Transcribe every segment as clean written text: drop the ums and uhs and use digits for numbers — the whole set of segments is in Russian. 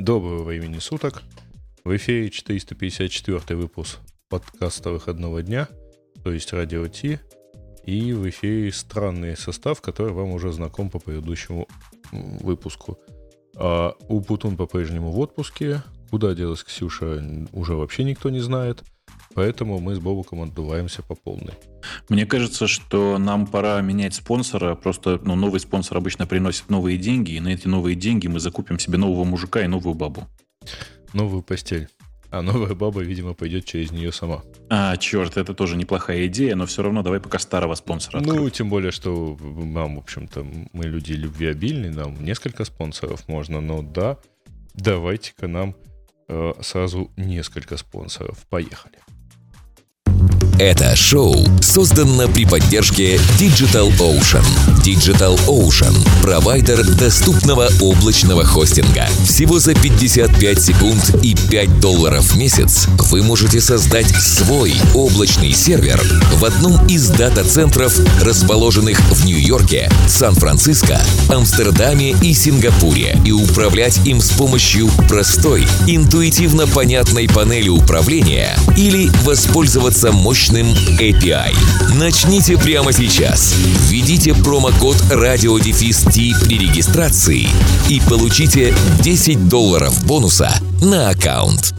Доброго времени суток. В эфире 454 выпуск подкаста выходного дня, то есть Радио Ти. И в эфире странный состав, который вам уже знаком по предыдущему выпуску. А Умпутун по-прежнему в отпуске. Куда делась Ксюша, уже вообще никто не знает. Поэтому мы с Бобуком отдуваемся по полной. Мне кажется, что нам пора менять спонсора. Просто новый спонсор обычно приносит новые деньги, и на эти новые деньги мы закупим себе нового мужика и новую бабу. Новую постель. А новая баба, видимо, пойдет через нее сама. Черт, это тоже неплохая идея, но все равно давай пока старого спонсора откроем. Тем более, что нам, в общем-то, мы люди любвеобильные, нам несколько спонсоров можно, но да, давайте-ка нам сразу несколько спонсоров. Поехали. Это шоу создано при поддержке DigitalOcean. DigitalOcean – провайдер доступного облачного хостинга. Всего за 55 секунд и $5 в месяц вы можете создать свой облачный сервер в одном из дата-центров, расположенных в Нью-Йорке, Сан-Франциско, Амстердаме и Сингапуре, и управлять им с помощью простой, интуитивно понятной панели управления или воспользоваться мощным API. Начните прямо сейчас. Введите промокод RadioDefist при регистрации и получите $10 бонуса на аккаунт.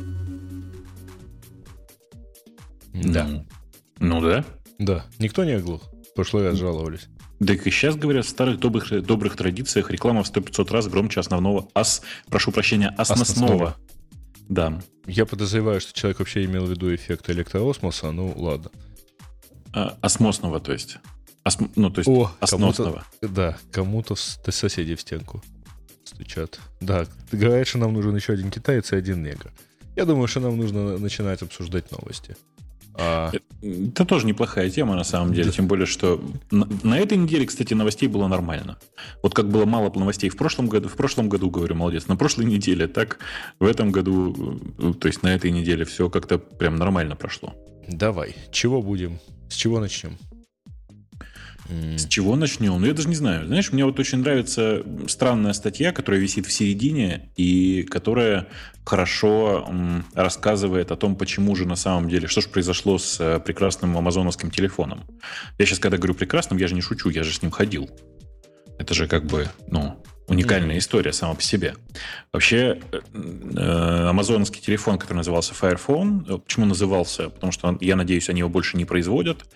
Да. Да? Да. Никто не оглох? В прошлый раз жаловались. Так и сейчас, говорят, в старых добрых традициях реклама в 100-500 раз громче основного основного. Да. Я подозреваю, что человек вообще имел в виду эффект электроосмоса, ладно. Осмосного, то есть. Осносного. Кому-то соседи в стенку стучат. Да, говорят, что нам нужен еще один китаец и один негр. Я думаю, что нам нужно начинать обсуждать новости. Это тоже неплохая тема, на самом деле. Тем более, что на этой неделе, кстати, новостей было нормально. Вот как было мало новостей в прошлом году, говорю, молодец, на прошлой неделе, так в этом году, то есть на этой неделе все как-то прям нормально прошло. Давай, с чего начнем? С чего начнем? Я даже не знаю. Знаешь, мне вот очень нравится странная статья, которая висит в середине и которая хорошо рассказывает о том, почему же на самом деле, что же произошло с прекрасным амазоновским телефоном. Я сейчас, когда говорю прекрасным, я же не шучу, я же с ним ходил. Это же как бы, уникальная история сама по себе. Вообще, амазоновский телефон, который назывался Fire Phone, почему назывался? Потому что, я надеюсь, они его больше не производят.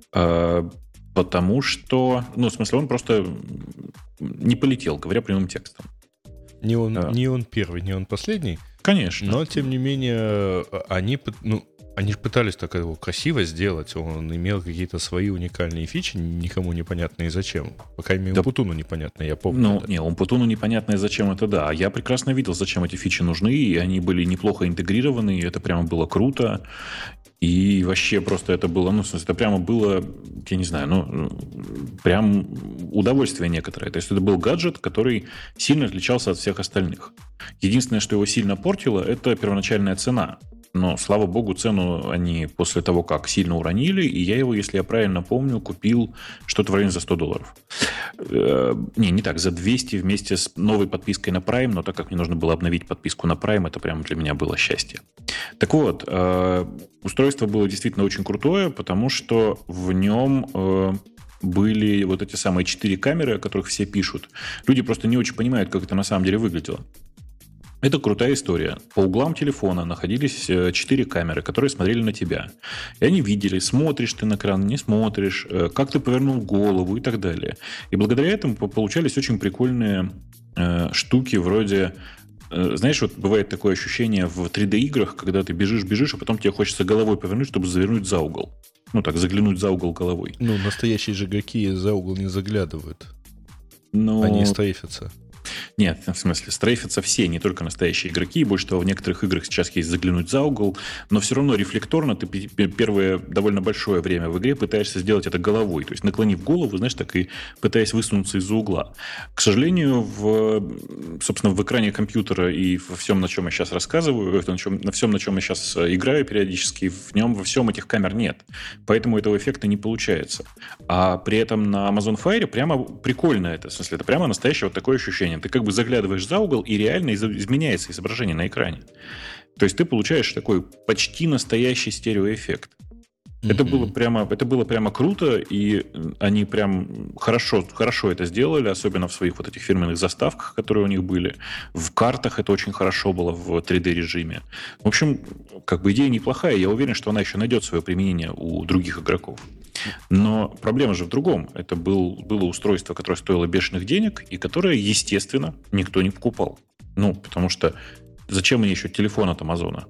Потому что, он просто не полетел, говоря прямым текстом. Не он первый, не он последний. Конечно. Но, тем не менее, они же пытались так его красиво сделать. Он имел какие-то свои уникальные фичи, никому непонятные зачем. По крайней мере, Умпутуну непонятно, я помню. Умпутуну непонятное зачем это, да. Я прекрасно видел, зачем эти фичи нужны, и они были неплохо интегрированы, и это прямо было круто. И вообще просто это было, это прямо было, я не знаю, прям удовольствие некоторое. То есть это был гаджет, который сильно отличался от всех остальных. Единственное, что его сильно портило, это первоначальная цена. Но, слава богу, цену они после того, как сильно уронили, и я его, если я правильно помню, купил что-то в районе за $100. Не так, за 200 вместе с новой подпиской на Prime, но так как мне нужно было обновить подписку на Prime, это прямо для меня было счастье. Так вот, устройство было действительно очень крутое, потому что в нем были вот эти самые 4 камеры, о которых все пишут. Люди просто не очень понимают, как это на самом деле выглядело. Это крутая история. По углам телефона находились 4 камеры, которые смотрели на тебя. И они видели, смотришь ты на экран, не смотришь, как ты повернул голову и так далее. И благодаря этому получались очень прикольные штуки вроде... Знаешь, вот бывает такое ощущение в 3D-играх, когда ты бежишь, а потом тебе хочется головой повернуть, чтобы завернуть за угол. Заглянуть за угол головой. Настоящие же игроки за угол не заглядывают. Они стрейфятся. Нет, в смысле, стрейфятся все, не только настоящие игроки. Больше того, в некоторых играх сейчас есть заглянуть за угол, но все равно рефлекторно ты первое довольно большое время в игре пытаешься сделать это головой. То есть наклонив голову, знаешь, так и пытаясь высунуться из-за угла. К сожалению, собственно, в экране компьютера и во всем, на чем я сейчас рассказываю, на всем, на чем я сейчас играю периодически, в нем во всем этих камер нет. Поэтому этого эффекта не получается. А при этом на Amazon Fire прямо прикольно это. В смысле, это прямо настоящее вот такое ощущение. Ты как бы бы заглядываешь за угол, и реально изменяется изображение на экране. То есть ты получаешь такой почти настоящий стереоэффект. Это было прямо круто, и они прям хорошо это сделали, особенно в своих вот этих фирменных заставках, которые у них были. В картах это очень хорошо было в 3D-режиме. В общем, как бы идея неплохая, я уверен, что она еще найдет свое применение у других игроков. Но проблема же в другом. Это было устройство, которое стоило бешеных денег, и которое, естественно, никто не покупал. Потому что зачем мне еще телефон от Амазона?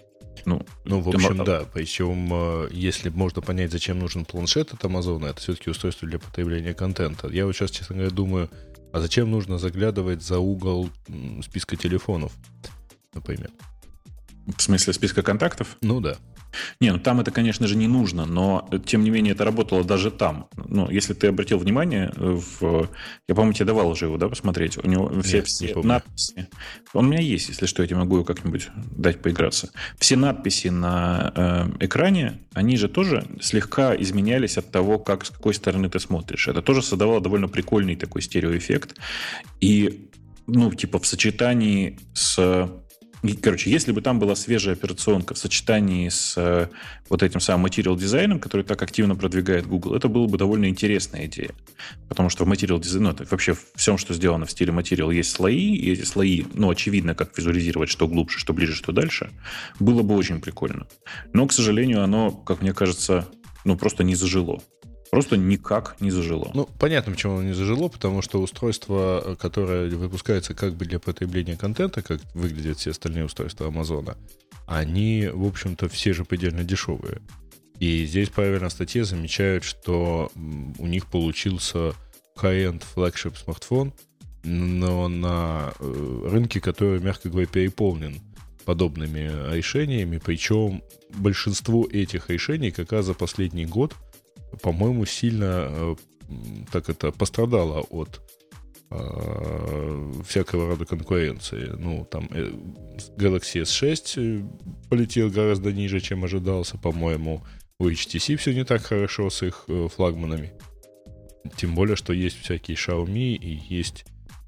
В общем, да. Причем, если можно понять, зачем нужен планшет от Амазона, это все-таки устройство для потребления контента. Я вот сейчас, честно говоря, думаю, а зачем нужно заглядывать за угол списка телефонов, например? В смысле списка контактов? Да. Там это, конечно же, не нужно, но, тем не менее, это работало даже там. Если ты обратил внимание, я, по-моему, тебе давал уже его, да, посмотреть? У него все надписи. Он у меня есть, если что, я тебе могу как-нибудь дать поиграться. Все надписи на экране, они же тоже слегка изменялись от того, с какой стороны ты смотришь. Это тоже создавало довольно прикольный такой стереоэффект. И, в сочетании с... Короче, если бы там была свежая операционка в сочетании с вот этим самым Material Design, который так активно продвигает Google, это была бы довольно интересная идея. Потому что в Material Design, вообще в всем, что сделано в стиле Material, есть слои, и эти слои, очевидно, как визуализировать, что глубже, что ближе, что дальше, было бы очень прикольно. Но, к сожалению, оно, как мне кажется, просто не зажило. Просто никак не зажило. Понятно, почему оно не зажило, потому что устройство, которое выпускается как бы для потребления контента, как выглядят все остальные устройства Амазона, они, в общем-то, все же предельно дешевые. И здесь правильно в статье замечают, что у них получился high-end флагшип смартфон, но на рынке, который, мягко говоря, переполнен подобными решениями, причем большинство этих решений как раз за последний год, по-моему, сильно пострадало от всякого рода конкуренции. Там Galaxy S6 полетел гораздо ниже, чем ожидался, по-моему. У HTC все не так хорошо с их флагманами. Тем более, что есть всякие Xiaomi и есть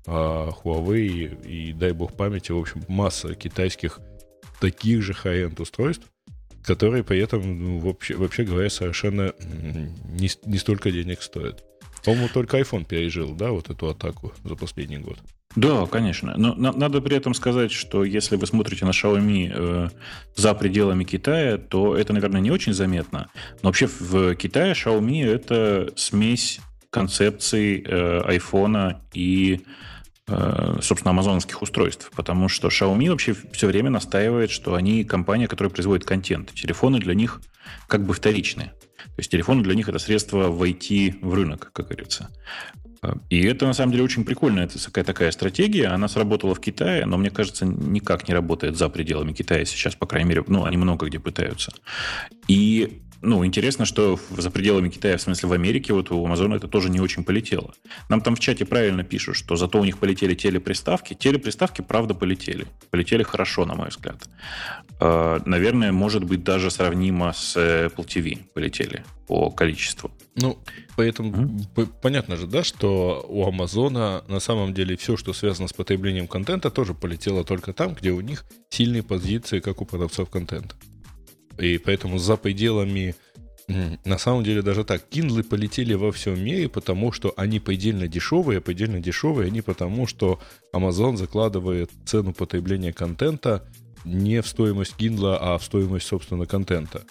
Huawei и, дай бог памяти, в общем, масса китайских таких же high-end устройств, которые при этом, вообще говоря, совершенно не столько денег стоят. По-моему, только iPhone пережил, да, вот эту атаку за последний год. Да, конечно. Но надо при этом сказать, что если вы смотрите на Xiaomi за пределами Китая, то это, наверное, не очень заметно. Но вообще в Китае Xiaomi — это смесь концепций iPhone и, собственно, амазоновских устройств, потому что Xiaomi вообще все время настаивает, что они компания, которая производит контент. Телефоны для них как бы вторичные. То есть телефоны для них — это средство войти в рынок, как говорится. И это, на самом деле, очень прикольно. Это такая стратегия. Она сработала в Китае, но, мне кажется, никак не работает за пределами Китая сейчас, по крайней мере. Они много где пытаются. И интересно, что за пределами Китая, в смысле в Америке, вот у Амазона это тоже не очень полетело. Нам там в чате правильно пишут, что зато у них полетели телеприставки. Телеприставки, правда, полетели. Полетели хорошо, на мой взгляд. Наверное, может быть, даже сравнимо с Apple TV полетели по количеству. Поэтому понятно же, да, что у Амазона на самом деле все, что связано с потреблением контента, тоже полетело только там, где у них сильные позиции, как у продавцов контента. И поэтому за пределами, на самом деле даже так, Kindle полетели во всем мире, потому что они предельно дешевые, они потому, что Amazon закладывает цену потребления контента не в стоимость Kindle, а в стоимость, собственно, контента.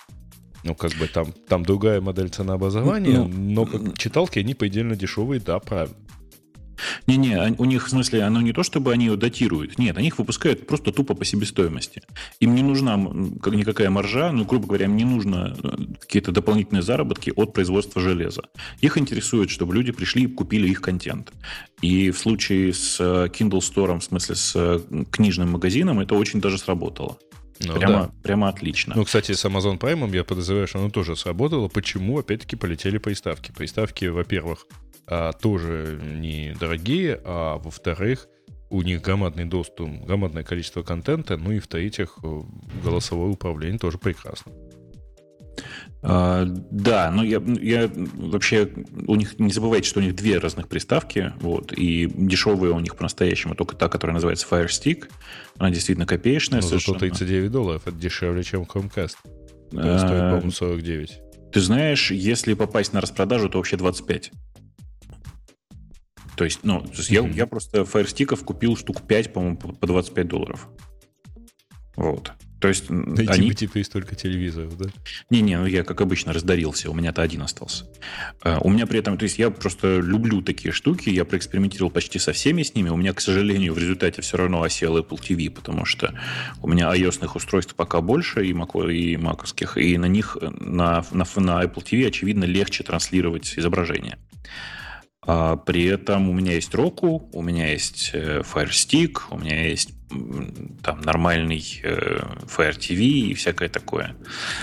Там другая модель ценообразования, но как читалки они предельно дешевые, да, правильно. Не-не, у них, в смысле, оно не то, чтобы они ее датируют. Нет, они их выпускают просто тупо по себестоимости. Им не нужна никакая маржа, грубо говоря, им не нужно какие-то дополнительные заработки от производства железа. Их интересует, чтобы люди пришли и купили их контент. И в случае с Kindle Store, в смысле с книжным магазином, это очень даже сработало. Прямо отлично. Кстати, с Amazon Prime я подозреваю, что оно тоже сработало. Почему, опять-таки, полетели приставки? Приставки, во-первых, тоже недорогие, а во-вторых, у них громадный доступ, громадное количество контента, и в-третьих, голосовое управление тоже прекрасно. Да, но я вообще у них не забывайте, что у них две разных приставки, вот, и дешевая у них по-настоящему только та, которая называется Fire Stick. Она действительно копеечная. Но зато $39, это дешевле, чем Chromecast. Это стоит, по-моему, 49. Ты знаешь, если попасть на распродажу, то вообще 25. То есть, я просто Fire Stick'ов купил штук 5, по-моему, по $25. Вот. То есть найти бы теперь столько телевизоров, да? Не, я, как обычно, раздарился. У меня-то один остался. У меня при этом... То есть я просто люблю такие штуки. Я проэкспериментировал почти со всеми с ними. У меня, к сожалению, в результате все равно осел Apple TV, потому что у меня iOS-ных устройств пока больше, и маковских, и на них, на Apple TV, очевидно, легче транслировать изображение. При этом у меня есть Roku, у меня есть Fire Stick, у меня есть там нормальный Fire TV и всякое такое.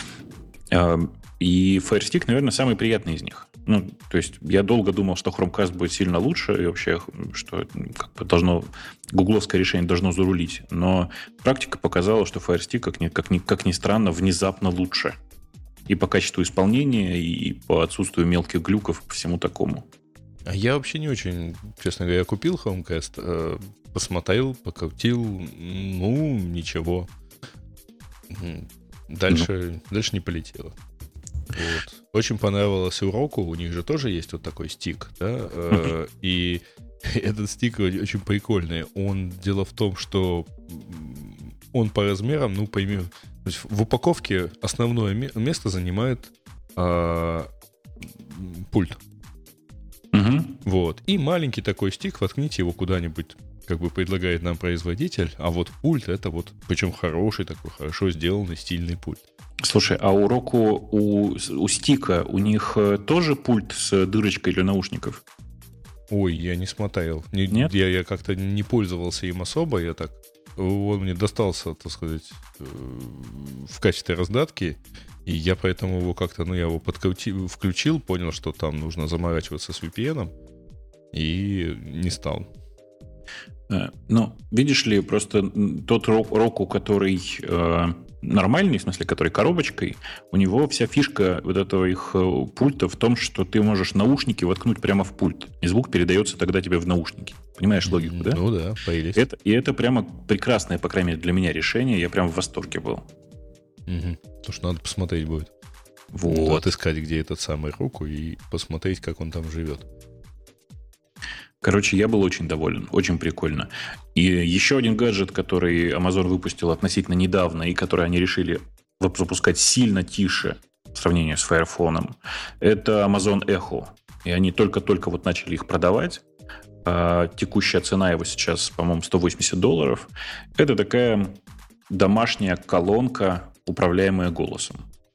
И Fire Stick, наверное, самый приятный из них. То есть я долго думал, что Chromecast будет сильно лучше, и вообще, что как бы гугловское решение должно зарулить. Но практика показала, что Fire Stick, как ни странно, внезапно лучше. И по качеству исполнения, и по отсутствию мелких глюков, по всему такому. А я вообще не очень, честно говоря, купил Chromecast, посмотрел, покрутил, ничего. Дальше не полетело. Вот. Очень понравилось у Roku, у них же тоже есть вот такой стик, да, и этот стик очень прикольный. Дело в том, что он по размерам, пойми, в упаковке основное место занимает пульт. Вот. И маленький такой стик, воткните его куда-нибудь, как бы предлагает нам производитель, а вот пульт это вот, причем хороший такой, хорошо сделанный, стильный пульт. Слушай, а у Roku, у стика, у них тоже пульт с дырочкой для наушников? Ой, я не смотрел. Нет? Я как-то не пользовался им особо, он мне достался, так сказать, в качестве раздатки, и я поэтому его как-то, я его включил, понял, что там нужно заморачиваться с VPN, и не стал. Видишь ли, просто тот Roku, который нормальный, в смысле, который коробочкой, у него вся фишка вот этого их пульта в том, что ты можешь наушники воткнуть прямо в пульт, и звук передается тогда тебе в наушники. Понимаешь логику, да? Ну да, появились. И это прямо прекрасное, по крайней мере, для меня решение. Я прям в восторге был. Потому что надо посмотреть будет. Вот. Надо отыскать, где этот самый Roku, и посмотреть, как он там живет. Короче, я был очень доволен, очень прикольно. И еще один гаджет, который Amazon выпустил относительно недавно, и который они решили запускать сильно тише в сравнении с Fire Phone, это Amazon Echo. И они только-только вот начали их продавать. Текущая цена его сейчас, по-моему, $180. Это такая домашняя колонка, управляемая голосом.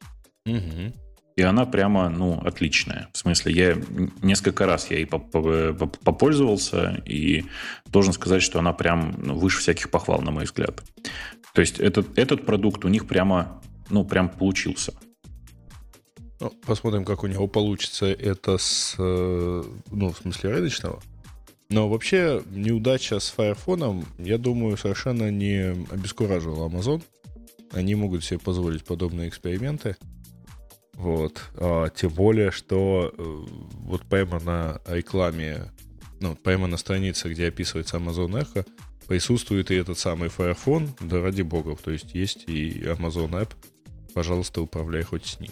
И она прямо, отличная. В смысле, я несколько раз ей попользовался, и должен сказать, что она прям выше всяких похвал, на мой взгляд. То есть этот продукт у них прям получился. Посмотрим, как у него получится это в смысле рыночного. Но вообще неудача с Fire Phone, я думаю, совершенно не обескураживала Amazon. Они могут себе позволить подобные эксперименты. Вот. Тем более, что вот прямо на рекламе, прямо на странице, где описывается Amazon Echo, присутствует и этот самый Fire Phone, да ради бога. То есть есть и Amazon App. Пожалуйста, управляй хоть с ним.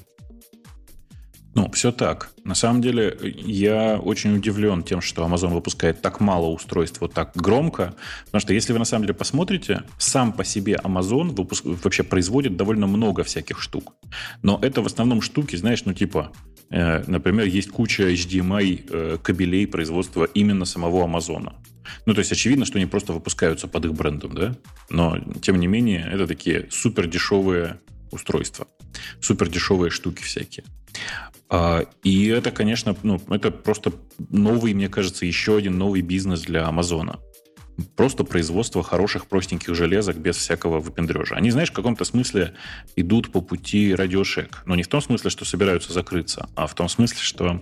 Все так. На самом деле, я очень удивлен тем, что Amazon выпускает так мало устройств вот так громко. Потому что, если вы на самом деле посмотрите, сам по себе Amazon вообще производит довольно много всяких штук. Но это в основном штуки, знаешь, например, есть куча HDMI кабелей производства именно самого Amazon. То есть, очевидно, что они просто выпускаются под их брендом, да? Но, тем не менее, это такие супер дешевые устройства. Супер дешевые штуки всякие. И это, конечно, это просто новый, мне кажется, еще один новый бизнес для Амазона. Просто производство хороших простеньких железок без всякого выпендрежа. Они, знаешь, в каком-то смысле идут по пути Radio Shack. Но не в том смысле, что собираются закрыться, а в том смысле, что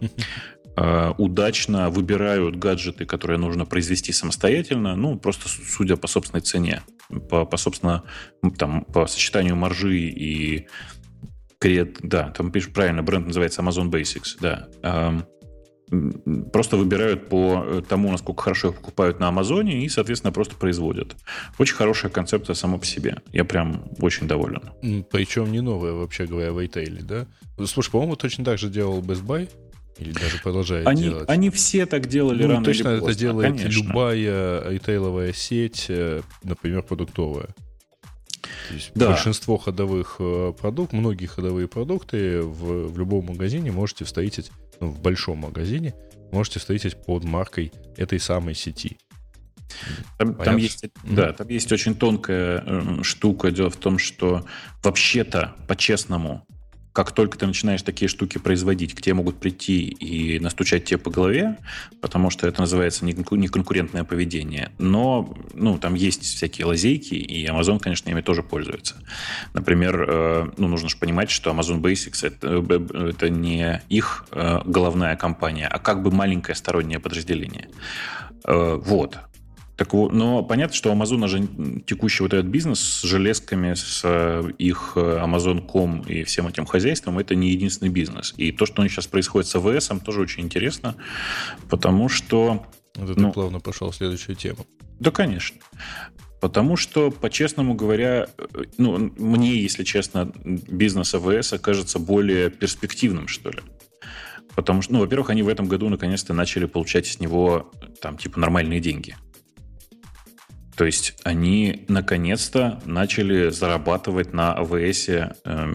удачно выбирают гаджеты, которые нужно произвести самостоятельно, просто судя по собственной цене, по сочетанию маржи и Да, там пишут правильно, бренд называется Amazon Basics, да. Просто выбирают по тому, насколько хорошо их покупают на Амазоне, и, соответственно, просто производят. Очень хорошая концепция сама по себе. Я прям очень доволен. Причем не новая, вообще говоря, в ритейле, да? Слушай, по-моему, точно так же делал Best Buy. Или даже продолжает делать. Они все так делали рано точно или поздно. Это делает конечно. Любая ритейловая сеть, например, продуктовая. То есть да. Большинство ходовых продуктов, многие ходовые продукты в любом магазине можете встретить, в большом магазине можете встретить под маркой этой самой сети. Там есть очень тонкая штука. Дело в том, что вообще-то, по-честному, как только ты начинаешь такие штуки производить, к тебе могут прийти и настучать тебе по голове, потому что это называется неконкурентное поведение. Но там есть всякие лазейки, и Amazon, конечно, ими тоже пользуется. Например, нужно же понимать, что Amazon Basics это не их головная компания, а как бы маленькое стороннее подразделение. Вот. Но понятно, что у Amazon же текущий вот этот бизнес с железками, с их Amazon.com и всем этим хозяйством, это не единственный бизнес. И то, что у них сейчас происходит с АВС, тоже очень интересно, потому что... Вот это плавно пошел в следующую тему. Да, конечно. Потому что, по-честному говоря, мне, если честно, бизнес АВС кажется более перспективным, что ли. Потому что, во-первых, они в этом году наконец-то начали получать с него нормальные деньги. То есть они наконец-то начали зарабатывать на АВСе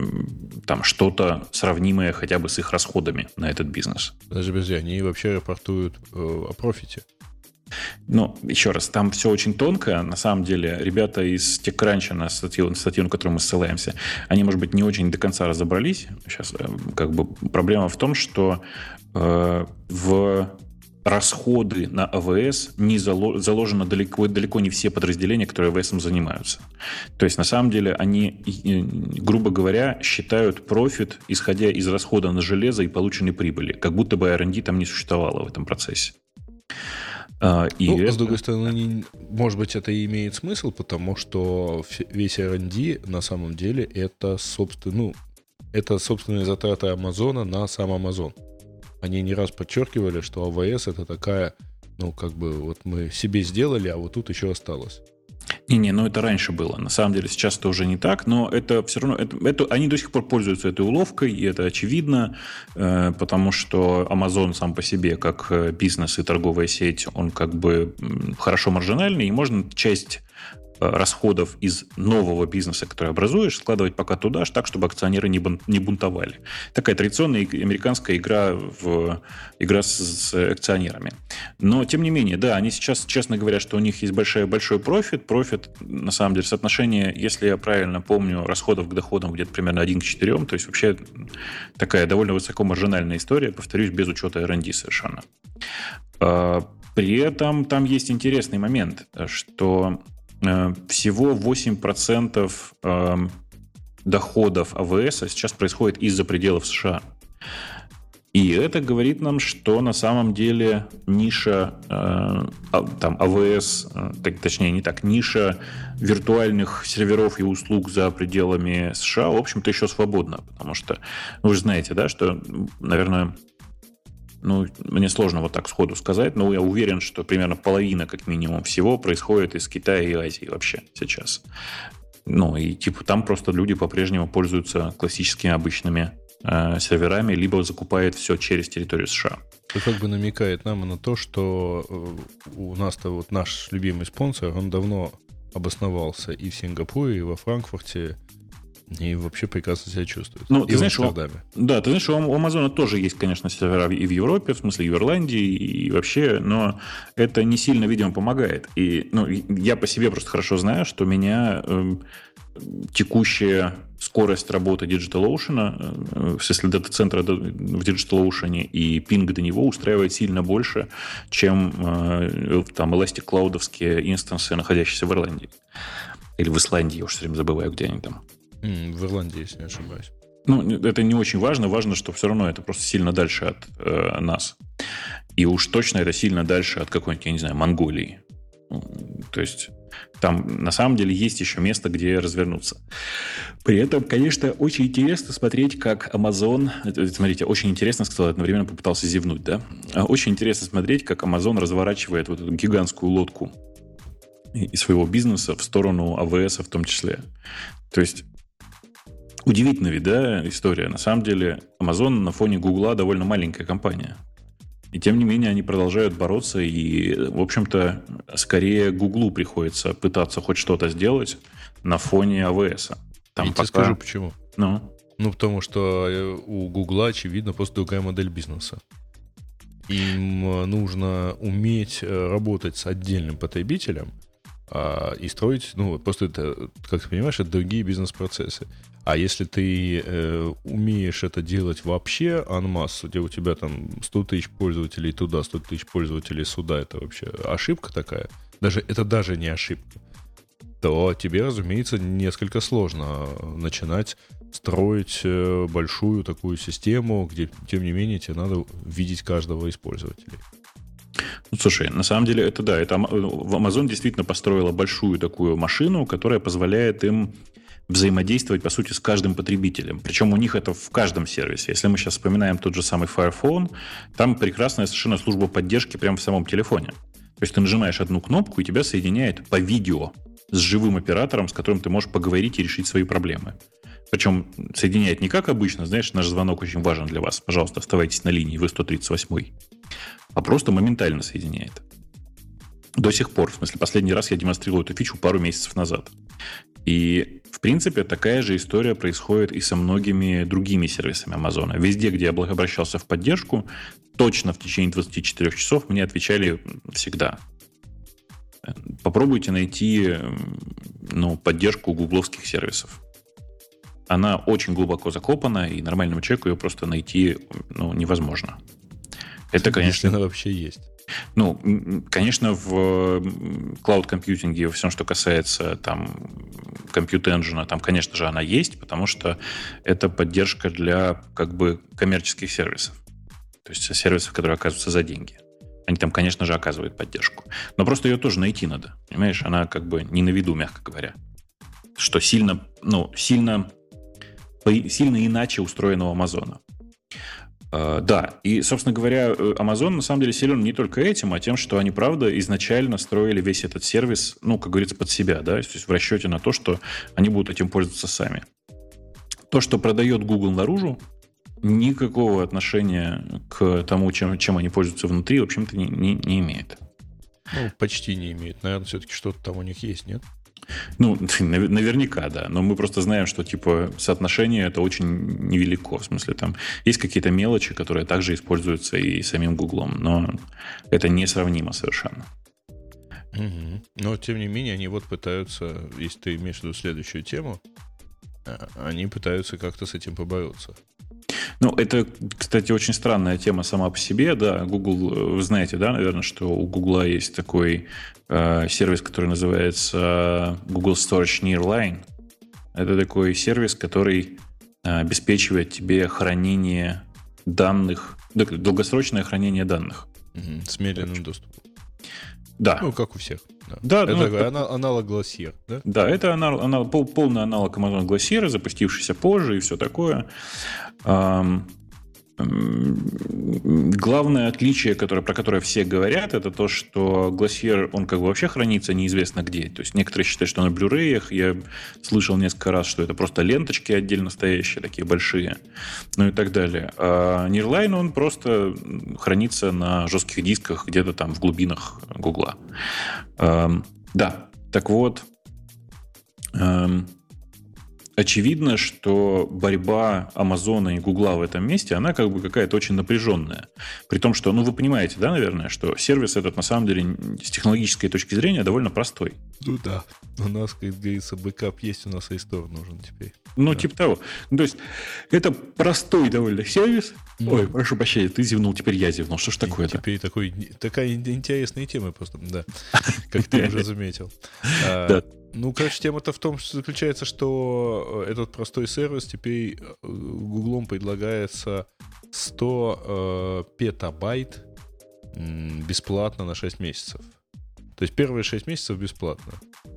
что-то сравнимое хотя бы с их расходами на этот бизнес. Подожди, они вообще рапортуют о профите. Еще раз, там все очень тонко. На самом деле, ребята из TechCrunch, на статью, на которую мы ссылаемся, они, может быть, не очень до конца разобрались. Сейчас проблема в том, что в расходы на АВС не заложено далеко не все подразделения, которые АВСом занимаются. То есть, на самом деле, они, грубо говоря, считают профит, исходя из расхода на железо и полученной прибыли. Как будто бы R&D там не существовало в этом процессе. С другой стороны, может быть, это и имеет смысл, потому что весь R&D на самом деле это собственные затраты Амазона на сам Амазон. Они не раз подчеркивали, что АВС это такая, мы себе сделали, а вот тут еще осталось. Это раньше было. На самом деле сейчас это уже не так, но это все равно... они до сих пор пользуются этой уловкой, и это очевидно, потому что Amazon сам по себе, как бизнес и торговая сеть, он хорошо маржинальный, и можно часть расходов из нового бизнеса, который образуешь, складывать пока туда, так, чтобы акционеры не бунтовали. Такая традиционная американская игра с акционерами. Но, тем не менее, да, они сейчас честно говорят, что у них есть большой профит. Профит, на самом деле, соотношение, если я правильно помню, расходов к доходам где-то примерно 1 к 4. То есть, вообще такая довольно высокомаржинальная история, повторюсь, без учета R&D совершенно. При этом там есть интересный момент, что всего 8% доходов АВС сейчас происходит из-за пределов США. И это говорит нам, что на самом деле ниша АВС, точнее не так, ниша виртуальных серверов и услуг за пределами США, в общем-то, еще свободна. Потому что вы же знаете, да, что, наверное... мне сложно вот так сходу сказать, но я уверен, что примерно половина, как минимум, всего происходит из Китая и Азии вообще сейчас. И там просто люди по-прежнему пользуются классическими обычными серверами, либо закупают все через территорию США. Это намекает нам на то, что у нас-то наш любимый спонсор, он давно обосновался и в Сингапуре, и во Франкфурте, и вообще прекрасно себя чувствует. Ты знаешь, у Амазона тоже есть, конечно, сервера и в Европе, в смысле и в Ирландии, и вообще, но это не сильно, видимо, помогает. И я по себе просто хорошо знаю, что меня текущая скорость работы DigitalOcean, в смысле дата-центра в DigitalOcean и пинг до него устраивает сильно больше, чем Elastic Cloud-овские инстансы, находящиеся в Ирландии. Или в Исландии, я уж все время забываю, где они там. В Ирландии, если не ошибаюсь. Это не очень важно. Важно, что все равно это просто сильно дальше от нас. И уж точно это сильно дальше от какой-нибудь, я не знаю, Монголии. То есть Там, на самом деле, есть еще место, где развернуться. При этом, конечно, очень интересно смотреть, как Amazon... Смотрите, очень интересно, сказал, одновременно попытался зевнуть, да? Очень интересно смотреть, как Amazon разворачивает вот эту гигантскую лодку из своего бизнеса в сторону АВС в том числе. То есть, удивительно ведь, да, история. На самом деле, Amazon на фоне Гугла довольно маленькая компания. И тем не менее они продолжают бороться, и, в общем-то, скорее Гуглу приходится пытаться хоть что-то сделать на фоне АВС. Я тебе скажу, почему. Ну, потому что у Гугла, очевидно, просто другая модель бизнеса. Им нужно уметь работать с отдельным потребителем и строить, просто это, как ты понимаешь, это другие бизнес-процессы. А если ты умеешь это делать вообще ан-масс, где у тебя там 100 тысяч пользователей туда, 100 тысяч пользователей сюда, это вообще ошибка такая, это даже не ошибка, то тебе, разумеется, несколько сложно начинать строить большую такую систему, где, тем не менее, тебе надо видеть каждого из пользователей. Ну, слушай, на самом деле, это Amazon действительно построила большую такую машину, которая позволяет им взаимодействовать, по сути, с каждым потребителем. Причем у них это в каждом сервисе. Если мы сейчас вспоминаем тот же самый Fire Phone, там прекрасная совершенно служба поддержки прямо в самом телефоне. То есть ты нажимаешь одну кнопку, и тебя соединяет по видео с живым оператором, с которым ты можешь поговорить и решить свои проблемы. Причем соединяет не как обычно, знаешь, наш звонок очень важен для вас, пожалуйста, оставайтесь на линии, вы 138-й, а просто моментально соединяет. До сих пор, в смысле, последний раз я демонстрировал эту фичу пару месяцев назад. И, в принципе, такая же история происходит и со многими другими сервисами Амазона. Везде, где я обращался в поддержку, точно в течение 24 часов мне отвечали всегда. Попробуйте найти поддержку гугловских сервисов. Она очень глубоко закопана, и нормальному человеку ее просто найти невозможно. Это, конечно... Если она вообще есть. Конечно, в клауд-компьютинге, во всем, что касается там Compute Engine, там, конечно же, она есть, потому что это поддержка для коммерческих сервисов. То есть сервисов, которые оказываются за деньги. Они там, конечно же, оказывают поддержку. Но просто ее тоже найти надо. Понимаешь, она не на виду, мягко говоря. Что сильно иначе устроено у Амазона. Да, и, собственно говоря, Amazon на самом деле силен не только этим, а тем, что они, правда, изначально строили весь этот сервис, как говорится, под себя, да, то есть в расчете на то, что они будут этим пользоваться сами. То, что продает Google наружу, никакого отношения к тому, чем они пользуются внутри, в общем-то, не имеет. Почти не имеет. Наверное, все-таки что-то там у них есть, нет? Наверняка, да. Но мы просто знаем, что соотношение это очень невелико. В смысле, там есть какие-то мелочи, которые также используются и самим Гуглом, но это несравнимо совершенно. Угу. Но, тем не менее, они пытаются, если ты имеешь в виду следующую тему, они пытаются как-то с этим побороться. Это, кстати, очень странная тема сама по себе, да. Google, вы знаете, да, наверное, что у Google есть такой сервис, который называется Google Storage Nearline. Это такой сервис, который обеспечивает тебе хранение данных, долгосрочное хранение данных. С медленным доступом. Да. Как у всех. Да, это аналог Glacier, да? Да, это полный аналог Amazon Glacier, запустившийся позже и все такое. Главное отличие, про которое все говорят, это то, что Glacier, он вообще хранится неизвестно где. То есть некоторые считают, что на Blu-ray. Я слышал несколько раз, что это просто ленточки отдельно стоящие, такие большие, и так далее. А Nearline, он просто хранится на жестких дисках где-то там в глубинах Гугла. Да, так вот... Очевидно, что борьба Амазона и Гугла в этом месте, она какая-то очень напряженная. При том, что, вы понимаете, да, наверное, что сервис этот на самом деле с технологической точки зрения довольно простой. Да. У нас, как говорится, бэкап есть, у нас рестор нужен теперь. Да. Типа того. То есть, это простой довольно сервис. Ой, прошу прощения, ты зевнул, теперь я зевнул. Что ж такое-то? Теперь такая интересная тема просто, да, как ты уже заметил. Да. Тема-то в том, что заключается, что этот простой сервис теперь Гуглом предлагается 100 петабайт бесплатно на 6 месяцев. То есть первые 6 месяцев бесплатно.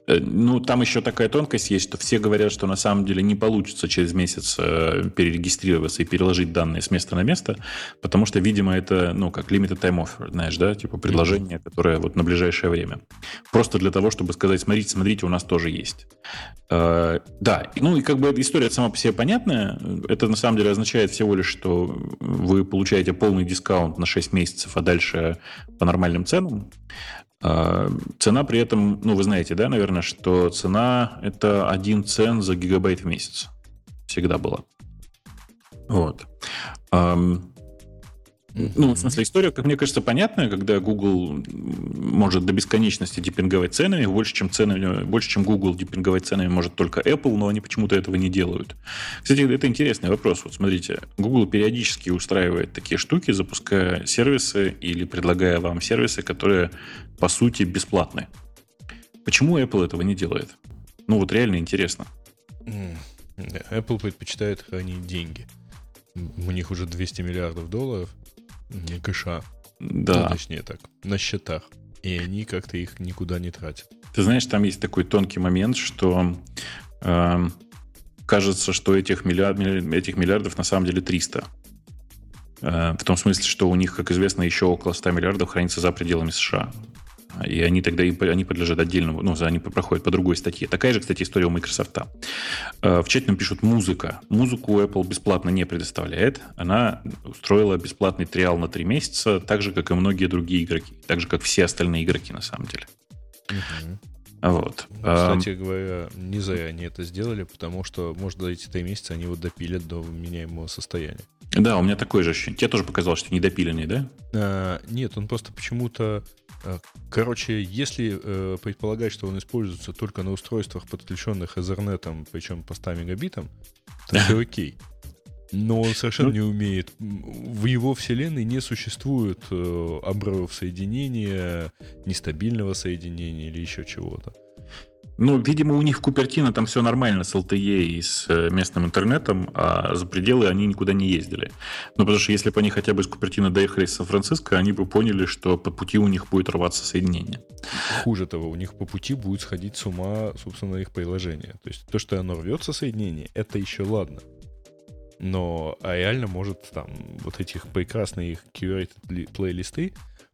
Ну, там еще такая тонкость есть, что все говорят, что на самом деле не получится через месяц перерегистрироваться и переложить данные с места на место, потому что, видимо, это, ну, как limited time offer, знаешь, да, типа предложение, которое вот на ближайшее время. Просто для того, чтобы сказать, смотрите, у нас тоже есть. Да, ну и как бы история сама по себе понятная. Это на самом деле означает всего лишь, что вы получаете полный дискаунт на 6 месяцев, а дальше по нормальным ценам. Цена при этом, ну, вы знаете, да, наверное, что цена — это 1 цент за гигабайт в месяц. Всегда была. Вот. Ну, в смысле, история, как мне кажется, понятная, когда Google может до бесконечности депинговать ценами, больше, чем Google депинговать ценами может только Apple, но они почему-то этого не делают. Кстати, это интересный вопрос. Вот смотрите, Google периодически устраивает такие штуки, запуская сервисы или предлагая вам сервисы, которые, по сути, бесплатны. Почему Apple этого не делает? Ну, вот реально интересно. Apple предпочитает хранить деньги. У них уже $200 миллиардов. Не кэша. Да. Ну, точнее так, на счетах. И они как-то их никуда не тратят. Ты знаешь, там есть такой тонкий момент, что кажется, что этих миллиардов на самом деле 300. В том смысле, что у них, как известно, еще около 100 миллиардов хранится за пределами США. И они тогда они подлежат отдельному, ну, они проходят по другой статье. Такая же, кстати, история у Microsoft. В чате нам пишут музыка. Музыку Apple бесплатно не предоставляет. Она устроила бесплатный триал на 3 месяца, так же, как и многие другие игроки. Так же, как все остальные игроки, на самом деле. Вот. Кстати говоря, не зря они это сделали, потому что, может, за эти 3 месяца они его допилят до вменяемого состояния. Да, у меня такое же ощущение. Тебе тоже показалось, что недопиленный, да? Нет, он просто почему-то... Короче, если предполагать, что он используется только на устройствах, подключенных Ethernet, причем по 100 мегабитам, то все окей. Но он совершенно не умеет. В его вселенной не существует обрывов соединения, нестабильного соединения или еще чего-то. Ну, видимо, у них в Купертино там все нормально с LTE и с местным интернетом, а за пределы они никуда не ездили. Ну, потому что если бы они хотя бы из Купертино доехали из Сан-Франциско, они бы поняли, что по пути у них будет рваться соединение. Хуже того, у них по пути будет сходить с ума, собственно, их приложение. То есть то, что оно рвется соединение, это еще ладно. Но реально может там вот этих прекрасные их curated плейлисты,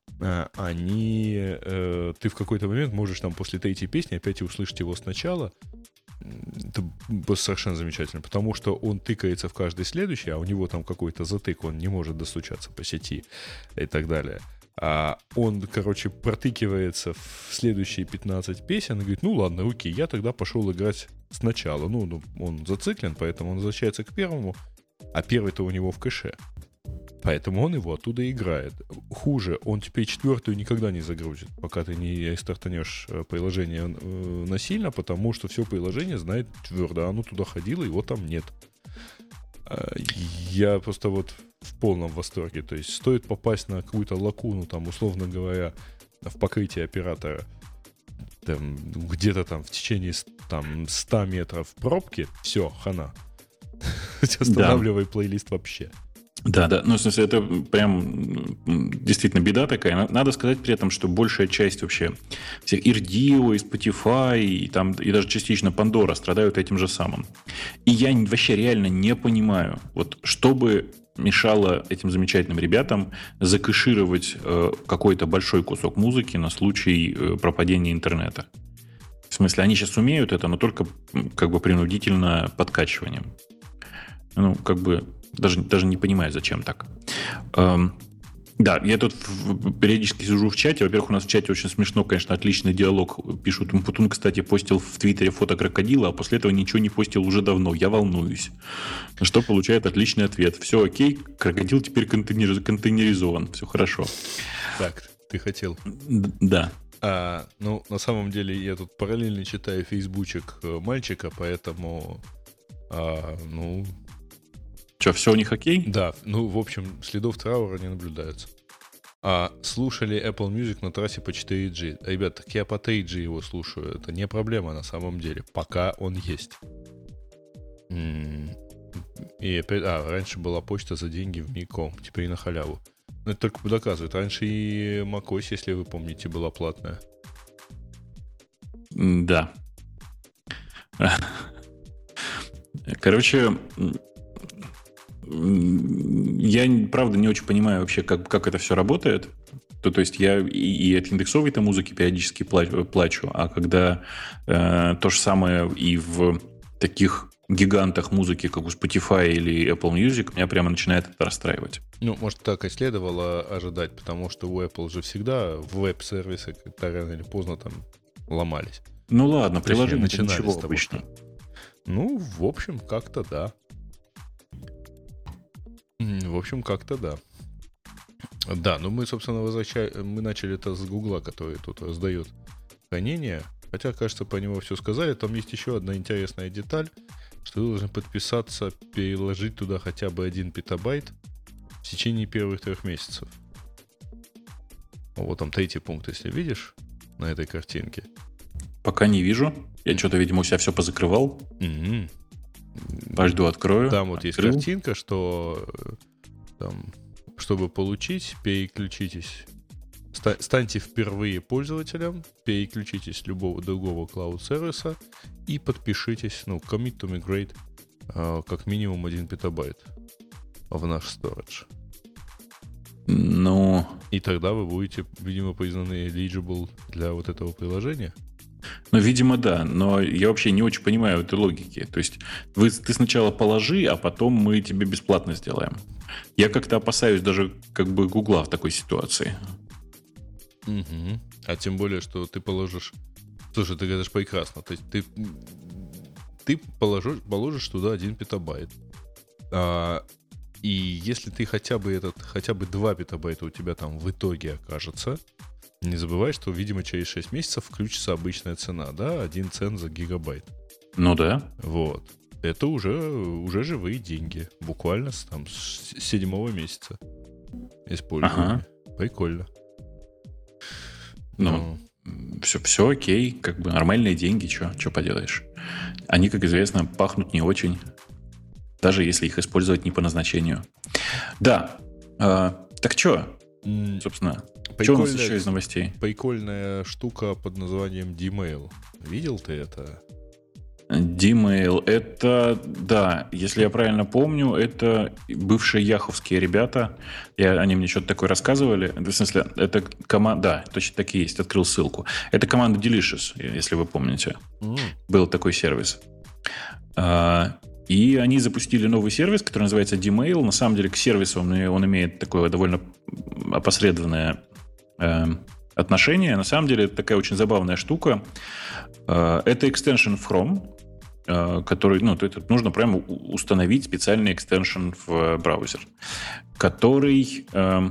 они... ты в какой-то момент можешь там после 3-й песни опять услышать его сначала. Это совершенно замечательно, потому что он тыкается в каждый следующий, а у него там какой-то затык, он не может достучаться по сети и так далее. А он, короче, протыкивается в следующие 15 песен и говорит, ну ладно, окей, я тогда пошел играть сначала. Ну, он зациклен, поэтому он возвращается к первому, а первый-то у него в кэше. Поэтому он его оттуда играет. Хуже, он теперь 4-ю никогда не загрузит, пока ты не стартанешь приложение насильно, потому что все приложение знает твердо, оно туда ходило, его там нет. Я просто вот в полном восторге. То есть стоит попасть на какую-то лакуну, там, условно говоря, в покрытии оператора, там, где-то там в течение там, 100 метров пробки, все, хана. Останавливай плейлист вообще. Да, ну, в смысле, это прям действительно беда такая. Надо сказать при этом, что большая часть вообще всех Irdio, и Spotify, и даже частично Pandora страдают этим же самым. И я вообще реально не понимаю, вот что бы мешало этим замечательным ребятам закэшировать какой-то большой кусок музыки на случай пропадения интернета. В смысле, они сейчас умеют это, но только как бы принудительно подкачиванием. Ну, как бы даже не понимаю, зачем так. Да, я тут периодически сижу в чате. Во-первых, у нас в чате очень смешно, конечно, отличный диалог. Пишут, Умпутун, кстати, постил в Твиттере фото крокодила, а после этого ничего не постил уже давно. Я волнуюсь. На что получает отличный ответ. Все окей, крокодил теперь контейнеризован. Все хорошо. Так, ты хотел. Да. Ну, на самом деле, я тут параллельно читаю фейсбучек мальчика, поэтому, Что, все у них окей? Да, ну, в общем, следов траура не наблюдается. Слушали Apple Music на трассе по 4G. Ребят, так я по 3G его слушаю. Это не проблема на самом деле, пока он есть. И опять, раньше была почта за деньги в Миком, теперь на халяву. Но это только доказывает. Раньше и macOS, если вы помните, была платная. Да. Короче, я, правда, не очень понимаю вообще, как это все работает. То есть я и от индексовой-то музыки периодически плачу, а когда то же самое и в таких гигантах музыки, как у Spotify или Apple Music, меня прямо начинает это расстраивать. Ну, может, так и следовало ожидать, потому что у Apple же всегда веб-сервисы как-то рано или поздно там ломались. Ну ладно, приложение начинали ничего с того, обычно. Ну, в общем, как-то да. В общем, как-то да. Да, ну мы, собственно, мы начали это с Гугла, который тут раздает хранение. Хотя, кажется, по нему все сказали. Там есть еще одна интересная деталь, что вы должны подписаться, переложить туда хотя бы 1 петабайт в течение первых 3 месяцев. Вот там 3-й пункт, если видишь на этой картинке. Пока не вижу. Я что-то, видимо, у себя все позакрывал. Пожду, открою. Там вот есть картинка, что там, чтобы получить, переключитесь. Станьте впервые пользователем, переключитесь с любого другого клауд-сервиса и подпишитесь, commit to migrate как минимум 1 петабайт в наш storage. Ну... И тогда вы будете, видимо, признаны eligible для вот этого приложения. Ну, видимо, да, но я вообще не очень понимаю этой логики. То есть ты сначала положи, а потом мы тебе бесплатно сделаем. Я как-то опасаюсь даже как бы Гугла в такой ситуации. Угу. А тем более, что ты положишь... Слушай, ты говоришь прекрасно. То есть ты положишь туда 1 петабайт. И если ты хотя бы 2 петабайта у тебя там в итоге окажется, не забывай, что, видимо, через 6 месяцев включится обычная цена, да? 1 цент за гигабайт. Ну да. Вот. Это уже живые деньги. Буквально с 7-го месяца использования. Ага. Прикольно. Ну, все окей. Как бы нормальные деньги, что поделаешь. Они, как известно, пахнут не очень. Даже если их использовать не по назначению. Да. Так что, собственно... Что у нас еще из новостей? Прикольная штука под названием Dmail. Видел ты это? Dmail, это, да, если я правильно помню, это бывшие яховские ребята. Они мне что-то такое рассказывали. В смысле, это команда, да, точно так и есть, открыл ссылку. Это команда Delicious, если вы помните. Был такой сервис. И они запустили новый сервис, который называется Dmail. На самом деле к сервису он имеет такое довольно опосредованное отношение. На самом деле это такая очень забавная штука. Это экстеншн в Chrome, который, нужно прямо установить специальный экстеншн в браузер, который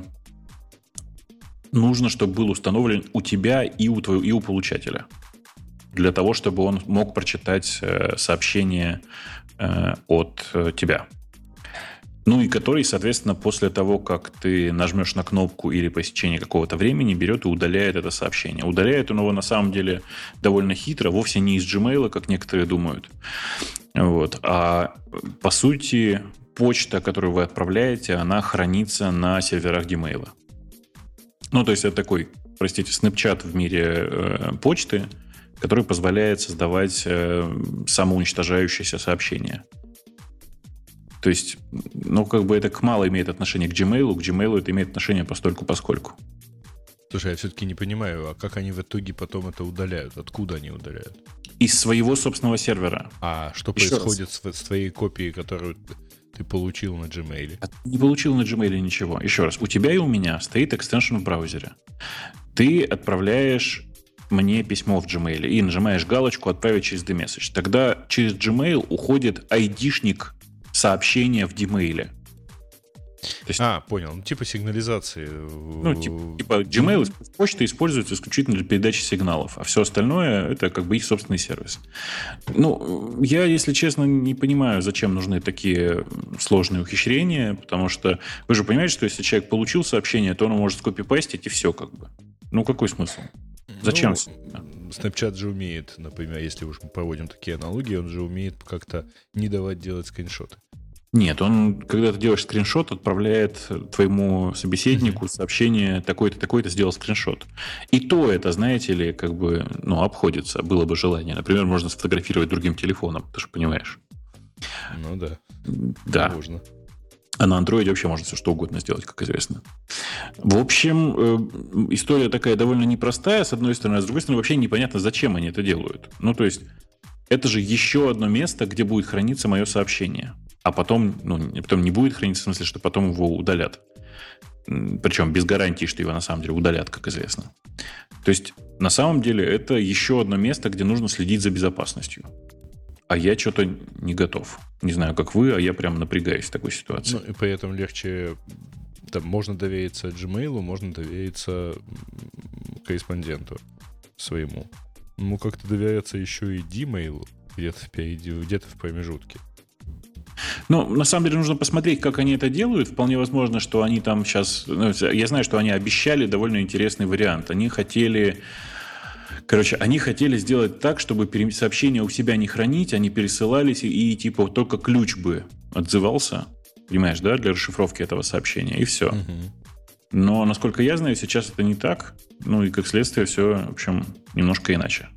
нужно, чтобы был установлен у тебя и у получателя, для того, чтобы он мог прочитать сообщение от тебя. Ну и который, соответственно, после того, как ты нажмешь на кнопку или по истечении какого-то времени, берет и удаляет это сообщение. Удаляет он его на самом деле довольно хитро, вовсе не из Gmail, как некоторые думают. Вот. А по сути, почта, которую вы отправляете, она хранится на серверах Gmail. Ну, то есть это такой, Snapchat в мире почты, который позволяет создавать самоуничтожающиеся сообщения. То есть, это мало имеет отношение к Gmail это имеет отношение постольку-поскольку. Слушай, я все-таки не понимаю, а как они в итоге потом это удаляют? Откуда они удаляют? Из своего собственного сервера. А что происходит с твоей копией, которую ты получил на Gmail? А ты не получил на Gmail ничего. Еще раз, у тебя и у меня стоит экстеншн в браузере. Ты отправляешь мне письмо в Gmail и нажимаешь галочку «Отправить через DMessage». Тогда через Gmail уходит айдишник сообщения в Gmail. Есть, понял. Типа сигнализации. Типа Gmail почта используется исключительно для передачи сигналов, а все остальное это как бы их собственный сервис. Я, если честно, не понимаю, зачем нужны такие сложные ухищрения, потому что вы же понимаете, что если человек получил сообщение, то он может скопипастить и все как бы. Какой смысл? Зачем? Snapchat же умеет, например, если уж мы проводим такие аналогии, он же умеет как-то не давать делать скриншоты. Нет, он, когда ты делаешь скриншот, отправляет твоему собеседнику сообщение такой-то, такой-то сделал скриншот. И то это, знаете ли, как бы, обходится, было бы желание. Например, можно сфотографировать другим телефоном, ты же понимаешь. Ну да. Да. Можно. А на андроиде вообще можно все что угодно сделать, как известно. В общем, история такая довольно непростая, с одной стороны, а с другой стороны, вообще непонятно, зачем они это делают. То есть, это же еще одно место, где будет храниться мое сообщение. А потом не будет храниться, в смысле, что потом его удалят. Причем без гарантии, что его на самом деле удалят, как известно. То есть, на самом деле, это еще одно место, где нужно следить за безопасностью. А я что-то не готов. Не знаю, как вы, а я прям напрягаюсь в такой ситуации. И при этом легче... Там можно довериться Gmail, можно довериться корреспонденту своему. Как-то доверяться еще и Gmail где-то впереди, где-то в промежутке. На самом деле нужно посмотреть, как они это делают. Вполне возможно, что они там сейчас... я знаю, что они обещали довольно интересный вариант. Они хотели сделать так, чтобы сообщения у себя не хранить, они пересылались, и типа только ключ бы отзывался, понимаешь, да, для расшифровки этого сообщения, и все. Но, насколько я знаю, сейчас это не так. И как следствие все, в общем, немножко иначе.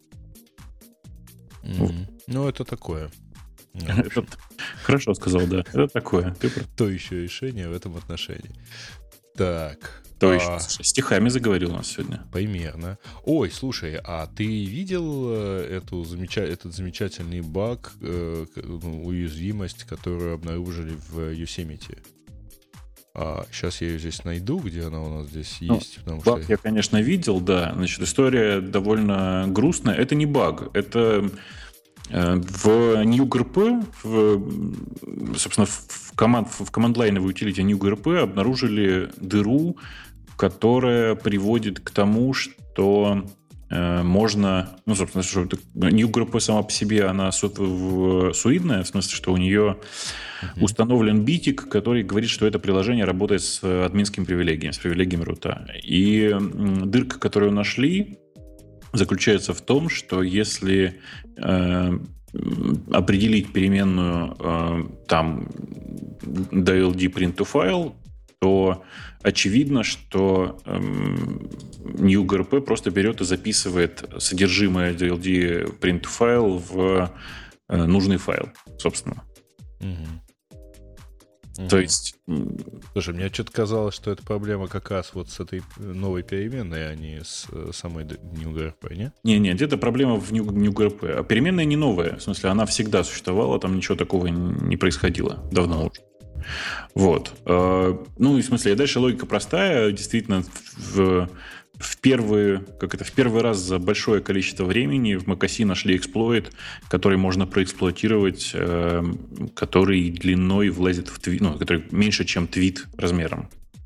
Это такое. Хорошо сказал, да. Это такое. То еще решение в этом отношении. Так. То еще стихами заговорил у нас сегодня. Примерно. Ой, слушай, а ты видел этот замечательный баг, уязвимость, которую обнаружили в Yosemite? Сейчас я ее здесь найду, где она у нас здесь есть. Баг я, конечно, видел, да. Значит, история довольно грустная. Это не баг, это... В NewGRP, собственно, в команд-лайновой утилите NewGRP обнаружили дыру, которая приводит к тому, что можно... собственно, NewGRP сама по себе, она суидная, в смысле, что у нее установлен битик, который говорит, что это приложение работает с админским привилегием, с привилегием рута. И дырка, которую нашли, заключается в том, что если определить переменную там DLD print to file, то очевидно, что NewGRP просто берет и записывает содержимое DLD print to file в нужный файл, собственно. То есть... Слушай, мне что-то казалось, что это проблема как раз вот с этой новой переменной, а не с самой NewGRP, не? Нет, это проблема в NewGRP. А переменная не новая. В смысле, она всегда существовала, там ничего такого не происходило. Давно уже. Вот. И в смысле, дальше логика простая. Действительно, в первый раз за большое количество времени в macOS нашли эксплойт, который можно проэксплуатировать, который длиной влазит в твит, который меньше, чем твит размером.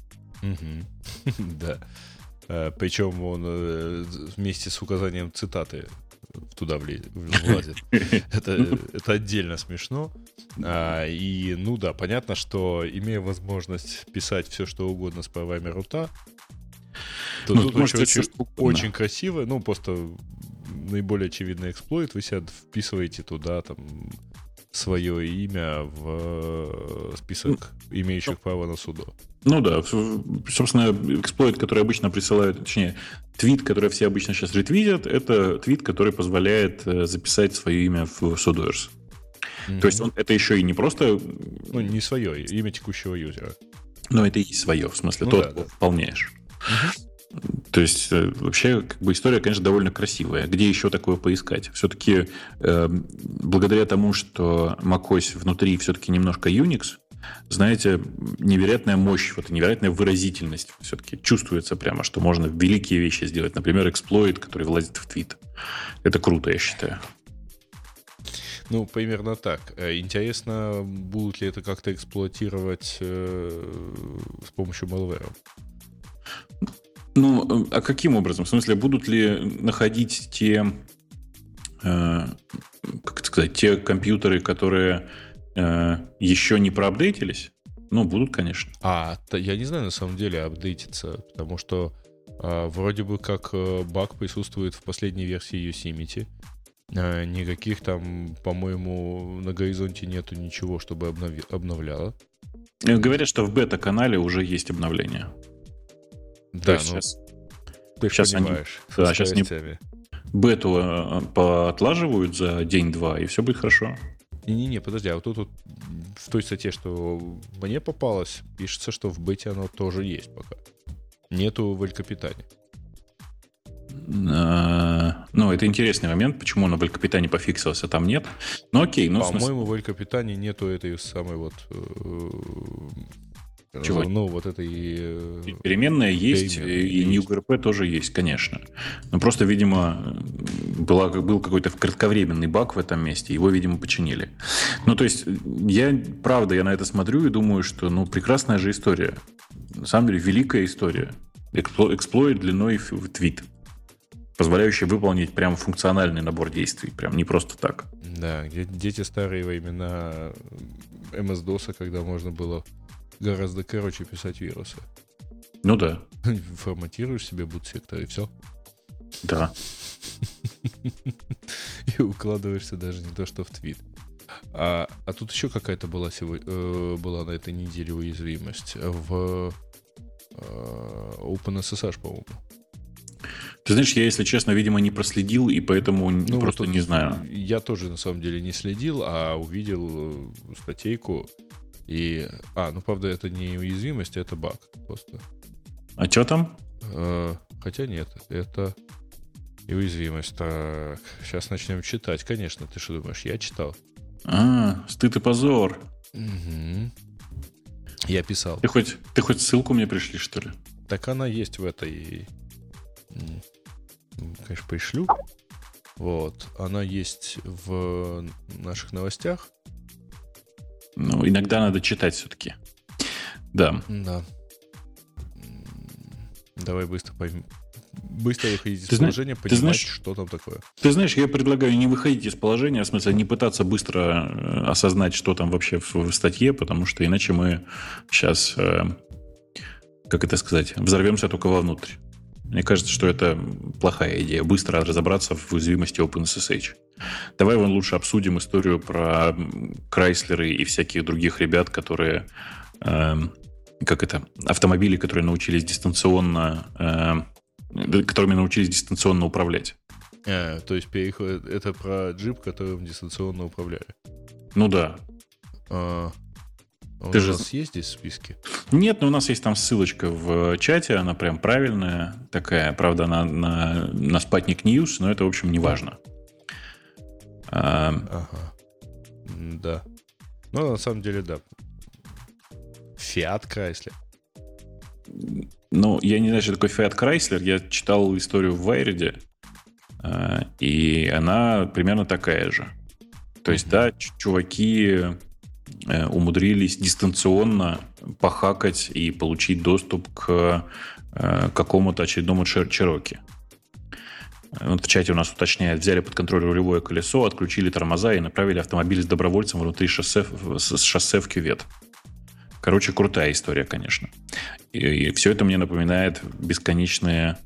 Да. Причем он вместе с указанием цитаты туда влазит. Это отдельно смешно. И, понятно, что имея возможность писать все, что угодно с правами рута, то тут очень красиво, просто наиболее очевидный эксплойт, вы себя вписываете туда там свое имя в список имеющих право на судо. Собственно, эксплойт, который обычно присылают, точнее, твит, который все обычно сейчас ретвитят, это твит, который позволяет записать свое имя в sudoers. То есть это еще и не просто... не свое, имя текущего юзера. Но это и свое, в смысле, выполняешь. То есть, вообще, история, конечно, довольно красивая. Где еще такое поискать? Все-таки, благодаря тому, что macOS внутри все-таки немножко Unix, знаете, невероятная мощь, невероятная выразительность все-таки чувствуется прямо, что можно великие вещи сделать. Например, эксплойт, который влазит в твит. Это круто, я считаю. Примерно так. Интересно, будут ли это как-то эксплуатировать с помощью malware? А каким образом? В смысле, будут ли находить те компьютеры, которые еще не проапдейтились? Будут, конечно. Я не знаю, на самом деле, апдейтиться, потому что вроде бы как баг присутствует в последней версии Yosemite. Никаких там, по-моему, на горизонте нету ничего, чтобы обновляло. Говорят, что в бета-канале уже есть обновление. Да, сейчас, ты сейчас понимаешь. Они, сейчас они бету поотлаживают за день-два, и все будет хорошо. Не-не-не, подожди, а вот тут в той статье, что мне попалось, пишется, что в бете оно тоже есть пока. Нету в Эль-Капитане. Ну, это интересный момент, почему на Эль-Капитане пофиксилось, а там нет. Ну, окей. Ну, по-моему, в Эль-Капитане нету этой самой вот... Чего? Ну, вот этой... Переменная есть, и NewGRP тоже есть, конечно. Но просто, видимо, был какой-то кратковременный баг в этом месте, его, видимо, починили. Ну, то есть, я на это смотрю и думаю, что, прекрасная же история. На самом деле, великая история. Эксплойт длиной в твит, позволяющий выполнить прям функциональный набор действий, прям не просто так. Да, дети старые времена MS-DOS, когда можно было гораздо короче писать вирусы. Ну да. Форматируешь себе boot-сектор, и все. Да. И укладываешься даже не то, что в твит. А тут еще какая-то была на этой неделе уязвимость в OpenSSH, по-моему. Ты знаешь, я, если честно, видимо, не проследил, и поэтому просто не знаю. Я тоже, на самом деле, не следил, а увидел статейку. И... правда, это не уязвимость, это баг просто. А что там? Хотя нет, это и уязвимость. Так, сейчас начнем читать. Конечно, ты что думаешь, я читал? Стыд и позор. Угу. Я писал. Ты хоть ссылку мне пришли, что ли? Так она есть в этой... Конечно, пришлю. Вот. Она есть в наших новостях. Иногда надо читать все-таки. Да. Да. Давай быстро выходить из положения, понимать, что там такое. Ты знаешь, я предлагаю не выходить из положения, в смысле не пытаться быстро осознать, что там вообще в статье, потому что иначе мы сейчас, как это сказать, взорвемся только вовнутрь. Мне кажется, что это плохая идея, быстро разобраться в уязвимости OpenSSH. Давай лучше обсудим историю про Крайслеры и всяких других ребят, которые... автомобили, которые научились дистанционно... которыми научились дистанционно управлять. То есть это про джип, которым дистанционно управляли? Ну да. У нас есть здесь в списке? Нет, но у нас есть там ссылочка в чате, она прям правильная такая. Правда, она на Sputnik News, но это, в общем, не важно. Ага. Да. Ну, на самом деле, да. Fiat Chrysler. Ну, я не знаю, что такое Fiat Chrysler. Я читал историю в Wired, и она примерно такая же. То есть, да, чуваки умудрились дистанционно похакать и получить доступ к какому-то очередному Cherokee. Вот в чате у нас уточняют: взяли под контроль рулевое колесо, отключили тормоза и направили автомобиль с добровольцем внутри шоссе в кювет. Короче, крутая история, конечно. И все это мне напоминает бесконечные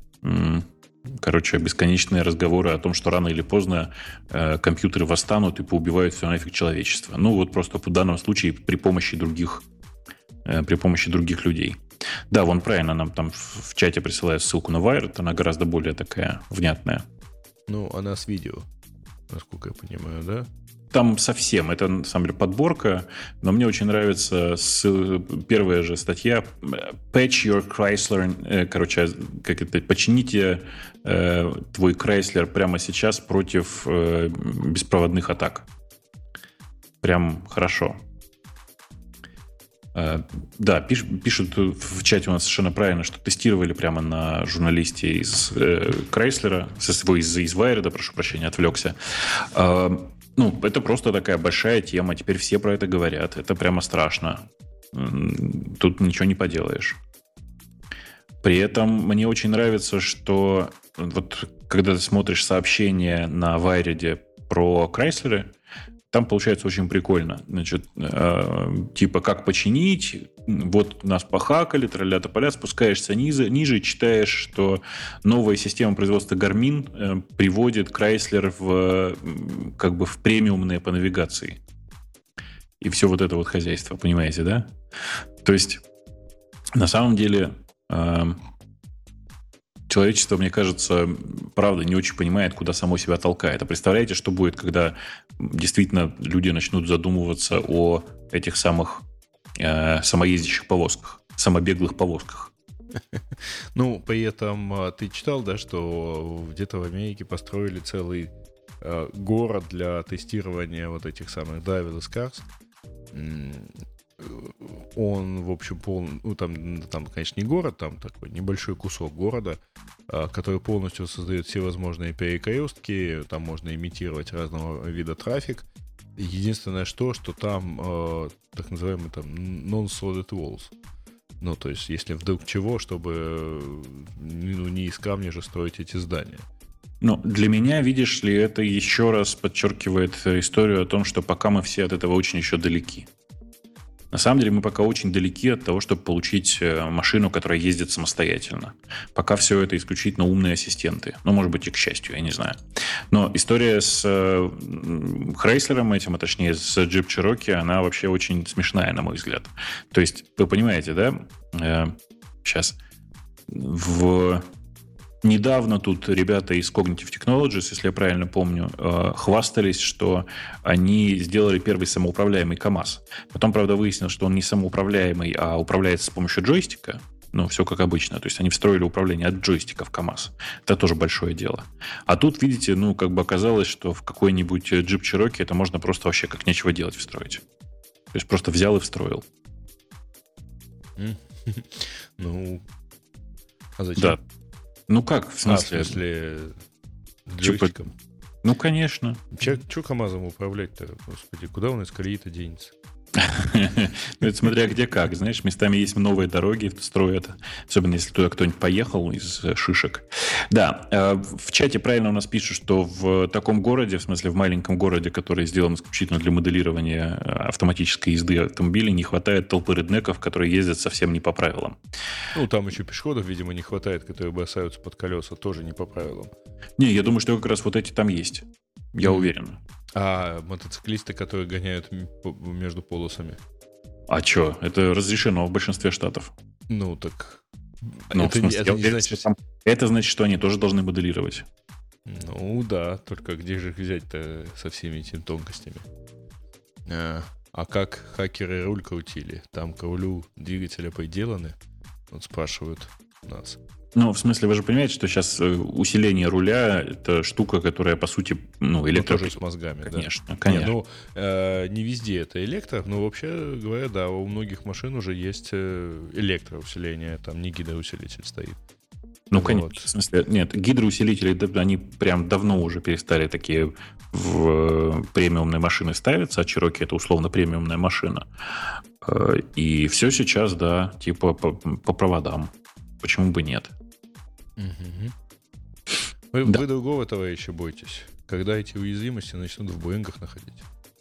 разговоры о том, что рано или поздно компьютеры восстанут и поубивают все нафиг человечество. Ну, вот просто в данном случае при помощи других людей. Да, вон правильно нам там в чате присылают ссылку на Wired, она гораздо более такая внятная. Ну, она с видео, насколько я понимаю, да? Там совсем, это на самом деле подборка, но мне очень нравится первая же статья Patch your Chrysler, почините твой Chrysler прямо сейчас против беспроводных атак. Прям хорошо. Да, пишут в чате у нас совершенно правильно, что тестировали прямо на журналисте из Chrysler, из Wired, прошу прощения, отвлекся. Это просто такая большая тема, теперь все про это говорят, это прямо страшно. Тут ничего не поделаешь. При этом мне очень нравится, что вот когда ты смотришь сообщения на Wired про Chrysler, там получается очень прикольно. Значит, типа как починить, вот нас похакали, тролля тополя, спускаешься ниже, читаешь, что новая система производства Garmin приводит Chrysler как бы в премиумные по навигации. И все вот это вот хозяйство, понимаете, да? То есть, на самом деле, человечество, мне кажется, правда, не очень понимает, куда само себя толкает. А представляете, что будет, когда действительно люди начнут задумываться о этих самых самоездящих повозках, самобеглых повозках? Ну, при этом ты читал, да, что где-то в Америке построили целый город для тестирования вот этих самых driverless cars. Он, в общем, ну, там, конечно, не город, там такой небольшой кусок города, который полностью создает все возможные перекрестки, там можно имитировать разного вида трафик. Единственное, что там так называемый там non-solid walls. Ну, то есть, если вдруг чего, чтобы не из камня же строить эти здания. Ну, для меня, видишь ли, это еще раз подчеркивает историю о том, что пока мы все от этого очень еще далеки. На самом деле мы пока очень далеки от того, чтобы получить машину, которая ездит самостоятельно. Пока все это исключительно умные ассистенты. Ну, может быть, и к счастью, я не знаю. Но история с Chrysler'ом этим, а точнее с Jeep Cherokee, она вообще очень смешная, на мой взгляд. То есть, вы понимаете, да? Сейчас недавно тут ребята из Cognitive Technologies, если я правильно помню, хвастались, что они сделали первый самоуправляемый КАМАЗ. Потом, правда, выяснилось, что он не самоуправляемый, а управляется с помощью джойстика. Ну, все как обычно. То есть они встроили управление от джойстика в КАМАЗ. Это тоже большое дело. А тут, видите, ну, как бы оказалось, что в какой-нибудь Jeep Cherokee это можно просто вообще как нечего делать встроить. То есть просто взял и встроил. Ну, а зачем? Да. Ну как, в смысле? В смысле джойстиком? Ну, конечно. Че КамАЗом управлять-то? Господи, куда он из колеи-то денется? Это смотря где как. Знаешь, местами есть новые дороги, строят. Особенно, если туда кто-нибудь поехал из шишек. Да, в чате правильно у нас пишут, что в таком городе, в смысле в маленьком городе, который сделан исключительно для моделирования автоматической езды автомобилей, не хватает толпы реднеков, которые ездят совсем не по правилам. Ну, там еще пешеходов, видимо, не хватает, которые бросаются под колеса, тоже не по правилам. Не, я думаю, что как раз вот эти там есть. Я уверен. А мотоциклисты, которые гоняют между полосами? А что? Это разрешено в большинстве штатов. Ну, так... Ну, это значит, что они тоже должны моделировать. Ну, да. Только где же их взять-то со всеми этими тонкостями? А как хакеры руль крутили? Там к рулю двигателя приделаны? Вот спрашивают нас. Ну, в смысле, вы же понимаете, что сейчас усиление руля — это штука, которая, по сути, тоже с мозгами, конечно, да? Конечно. Не везде это электро, но вообще говоря, да, у многих машин уже есть электроусиление, там не гидроусилитель стоит. Ну, конечно, в смысле, нет, гидроусилители, они прям давно уже перестали такие в премиумные машины ставиться, а Cherokee — это условно премиумная машина. И все сейчас, да, типа по проводам. Почему бы нет? Вы другого, товарищи, бойтесь. Когда эти уязвимости начнут в Боингах находить?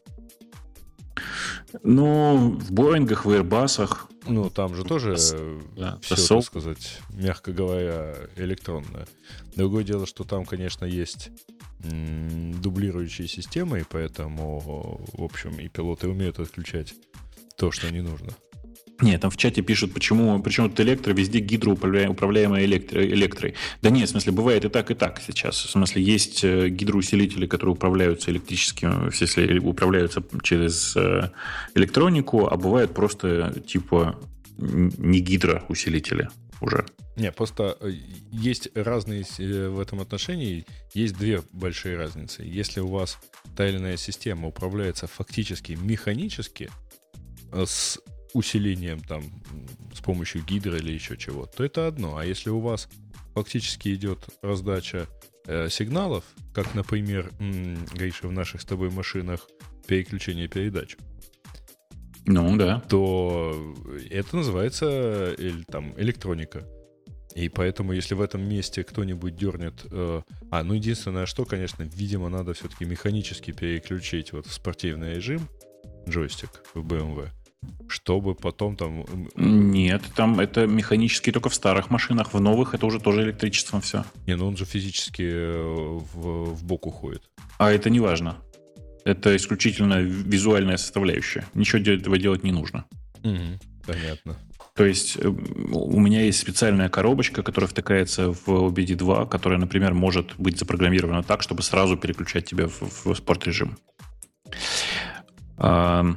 Ну, в Боингах, в Airbus'ах. Ну, там же тоже все, так сказать, мягко говоря, электронное. Другое дело, что там, конечно, есть дублирующие системы, и поэтому, в общем, и пилоты умеют отключать то, что не нужно. Нет, там в чате пишут, причем тут электро, везде гидроуправляемая электрой. Да нет, в смысле, бывает и так сейчас. В смысле, есть гидроусилители, которые управляются электрическими, в смысле, управляются через электронику, а бывают просто типа не гидроусилители уже. Не, просто есть разные в этом отношении, есть две большие разницы. Если у вас та или иная система управляется фактически механически, с усилением там с помощью гидро или еще чего, то это одно. А если у вас фактически идет раздача сигналов, как, например, Гриша, в наших с тобой машинах переключение передач, ну да, то это называется там электроника. И поэтому, если в этом месте кто-нибудь дернет... ну, единственное, что, конечно, видимо, надо все-таки механически переключить вот в спортивный режим джойстик в BMW. чтобы потом там... Нет, там это механически только в старых машинах, в новых это уже тоже электричеством все. Не, ну он же физически в бок уходит. А это не важно. Это исключительно визуальная составляющая. Ничего этого делать не нужно. Понятно. То есть у меня есть специальная коробочка, которая втыкается в OBD2, которая, например, может быть запрограммирована так, чтобы сразу переключать тебя в спорт-режим. Да.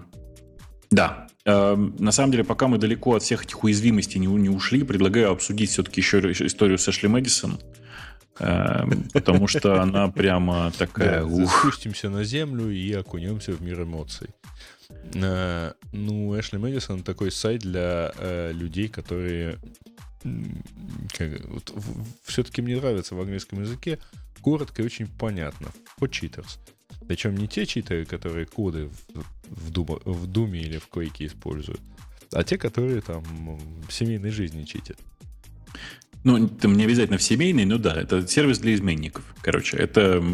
На самом деле, пока мы далеко от всех этих уязвимостей не ушли, предлагаю обсудить все-таки еще историю с Эшли Мэдисон, потому что она прямо такая... Спустимся на землю и окунемся в мир эмоций. Ну, Эшли Мэдисон такой сайт для людей, которые... все-таки мне нравится в английском языке коротко и очень понятно. For cheaters. Причем не те читеры, которые коды в Думе или в Quake используют, а те, которые там в семейной жизни читят. Ну, там не обязательно в семейной, но да, это сервис для изменников. Короче, это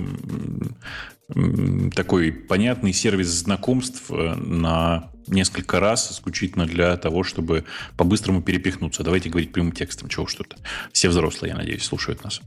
такой понятный сервис знакомств на несколько раз, исключительно для того, чтобы по-быстрому перепихнуться. Давайте говорить прямым текстом, чего уж тут. Все взрослые, я надеюсь, слушают нас.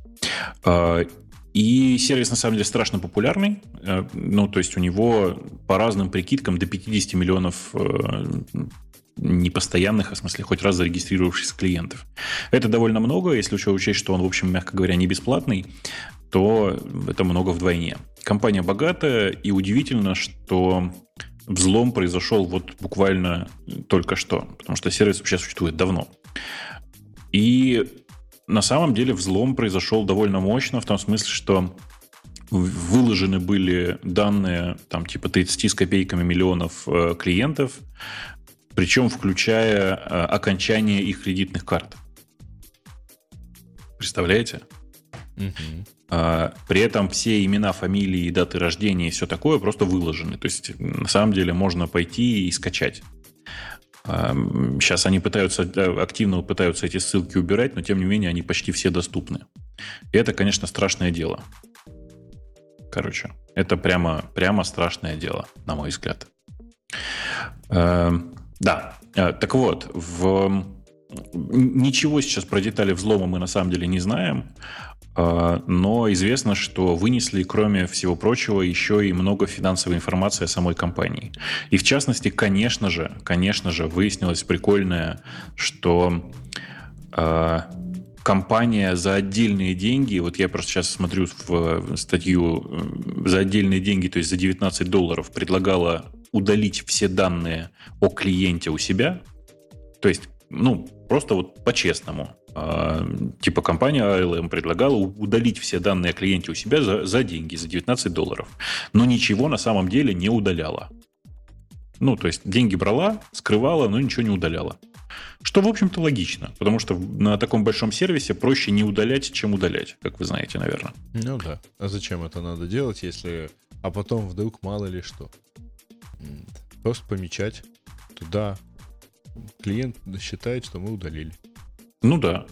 И сервис, на самом деле, страшно популярный. Ну, то есть у него по разным прикидкам до 50 миллионов непостоянных, в смысле, хоть раз зарегистрировавшихся клиентов. Это довольно много, если учесть, что он, в общем, мягко говоря, не бесплатный, то это много вдвойне. Компания богатая, и удивительно, что взлом произошел вот буквально только что, потому что сервис вообще существует давно. И на самом деле взлом произошел довольно мощно, в том смысле, что выложены были данные там типа 30 с копейками миллионов клиентов, причем включая окончание их кредитных карт. Представляете? При этом все имена, фамилии, даты рождения и все такое просто выложены. То есть на самом деле можно пойти и скачать. Сейчас они активно пытаются эти ссылки убирать, но тем не менее они почти все доступны. И это, конечно, страшное дело. Короче, это прямо страшное дело, на мой взгляд. Да, так вот, ничего сейчас про детали взлома мы на самом деле не знаем, но известно, что вынесли, кроме всего прочего, еще и много финансовой информации о самой компании. И в частности, конечно же, выяснилось прикольное, что компания за отдельные деньги, вот я просто сейчас смотрю в статью, за отдельные деньги, то есть за $19 предлагала удалить все данные о клиенте у себя. То есть, ну, просто вот по-честному. Типа компания ALM предлагала удалить все данные о клиенте у себя за деньги, за $19. Но ничего на самом деле не удаляла. Ну, то есть деньги брала, скрывала, но ничего не удаляла. Что, в общем-то, логично, потому что на таком большом сервисе проще не удалять, чем удалять, как вы знаете, наверное. Ну да. А зачем это надо делать, если... А потом вдруг мало ли что. Просто помечать туда. Клиент считает, что мы удалили. Ну да.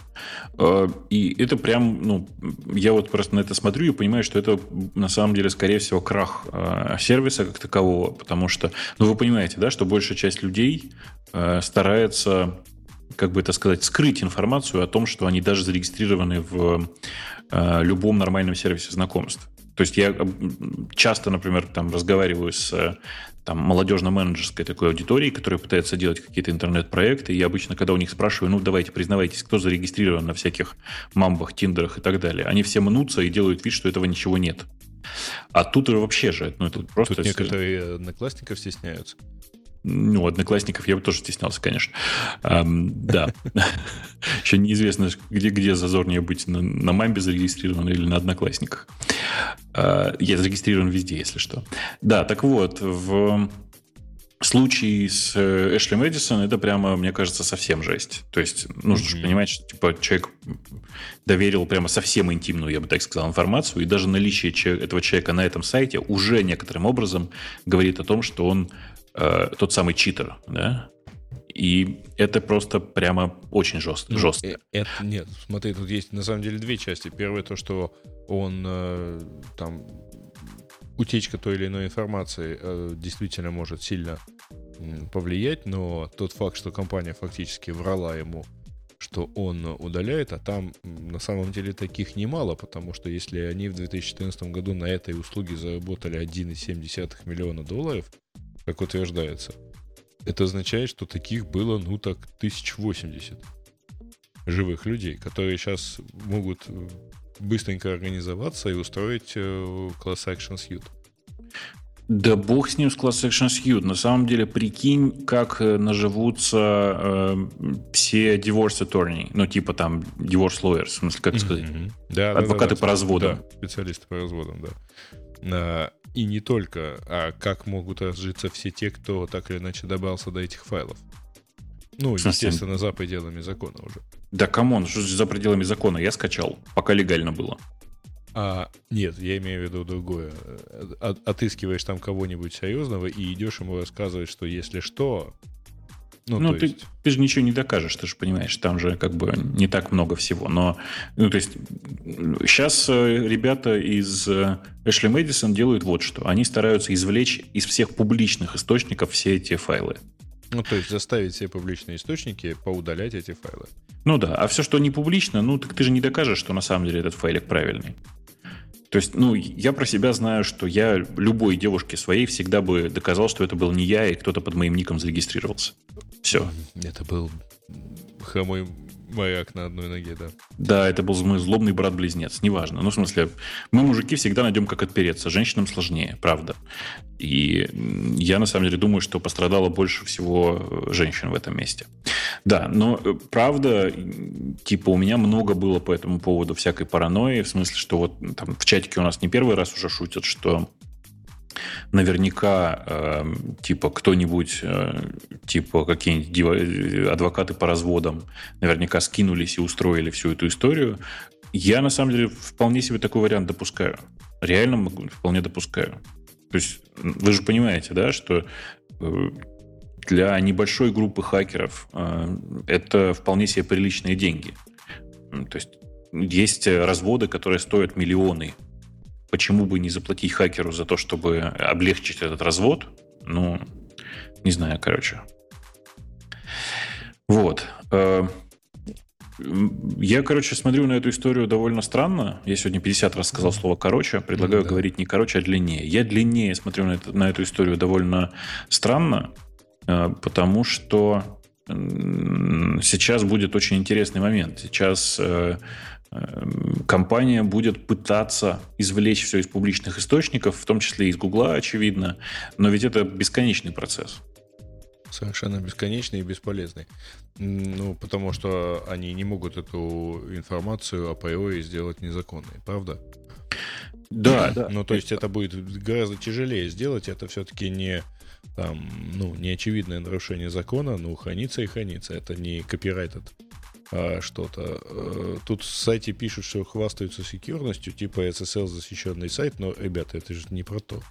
И это прям, ну, я вот просто на это смотрю и понимаю, что это на самом деле, скорее всего, крах сервиса как такового, потому что, ну, вы понимаете, да, что большая часть людей старается, как бы это сказать, скрыть информацию о том, что они даже зарегистрированы в любом нормальном сервисе знакомств. То есть я часто, например, там разговариваю с там, молодежно-менеджерской такой аудиторией, которая пытается делать какие-то интернет-проекты, и я обычно, когда у них спрашиваю, ну, давайте, признавайтесь, кто зарегистрирован на всяких мамбах, тиндерах и так далее, они все мнутся и делают вид, что этого ничего нет. А тут вообще же, ну, это просто... Тут некоторые одноклассников стесняются. Ну, одноклассников я бы тоже стеснялся, конечно. Да. Еще неизвестно, где зазорнее быть, на мамбе зарегистрирован или на одноклассниках. Я зарегистрирован везде, если что. Да, так вот, в случае с Эшли Мэдисон это прямо, мне кажется, совсем жесть. То есть нужно же понимать, что типа человек доверил прямо совсем интимную, я бы так сказал, информацию, и даже наличие этого человека на этом сайте уже некоторым образом говорит о том, что он тот самый читер, да? И это просто прямо очень жестко. Нет, смотри, тут есть на самом деле две части. Первое то, что он там утечка той или иной информации действительно может сильно повлиять, но тот факт, что компания фактически врала ему, что он удаляет, а там на самом деле таких немало, потому что если они в 2014 году на этой услуге заработали $1,7 миллиона, как утверждается, это означает, что таких было, 1080 живых людей, которые сейчас могут быстренько организоваться и устроить Class Action Suit. Да бог с ним, с Class Action Suit. На самом деле, прикинь, как наживутся все divorce attorney, ну, типа там divorce lawyers, в смысле, как сказать? Да, адвокаты по разводам. Да, специалисты по разводам, да. И не только, а как могут разжиться все те, кто так или иначе добрался до этих файлов. Ну, естественно, за пределами закона уже. Да, камон, что за пределами закона? Я скачал, пока легально было. Нет, я имею в виду другое. Отыскиваешь там кого-нибудь серьезного и идешь ему рассказывать, что если что... Ну, ты же ничего не докажешь, ты же понимаешь, там же как бы не так много всего. Но, то есть, сейчас ребята из Ashley Madison делают вот что. Они стараются извлечь из всех публичных источников все эти файлы. Ну, то есть заставить все публичные источники поудалять эти файлы. Ну да, а все, что не публично, так ты же не докажешь, что на самом деле этот файлик правильный. То есть, я про себя знаю, что я любой девушке своей всегда бы доказал, что это был не я, и кто-то под моим ником зарегистрировался. Все. Это был хромой моряк на одной ноге, да. Да, это был мой злобный брат-близнец, неважно. В смысле, мы, мужики, всегда найдем, как отпереться. Женщинам сложнее, правда. И я, на самом деле, думаю, что пострадало больше всего женщин в этом месте. Да, но правда, типа, у меня много было по этому поводу всякой паранойи, в смысле, что вот там в чатике у нас не первый раз уже шутят, что наверняка типа кто-нибудь, типа какие-нибудь адвокаты по разводам наверняка скинулись и устроили всю эту историю. Я, на самом деле, вполне себе такой вариант допускаю. Реально вполне допускаю. То есть вы же понимаете, да, что для небольшой группы хакеров это вполне себе приличные деньги. То есть разводы, которые стоят миллионы. Почему бы не заплатить хакеру за то, чтобы облегчить этот развод? Не знаю, короче. Вот. Я, смотрю на эту историю довольно странно. Я сегодня 50 раз сказал слово «короче». Предлагаю говорить не «короче», а «длиннее». Я длиннее смотрю на эту историю довольно странно, потому что сейчас будет очень интересный момент. Сейчас компания будет пытаться извлечь все из публичных источников, в том числе из Гугла, очевидно, но ведь это бесконечный процесс. Совершенно бесконечный и бесполезный. Потому что они не могут эту информацию априори сделать незаконной, правда? Да. То есть это будет гораздо тяжелее сделать, это все-таки не очевидное нарушение закона, хранится и хранится. Это не копирайтед что-то. Тут в сайте пишут, что хвастаются секьюрностью, типа SSL защищенный сайт, но, ребята, это же не про то.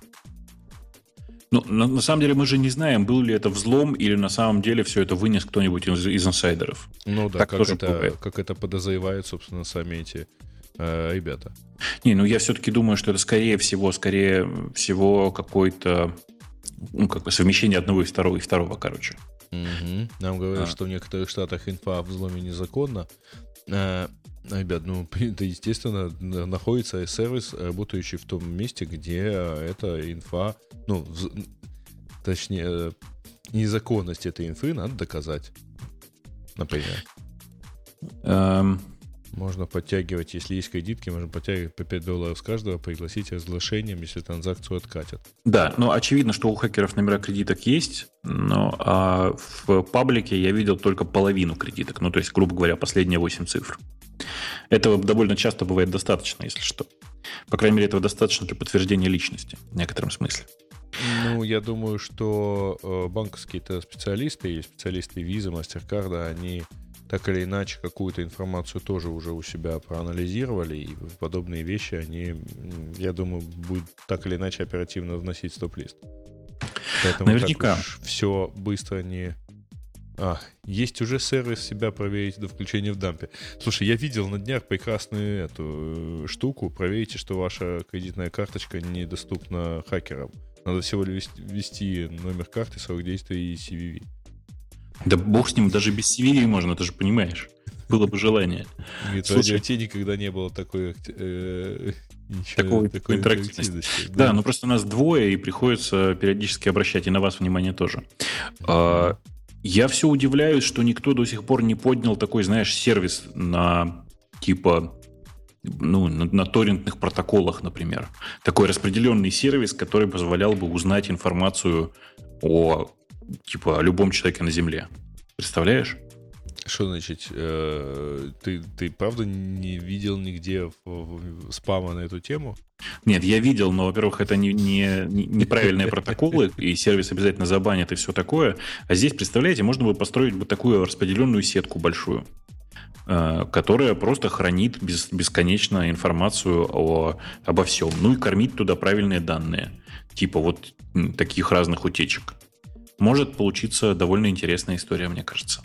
На самом деле мы же не знаем, был ли это взлом или на самом деле все это вынес кто-нибудь из инсайдеров. Как это подозревают, собственно, сами эти ребята. Я все-таки думаю, что это скорее всего какое-то совмещение одного и второго, короче. Угу. Нам говорят, что в некоторых штатах инфа о взломе незаконна. Ребят, это, естественно, находится сервис, работающий в том месте, где эта инфа, точнее, незаконность этой инфы надо доказать. Например. Можно подтягивать, если есть кредитки, можно подтягивать по $5 с каждого, пригласить разглашением, если транзакцию откатят. Да, очевидно, что у хакеров номера кредиток есть, но в паблике я видел только половину кредиток, то есть, грубо говоря, последние 8 цифр. Этого довольно часто бывает достаточно, если что. По крайней мере, этого достаточно для подтверждения личности в некотором смысле. Я думаю, что банковские-то специалисты или специалисты Visa, MasterCard, они так или иначе какую-то информацию тоже уже у себя проанализировали, и подобные вещи они, я думаю, будут так или иначе оперативно вносить в стоп-лист. Поэтому наверняка. Так уж все быстро не... есть уже сервис себя проверить до включения в дампе. Слушай, я видел на днях прекрасную эту штуку. Проверите, что ваша кредитная карточка недоступна хакерам. Надо всего лишь ввести номер карты, срок действия и CVV. Да бог с ним, даже без CVV можно, ты же понимаешь. Было бы желание. Нет, в Радио Ти никогда не было такой интерактивности. Да, но просто нас двое, и приходится периодически обращать и на вас внимание тоже. Я все удивляюсь, что никто до сих пор не поднял такой, знаешь, сервис на типа... на торрентных протоколах, например. Такой распределенный сервис, который позволял бы узнать информацию о любом человеке на Земле. Представляешь? Что значит? Ты правда не видел нигде спама на эту тему? Нет, я видел, но, во-первых, это неправильные протоколы, и сервис обязательно забанит и все такое. А здесь, представляете, можно было построить вот такую распределенную сетку большую, которая просто хранит бесконечно информацию обо всем. Ну и кормить туда правильные данные. Типа вот таких разных утечек. Может получиться довольно интересная история, мне кажется.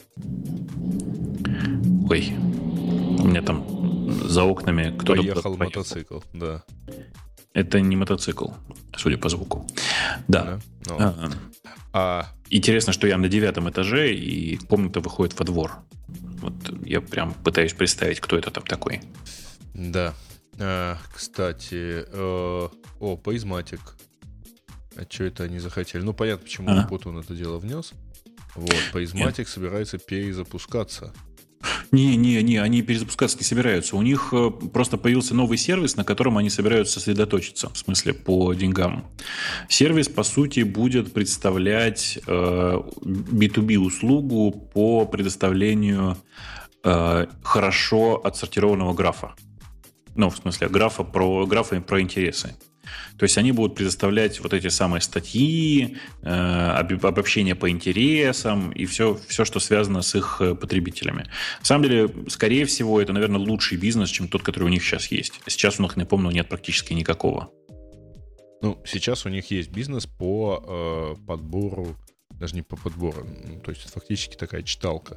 Ой, у меня там за окнами кто-то... Поехал мотоцикл, да. Это не мотоцикл, судя по звуку. Да. Интересно, что я на 9 этаже, и комната выходит во двор. Вот я прям пытаюсь представить, кто это там такой. Да. Кстати, Paismatic. А что это они захотели? Ну, понятно, почему Путун это дело внес. Вот, Paismatic собирается перезапускаться. Не, они перезапускаться не собираются. У них просто появился новый сервис, на котором они собираются сосредоточиться, в смысле по деньгам. Сервис, по сути, будет представлять B2B-услугу по предоставлению хорошо отсортированного графа. Ну, в смысле, графа про интересы. То есть они будут предоставлять вот эти самые статьи, обобщения по интересам и все, что связано с их потребителями. На самом деле, скорее всего, это, наверное, лучший бизнес, чем тот, который у них сейчас есть. Сейчас у них, напомню, нет практически никакого. Ну, сейчас у них есть бизнес по подбору, даже не по подбору, то есть фактически такая читалка.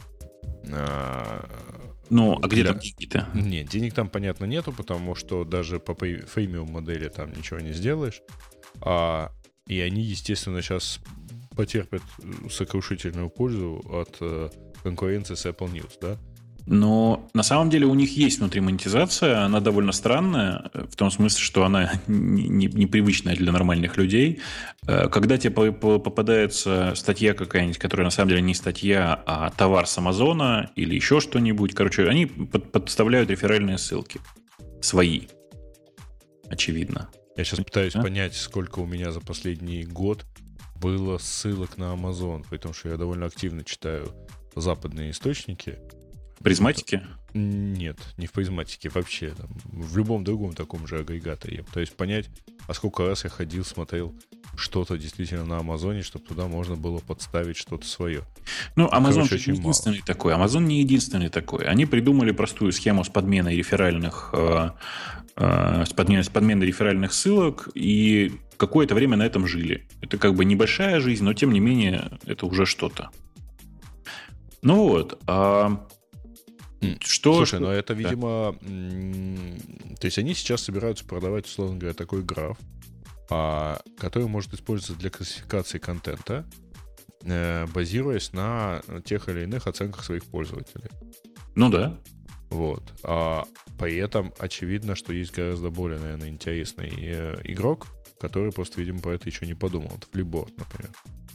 Ну, а где там деньги-то? Нет, денег там, понятно, нету, потому что даже по феймиум модели там ничего не сделаешь. И они, естественно, сейчас потерпят сокрушительную пользу от конкуренции с Apple News, да? Но на самом деле у них есть внутри монетизация, она довольно странная, в том смысле, что она непривычная для нормальных людей. Когда тебе попадается статья какая-нибудь, которая на самом деле не статья, а товар с Амазона или еще что-нибудь, короче, они подставляют реферальные ссылки. Свои. Очевидно. Я сейчас пытаюсь понять, сколько у меня за последний год было ссылок на Amazon, потому что я довольно активно читаю западные источники. Призматики? Нет, не в Призматике, вообще. Там, в любом другом таком же агрегаторе. Я пытаюсь понять, а сколько раз я ходил, смотрел что-то действительно на Амазоне, чтобы туда можно было подставить что-то свое. Ну, Amazon не единственный такой. Amazon не единственный такой. Они придумали простую схему с подменой реферальных ссылок и какое-то время на этом жили. Это как бы небольшая жизнь, но тем не менее это уже что-то. Ну вот. Слушай, но это, видимо... То есть они сейчас собираются продавать, условно говоря, такой граф, который может использоваться для классификации контента, базируясь на тех или иных оценках своих пользователей. Ну да. Вот. При этом очевидно, что есть гораздо более, наверное, интересный игрок, который просто, видимо, про это еще не подумал. Это Flipboard, например.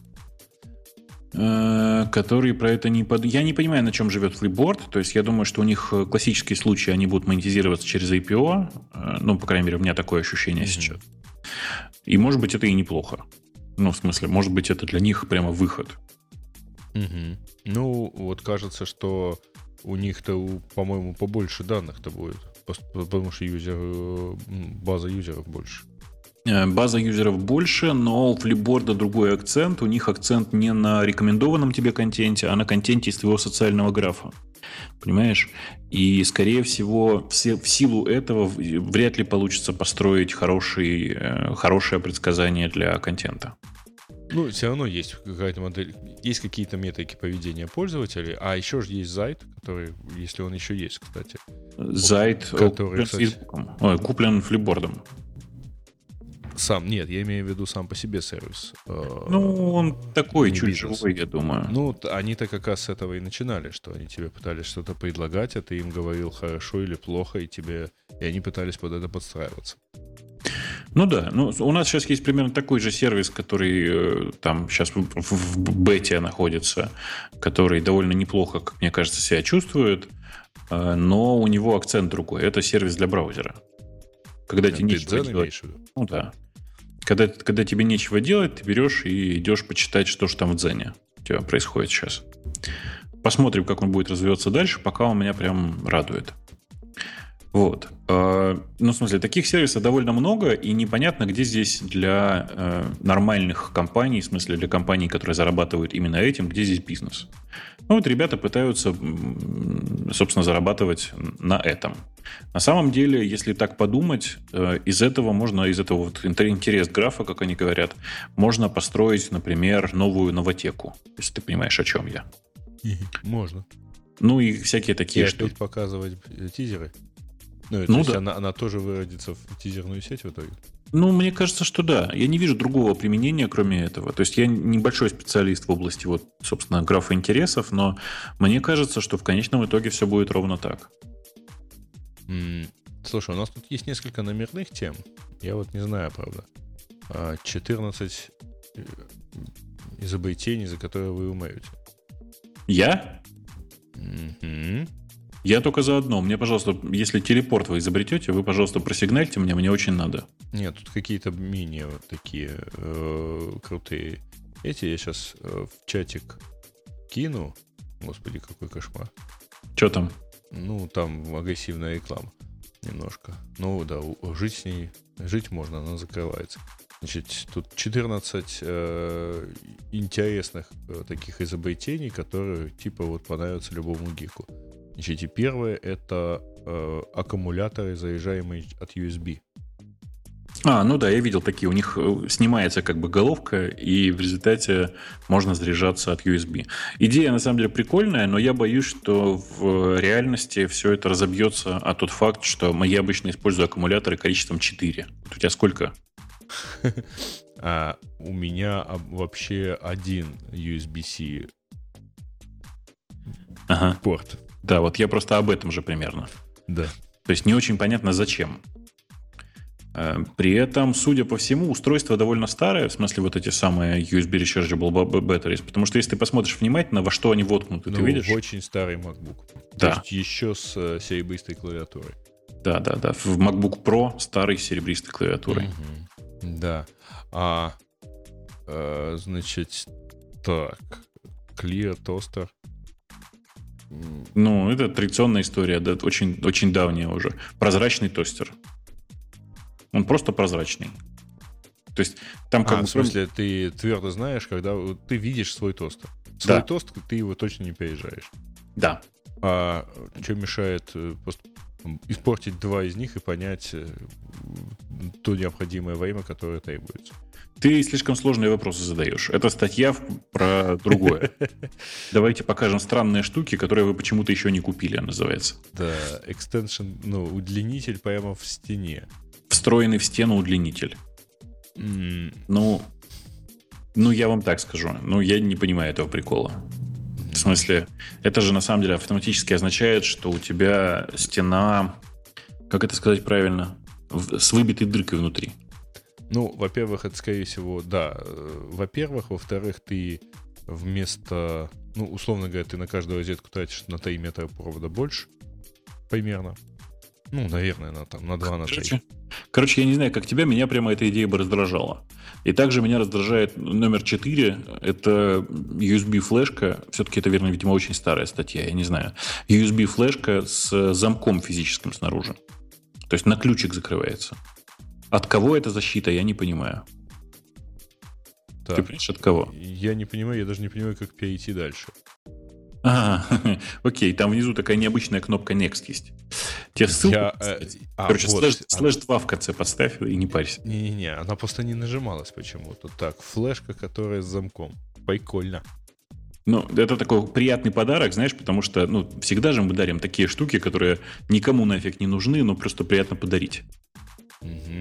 Который про это не подумал. Я не понимаю, на чем живет Flipboard. То есть я думаю, что у них классические случаи, они будут монетизироваться через IPO. Ну, по крайней мере, у меня такое ощущение сейчас. И, может быть, это и неплохо. Ну, в смысле, может быть, это для них прямо выход. Ну, вот кажется, что у них-то, по-моему, побольше данных-то будет. Потому что база юзеров больше. База юзеров больше, но у Flipboard другой акцент. У них акцент не на рекомендованном тебе контенте, а на контенте из твоего социального графа. Понимаешь? И, скорее всего, в силу этого вряд ли получится построить хорошее предсказание для контента. Ну, все равно есть какая-то модель, есть какие-то метрики поведения пользователей, а еще же есть Zite, который, если он еще есть, кстати. Zite, который, куплен Flipboard'ом. Нет, я имею в виду сам по себе сервис. Ну, он такой, чуть бизнес. живой, я думаю. Ну, они-то как раз с этого и начинали, что они тебе пытались что-то предлагать, а ты им говорил хорошо или плохо, и они пытались под это подстраиваться. Ну да, у нас сейчас есть примерно такой же сервис, который там сейчас в бете находится, который довольно неплохо, как мне кажется, себя чувствует, но у него акцент другой. Это сервис для браузера. Когда тебе нечего делать. Ну да. Когда тебе нечего делать, ты берешь и идешь почитать, что же там в Дзене у тебя происходит сейчас. Посмотрим, как он будет развиваться дальше, пока он меня прям радует. Вот. Ну, в смысле, таких сервисов довольно много, и непонятно, где здесь для нормальных компаний, в смысле, для компаний, которые зарабатывают именно этим, где здесь бизнес. Ну, вот ребята пытаются, собственно, зарабатывать на этом. На самом деле, если так подумать, из этого вот интерес графа, как они говорят, можно построить, например, новую новотеку, если ты понимаешь, о чем я. Можно. Ну, и всякие такие штуки. Опять показывать тизеры. То есть да. Она тоже выродится в тизерную сеть в итоге? Ну, мне кажется, что да. Я не вижу другого применения, кроме этого. То есть я небольшой специалист в области, вот, собственно, графа интересов, но мне кажется, что в конечном итоге все будет ровно так. Слушай, у нас тут есть несколько номерных тем. Я вот не знаю, правда. 14 изобретений, за которые вы умеете. Я? Mm-hmm. Я только за одно. Мне, пожалуйста, если телепорт вы изобретете, вы, пожалуйста, просигнальте мне очень надо. Нет, тут какие-то менее вот такие крутые. Я сейчас в чатик кину. Господи, какой кошмар. Что там? Ну, там агрессивная реклама немножко. Ну, да, жить с ней, жить можно, она закрывается. Значит, тут 14 интересных таких изобретений, которые, типа, вот понравятся любому гику. Значит, и первое — это аккумуляторы, заряжаемые от USB. Ну да, я видел такие. У них снимается как бы головка, и в результате можно заряжаться от USB. Идея, на самом деле, прикольная, но я боюсь, что в реальности все это разобьется, а тот факт, что я обычно использую аккумуляторы количеством 4. Вот у тебя сколько? У меня вообще один USB-C порт. Да, вот я просто об этом же примерно. Да. То есть не очень понятно, зачем. При этом, судя по всему, устройство довольно старое, в смысле вот эти самые USB Rechargeable Batteries, потому что если ты посмотришь внимательно, во что они воткнуты, ты видишь? Очень старый MacBook. Да. То есть еще с серебристой клавиатурой. Да. В MacBook Pro старой серебристой клавиатурой. Угу. Да. Значит, так. Clear Toaster. Ну, это традиционная история, да, очень, очень давняя уже. Прозрачный тостер. Он просто прозрачный. То есть там как бы... в смысле, ты твердо знаешь, когда ты видишь свой тостер. Свой тост, ты его точно не переезжаешь. Да. А что мешает просто испортить два из них и понять то необходимое время, которое требуется? Ты слишком сложные вопросы задаешь. Это статья про другое. Давайте покажем странные штуки, которые вы почему-то еще не купили, называется. Да, extension, удлинитель прямо в стене. Встроенный в стену удлинитель. Ну, я вам так скажу. Я не понимаю этого прикола. В смысле, это же на самом деле автоматически означает, что у тебя стена, как это сказать правильно, с выбитой дыркой внутри. Во-первых, это, скорее всего, да. Во-первых, во-вторых, ты вместо... условно говоря, ты на каждую розетку тратишь на 3 метра провода больше. Примерно. Наверное, на 2, на 3. Короче, я не знаю, как тебя, меня прямо эта идея бы раздражала. И также меня раздражает номер 4. Это USB-флешка. Все-таки это, верно, видимо, очень старая статья, я не знаю. USB-флешка с замком физическим снаружи. То есть на ключик закрывается. От кого эта защита, я не понимаю. Так, ты понимаешь, от кого? Я не понимаю, я даже не понимаю, как перейти дальше. Окей, там внизу такая необычная кнопка Next есть. Тебе ссылку, короче, слэш 2 в конце подставь и не парься. Не-не-не, она просто не нажималась почему-то. Так, флешка, которая с замком. Прикольно. Это такой приятный подарок, знаешь, потому что, всегда же мы дарим такие штуки, которые никому нафиг не нужны, но просто приятно подарить. Угу.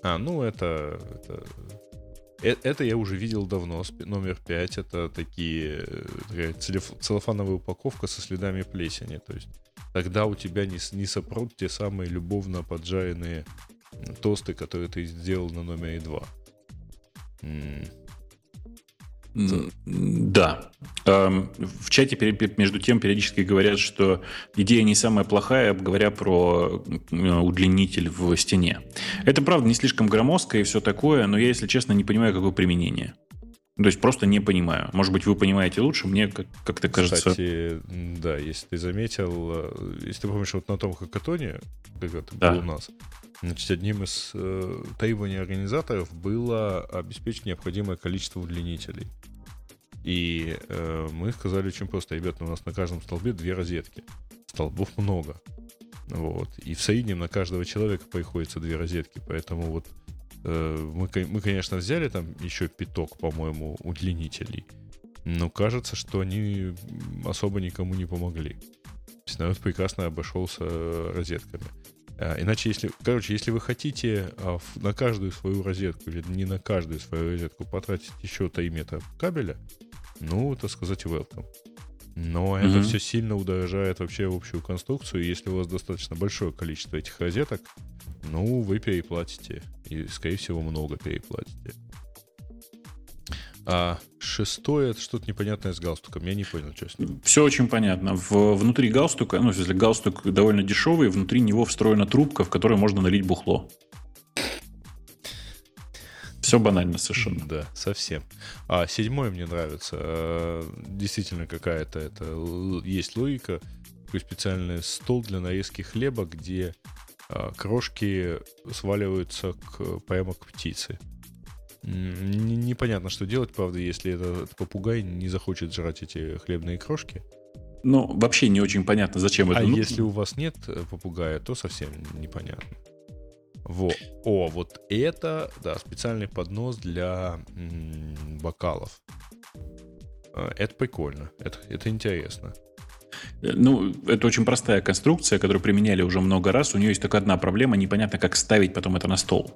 Это я уже видел давно. Номер 5 это такая целлофановая упаковка со следами плесени. То есть тогда у тебя не сопрут те самые любовно поджаренные тосты, которые ты сделал на номере 2. Да. В чате между тем периодически говорят, что идея не самая плохая, говоря про удлинитель в стене. Это, правда, не слишком громоздко и все такое, но я, если честно, не понимаю, какое применение. То есть просто не понимаю. Может быть, вы понимаете лучше, мне как-то кажется... Кстати, да, если ты заметил, если ты помнишь, вот на том хакатоне, когда ты был у нас, значит, одним из требований организаторов было обеспечить необходимое количество удлинителей. И мы сказали очень просто: ребята, у нас на каждом столбе 2 розетки. Столбов много. Вот. И в среднем на каждого человека приходится 2 розетки. Поэтому вот мы, конечно, взяли там еще пяток, по-моему, удлинителей. Но кажется, что они особо никому не помогли. Народ прекрасно обошелся розетками. Иначе, если вы хотите на каждую свою розетку, или не на каждую свою розетку потратить еще 3 метра кабеля, так сказать, welcome. Но это все сильно удорожает вообще общую конструкцию. И если у вас достаточно большое количество этих розеток, вы переплатите. И, скорее всего, много переплатите. А 6-е — это что-то непонятное с галстуком. Я не понял, что с ним. Все очень понятно. Внутри галстука, если галстук довольно дешевый, внутри него встроена трубка, в которой можно налить бухло. Все банально совершенно. Да, совсем. А 7-й мне нравится. Действительно какая-то есть логика. Такой специальный стол для нарезки хлеба, где крошки сваливаются прямо к птице. Непонятно, что делать, правда, если этот попугай не захочет жрать эти хлебные крошки. Вообще не очень понятно, зачем это нужно. А если у вас нет попугая, то совсем непонятно. Вот это, да, специальный поднос для бокалов. Это прикольно, это интересно. Это очень простая конструкция, которую применяли уже много раз. У нее есть только одна проблема: непонятно, как ставить потом это на стол.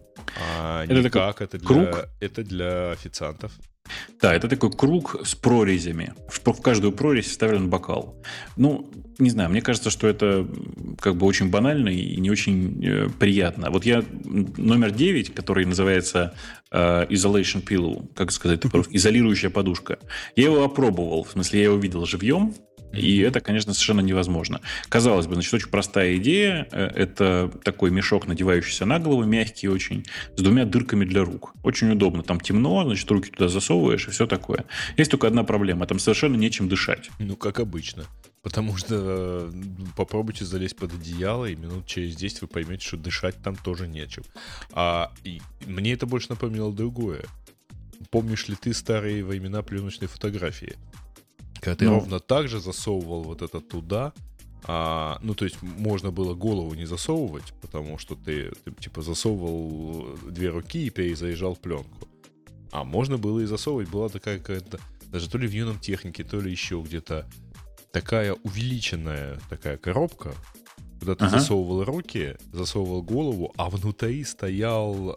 Это для официантов. Да, это такой круг с прорезями. В каждую прорезь вставлен бокал. Не знаю, мне кажется, что это как бы очень банально и не очень приятно. Вот я номер 9, который называется Isolation Pillow, как сказать по-русски, изолирующая подушка, я его опробовал, в смысле, я его видел живьем. И это, конечно, совершенно невозможно. Казалось бы, очень простая идея. Это такой мешок, надевающийся на голову, мягкий очень, с 2 дырками для рук. Очень удобно. Там темно, значит, руки туда засовываешь и все такое. Есть только одна проблема. Там совершенно нечем дышать. Как обычно. Потому что попробуйте залезть под одеяло, и минут через 10 вы поймете, что дышать там тоже нечем. И мне это больше напомнило другое. Помнишь ли ты старые времена пленочной фотографии? Когда ты ровно так же засовывал вот это туда, то есть можно было голову не засовывать, потому что ты типа засовывал 2 руки и перезаряжал пленку. А можно было и засовывать, была такая какая-то, даже то ли в юном технике, то ли еще где-то, такая увеличенная такая коробка, куда ты засовывал руки, засовывал голову, а внутри стояло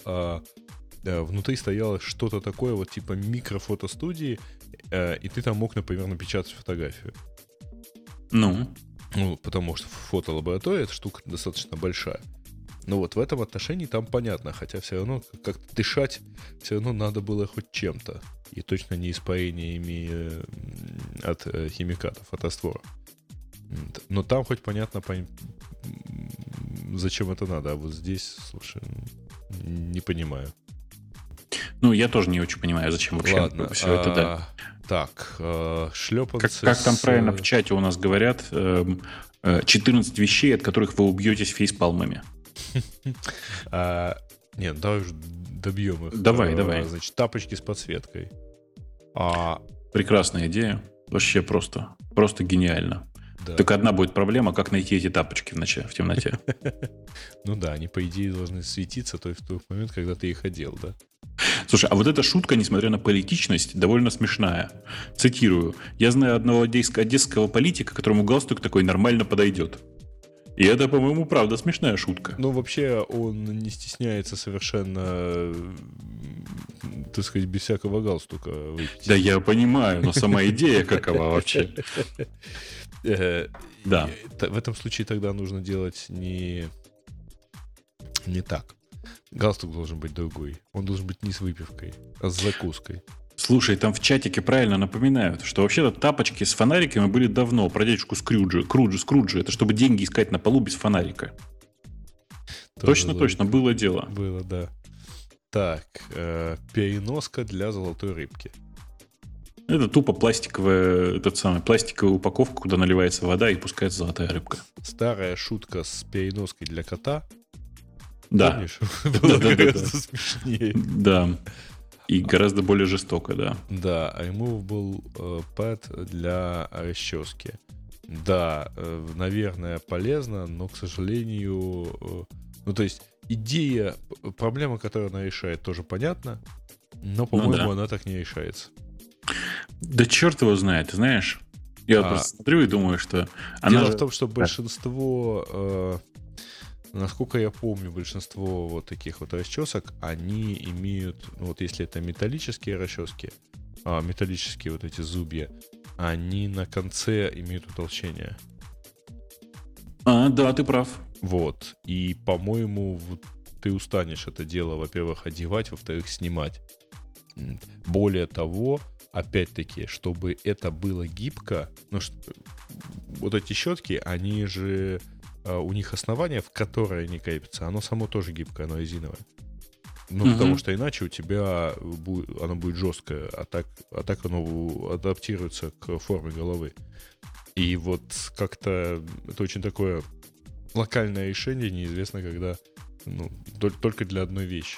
что-то такое, вот типа микрофотостудии, и ты там мог, например, напечатать фотографию. Потому что фотолаборатория — эта штука достаточно большая. Но вот в этом отношении там понятно, хотя все равно как-то дышать все равно надо было хоть чем-то. И точно не испарениями от химикатов, от раствора. Но там хоть понятно, зачем это надо. А вот здесь, слушай, не понимаю. Я тоже не очень понимаю, зачем вообще все это, да. Так, шлепанцы... Как там правильно в чате у нас говорят, 14 вещей, от которых вы убьетесь фейспалмами. Нет, давай уже добьем их. Давай. Значит, тапочки с подсветкой. Прекрасная идея. Вообще просто гениально. Да. Только одна будет проблема: как найти эти тапочки в темноте. Они, по идее, должны светиться в тот момент, когда ты их одел, да? Слушай, а вот эта шутка, несмотря на политичность, довольно смешная. Цитирую: «Я знаю одного одесского политика, которому галстук такой нормально подойдет». И это, по-моему, правда смешная шутка. Ну, вообще, он не стесняется совершенно, так сказать, без всякого галстука выпить. Да, я понимаю, но сама идея какова вообще? Да. В этом случае тогда нужно делать не так. Галстук должен быть другой. Он должен быть не с выпивкой, а с закуской. Слушай, там в чатике правильно напоминают, что вообще-то тапочки с фонариками были давно. Про дядюшку Скруджа. Это чтобы деньги искать на полу без фонарика. Точно, было дело. Было, да. Так, переноска для золотой рыбки. Это тупо пластиковая упаковка, куда наливается вода и пускается золотая рыбка. Старая шутка с переноской для кота. Да. Помнишь? Было гораздо смешнее. Да. И гораздо более жестоко, да. Да, removable pad для расчески. Да, наверное, полезно, но, к сожалению... то есть, проблема, которую она решает, тоже понятна, но, по-моему, она так не решается. Да черт его знает, ты знаешь? Я просто смотрю и думаю, что... Дело в том, что большинство... Насколько я помню, большинство вот таких вот расчесок, они имеют, если это металлические расчески, металлические вот эти зубья, они на конце имеют утолщение. Да, ты прав. Вот. И, по-моему, ты устанешь это дело, во-первых, одевать, во-вторых, снимать. Более того, опять-таки, чтобы это было гибко, вот эти щетки, они же... У них основание, в которое они крепятся, оно само тоже гибкое, оно резиновое. Потому что иначе у тебя оно будет жесткое, а так оно адаптируется к форме головы. И вот как-то это очень такое локальное решение, неизвестно когда, только для одной вещи.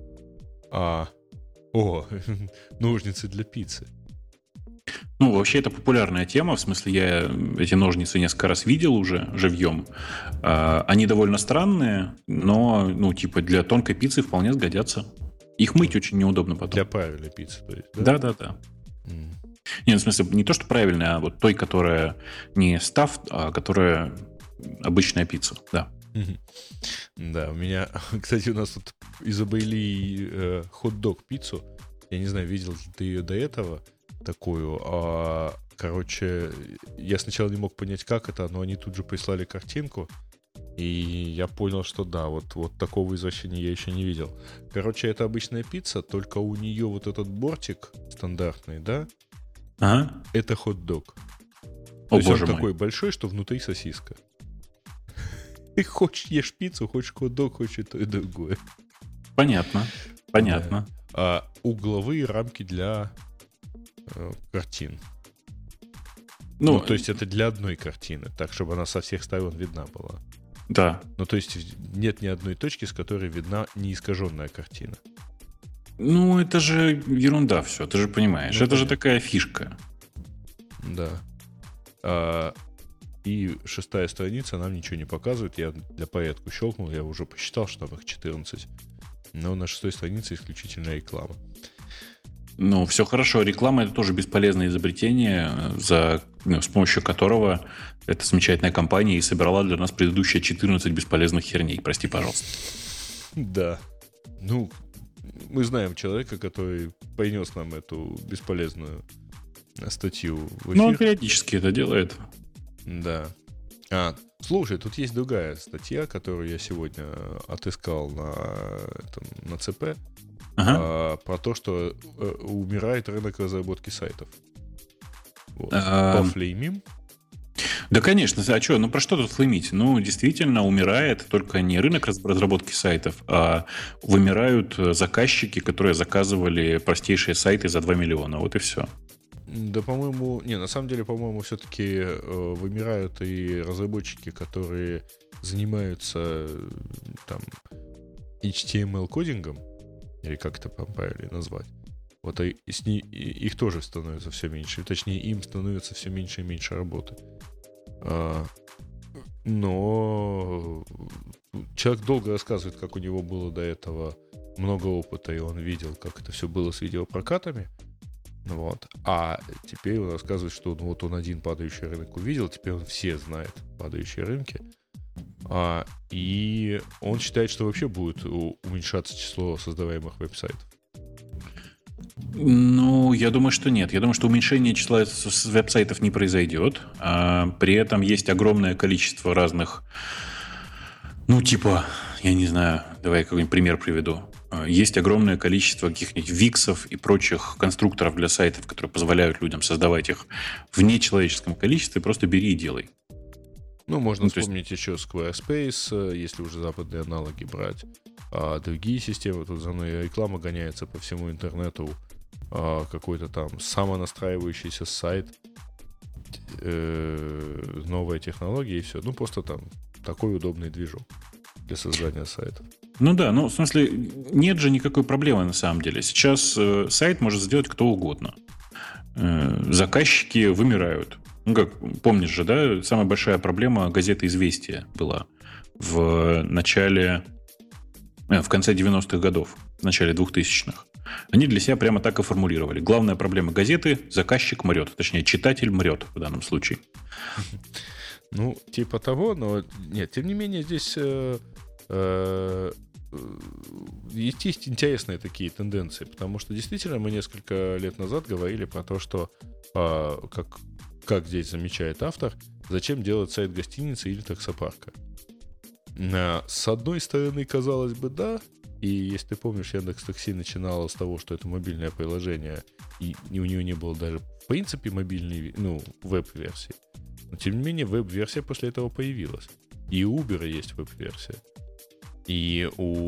Ножницы для пиццы. Вообще это популярная тема, в смысле я эти ножницы несколько раз видел уже живьем. Они довольно странные, но, для тонкой пиццы вполне сгодятся. Их мыть очень неудобно потом. Для правильной пиццы, то есть, да? Да. Нет, в смысле, не то, что правильная, а вот той, которая не стаф, а которая обычная пицца, да. Да, у меня, кстати, у нас тут изобрели хот-дог-пиццу. Я не знаю, видел ли ты ее до этого, такую. Короче, я сначала не мог понять, как это, но они тут же прислали картинку, и я понял, что да, вот такого извращения я еще не видел. Короче, это обычная пицца, только у нее вот этот бортик стандартный, да? Ага. Это хот-дог. О, То есть боже он мой. такой большой, что внутри сосиска. Ты хочешь ешь пиццу, хочешь хот-дог, хочешь то и другое. Понятно. Да. Угловые рамки для картин. То есть это для одной картины, так, чтобы она со всех сторон видна была. Да. То есть нет ни одной точки, с которой видна неискаженная картина. Это же ерунда все, ты же понимаешь. Это же такая фишка. Да. И 6-я страница нам ничего не показывает. Я для порядка щелкнул, я уже посчитал, что там их 14. Но на 6-й странице исключительно реклама. Все хорошо. Реклама — это тоже бесполезное изобретение, с помощью которого эта замечательная компания и собрала для нас предыдущие 14 бесполезных херней. Прости, пожалуйста. Да. Мы знаем человека, который принес нам эту бесполезную статью в эфир. Он периодически это делает. Да. Слушай, тут есть другая статья, которую я сегодня отыскал на ЦП. Про то, что умирает рынок разработки сайтов. Пофлеймим? Да, конечно. А что? Про что тут флеймить? Действительно, умирает только не рынок разработки сайтов, а вымирают заказчики, которые заказывали простейшие сайты за 2 миллиона. Вот и все. Да, по-моему... на самом деле, по-моему, все-таки вымирают и разработчики, которые занимаются HTML-кодингом, или как это правильно назвать. Вот их тоже становится все меньше. Точнее, им становится все меньше и меньше работы. Но человек долго рассказывает, как у него было до этого много опыта, и он видел, как это все было с видеопрокатами. А теперь он рассказывает, что он один падающий рынок увидел, теперь он все знает падающие рынки. И он считает, что вообще будет уменьшаться число создаваемых веб-сайтов. Ну, я думаю, что нет. Я думаю, что уменьшение числа веб-сайтов не произойдет. При этом есть огромное количество разных, я не знаю, давай какой-нибудь пример приведу. Есть огромное количество каких-нибудь виксов и прочих конструкторов для сайтов, которые позволяют людям создавать их в нечеловеческом количестве. Просто бери и делай. Можно вспомнить еще Squarespace, если уже западные аналоги брать. Другие системы, тут за мной реклама гоняется по всему интернету. Какой-то там самонастраивающийся сайт, новая технология и все. Просто там такой удобный движок для создания сайтов. В смысле, нет же никакой проблемы на самом деле. Сейчас сайт может сделать кто угодно. Заказчики вымирают. Как помнишь же, да, самая большая проблема газеты «Известия» была в конце 90-х годов, в начале 2000-х. Они для себя прямо так и формулировали. Главная проблема газеты – заказчик мрет. Точнее, читатель мрет в данном случае. Типа того, но нет, тем не менее, здесь есть интересные такие тенденции, потому что действительно мы несколько лет назад говорили про то, что как здесь замечает автор, зачем делать сайт гостиницы или таксопарка. С одной стороны, казалось бы, да, и если ты помнишь, Яндекс.Такси начинала с того, что это мобильное приложение, и у нее не было даже в принципе мобильной, веб-версии. Но тем не менее, веб-версия после этого появилась. И у Uber есть веб-версия. И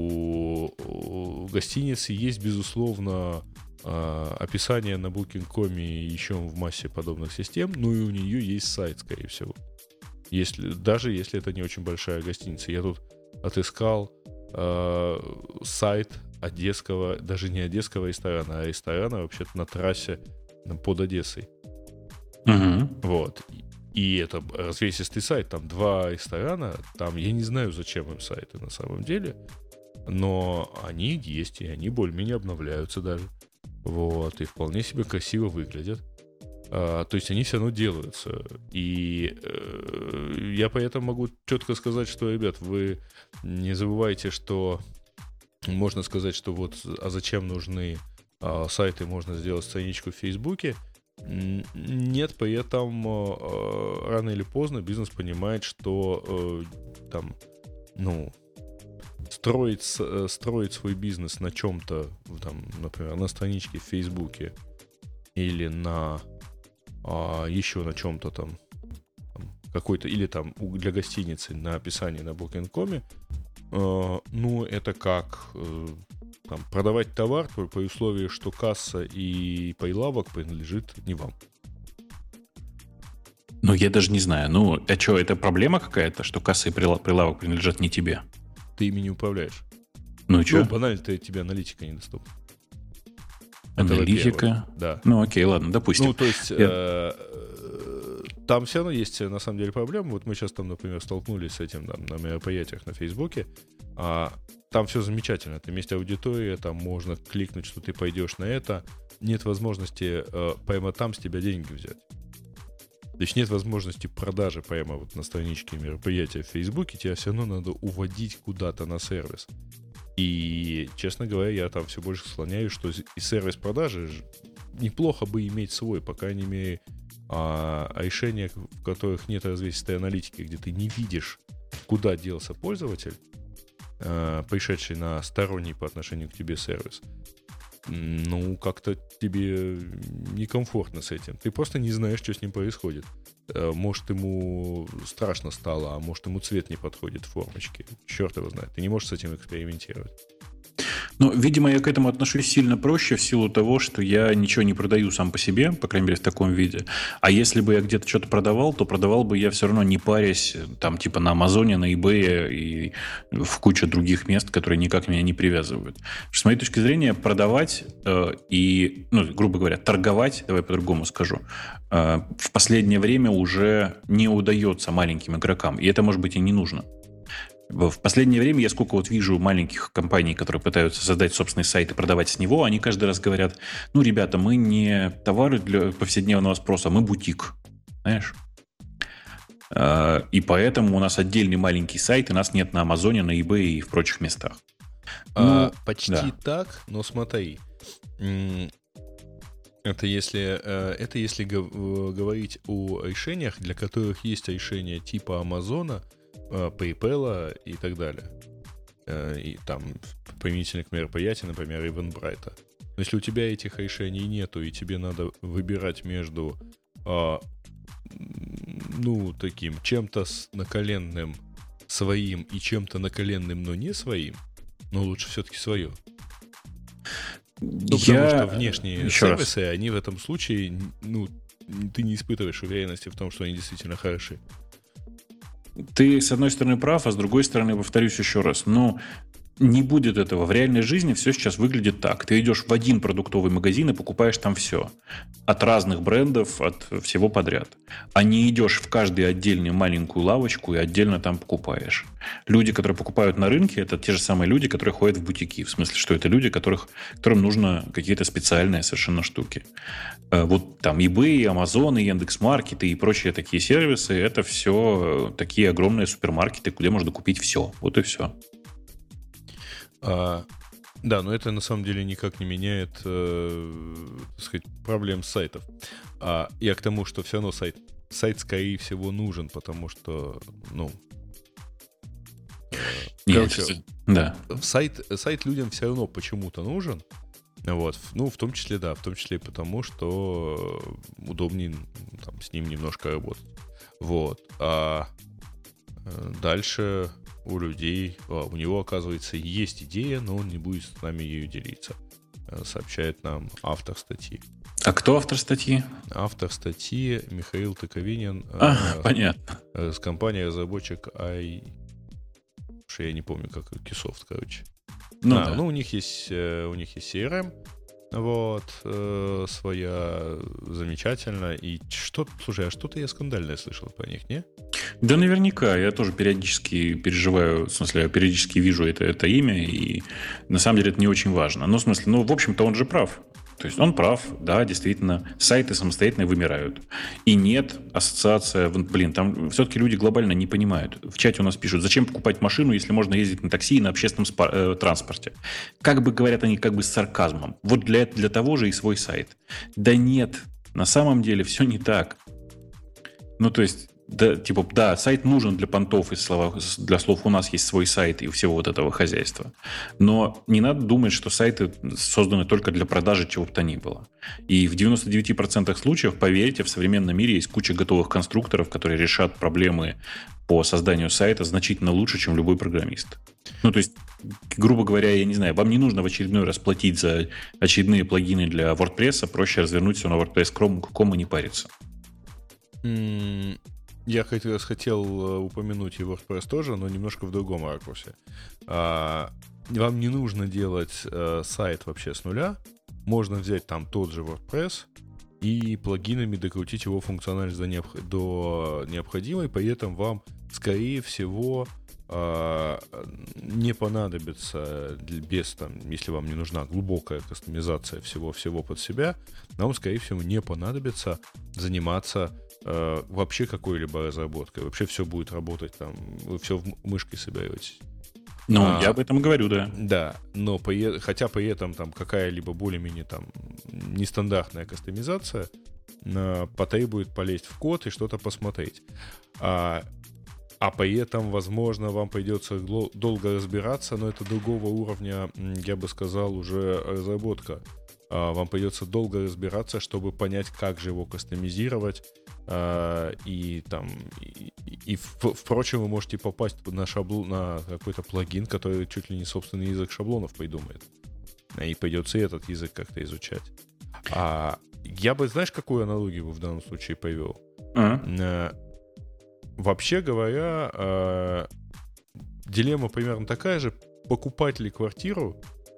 у гостиницы есть, безусловно, описание на Booking.com и еще в массе подобных систем, и у нее есть сайт, скорее всего. Даже если это не очень большая гостиница. Я тут отыскал сайт одесского, даже не одесского ресторана, а ресторана вообще-то на трассе под Одессой. Вот. И это развесистый сайт, там 2 ресторана, там я не знаю, зачем им сайты на самом деле, но они есть, и они более-менее обновляются даже. Вот, и вполне себе красиво выглядят. То есть они все равно делаются. И я поэтому могу четко сказать, что, ребят, вы не забывайте, что можно сказать, что зачем нужны сайты, можно сделать страничку в Фейсбуке. Нет, при этом рано или поздно бизнес понимает, что строить свой бизнес на чем-то, например, на страничке в Фейсбуке или еще на чем-то там какой-то, или там для гостиницы на описании на Booking.com, это как продавать товар при условии, что касса и прилавок принадлежит не вам. Я даже не знаю. Это проблема какая-то, что касса и прилавок принадлежат не тебе? Ты ими не управляешь. И что? Банально-то тебе аналитика недоступна. Аналитика? Да. Окей, ладно, допустим. То есть там все равно есть на самом деле проблемы. Вот мы сейчас там, например, столкнулись с этим на мероприятиях на Фейсбуке. Там все замечательно. Там есть аудитория, там можно кликнуть, что ты пойдешь на это. Нет возможности прямо там с тебя деньги взять. То есть нет возможности продажи прямо на страничке мероприятия в Фейсбуке. Тебя все равно надо уводить куда-то на сервис. И, честно говоря, я там все больше склоняюсь, что и сервис продажи неплохо бы иметь свой, по крайней мере, решения, в которых нет развесистой аналитики, где ты не видишь, куда делся пользователь, пришедший на сторонний по отношению к тебе сервис. Как-то тебе некомфортно с этим. Ты просто не знаешь, что с ним происходит. Может, ему страшно стало, а может, ему цвет не подходит в формочке. Черт его знает. Ты не можешь с этим экспериментировать. Видимо, я к этому отношусь сильно проще в силу того, что я ничего не продаю сам по себе, по крайней мере, в таком виде. А если бы я где-то что-то продавал, то продавал бы я все равно не парясь, там, типа на Амазоне, на eBay и в куче других мест, которые никак меня не привязывают. С моей точки зрения, продавать и, грубо говоря, торговать, давай по-другому скажу, в последнее время уже не удается маленьким игрокам. И это, может быть, и не нужно. В последнее время я сколько вижу маленьких компаний, которые пытаются создать собственный сайт и продавать с него, они каждый раз говорят, ребята, мы не товары для повседневного спроса, мы бутик. Знаешь? И поэтому у нас отдельный маленький сайт, и нас нет на Амазоне, на eBay и в прочих местах. Почти так, но смотри. Это если говорить о решениях, для которых есть решения типа Амазона, PayPal и так далее. И там применительно к мероприятию, например, Eventbrite. Но если у тебя этих решений нету, и тебе надо выбирать между таким чем-то наколенным своим и чем-то наколенным, но не своим, но лучше все-таки свое. Потому что внешние сервисы, они в этом случае, ты не испытываешь уверенности в том, что они действительно хороши. Ты, с одной стороны, прав, а с другой стороны, повторюсь еще раз, но не будет этого. В реальной жизни все сейчас выглядит так. Ты идешь в один продуктовый магазин и покупаешь там все. От разных брендов, от всего подряд. А не идешь в каждую отдельную маленькую лавочку и отдельно там покупаешь. Люди, которые покупают на рынке, это те же самые люди, которые ходят в бутики. В смысле, что это люди, которым нужно какие-то специальные совершенно штуки. Вот там eBay, Amazon, Яндекс.Маркеты и прочие такие сервисы, это все такие огромные супермаркеты, где можно купить все. Вот и все. Да, но это на самом деле никак не меняет, проблем сайтов. Я к тому, что все равно сайт, скорее всего, нужен, потому что, сайт людям все равно почему-то нужен. Вот. В том числе потому, что удобнее там, с ним немножко работать. Вот. А дальше у людей, у него, оказывается, есть идея, но он не будет с нами ею делиться, сообщает нам автор статьи. А кто автор статьи? Автор статьи Михаил Токовинин. Понятно. С компанией разработчик я не помню, как Keysoft, короче. У них есть CRM, своя замечательная. И что-то я скандальное слышал про них, не? Да, наверняка. Я тоже периодически переживаю, в смысле, я периодически вижу это имя, и на самом деле это не очень важно. Но, в смысле, в общем-то, он же прав. То есть он прав, да, действительно, сайты самостоятельно вымирают. И нет ассоциация, там все-таки люди глобально не понимают. В чате у нас пишут, зачем покупать машину, если можно ездить на такси и на общественном транспорте. Как бы говорят они, как бы с сарказмом. Вот для того же и свой сайт. Да нет, на самом деле все не так. То есть, сайт нужен для понтов и для слов «у нас есть свой сайт» и всего вот этого хозяйства. Но не надо думать, что сайты созданы только для продажи чего бы то ни было. И в 99% случаев, поверьте, в современном мире есть куча готовых конструкторов, которые решат проблемы по созданию сайта значительно лучше, чем любой программист. То есть, грубо говоря, я не знаю, вам не нужно в очередной раз платить за очередные плагины для WordPress, проще развернуть все на WordPress.com и не париться. Я как раз хотел упомянуть и WordPress тоже, но немножко в другом ракурсе. Вам не нужно делать сайт вообще с нуля. Можно взять там тот же WordPress и плагинами докрутить его функциональность до необходимой. При этом вам, скорее всего, не понадобится если вам не нужна глубокая кастомизация всего под себя, вам, скорее всего, не понадобится заниматься вообще какой-либо разработкой. Вообще все будет работать там, вы все мышкой соберетесь. Я об этом и говорю, да. Да, но хотя при этом там какая-либо более-менее там нестандартная кастомизация потребует полезть в код и что-то посмотреть. А при этом, возможно, вам придется долго разбираться, но это другого уровня, я бы сказал, уже разработка. Вам придется долго разбираться, чтобы понять, как же его кастомизировать. Впрочем, вы можете попасть на какой-то плагин, который чуть ли не собственный язык шаблонов придумает. И придется и этот язык как-то изучать. Я бы, знаешь, какую аналогию в данном случае привел? Вообще говоря, дилемма примерно такая же: покупать ли квартиру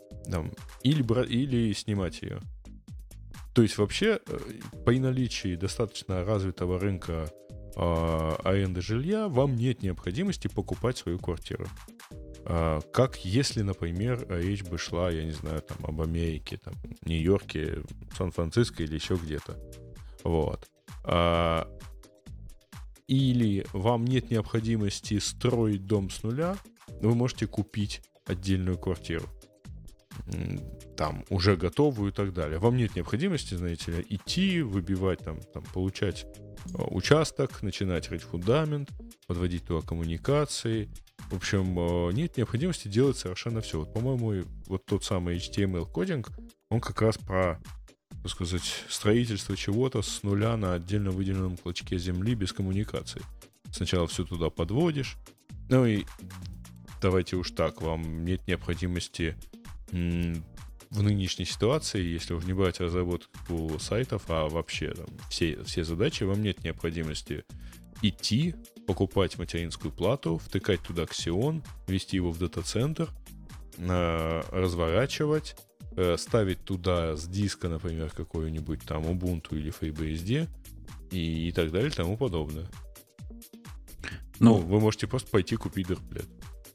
или снимать ее. То есть вообще при наличии достаточно развитого рынка аренды жилья вам нет необходимости покупать свою квартиру. Как если, например, речь бы шла, я не знаю, там, об Америке, там, Нью-Йорке, Сан-Франциско или еще где-то. Вот. или вам нет необходимости строить дом с нуля, вы можете купить отдельную квартиру. Там, уже готовую и так далее. Вам нет необходимости, знаете ли, идти, выбивать, там получать участок, начинать рыть фундамент, подводить туда коммуникации. В общем, нет необходимости делать совершенно все. Вот, по-моему, вот тот самый HTML-кодинг, он как раз про, так сказать, строительство чего-то с нуля на отдельно выделенном клочке земли без коммуникаций. Сначала все туда подводишь. Ну и давайте уж так, вам нет необходимости в нынешней ситуации, если уж не брать разработку сайтов, а вообще там, все задачи, вам нет необходимости идти, покупать материнскую плату, втыкать туда Xeon, вести его в дата-центр, разворачивать, ставить туда с диска, например, какой-нибудь там Ubuntu или FreeBSD и так далее и тому подобное. Ну, вы можете просто пойти купить дерплет.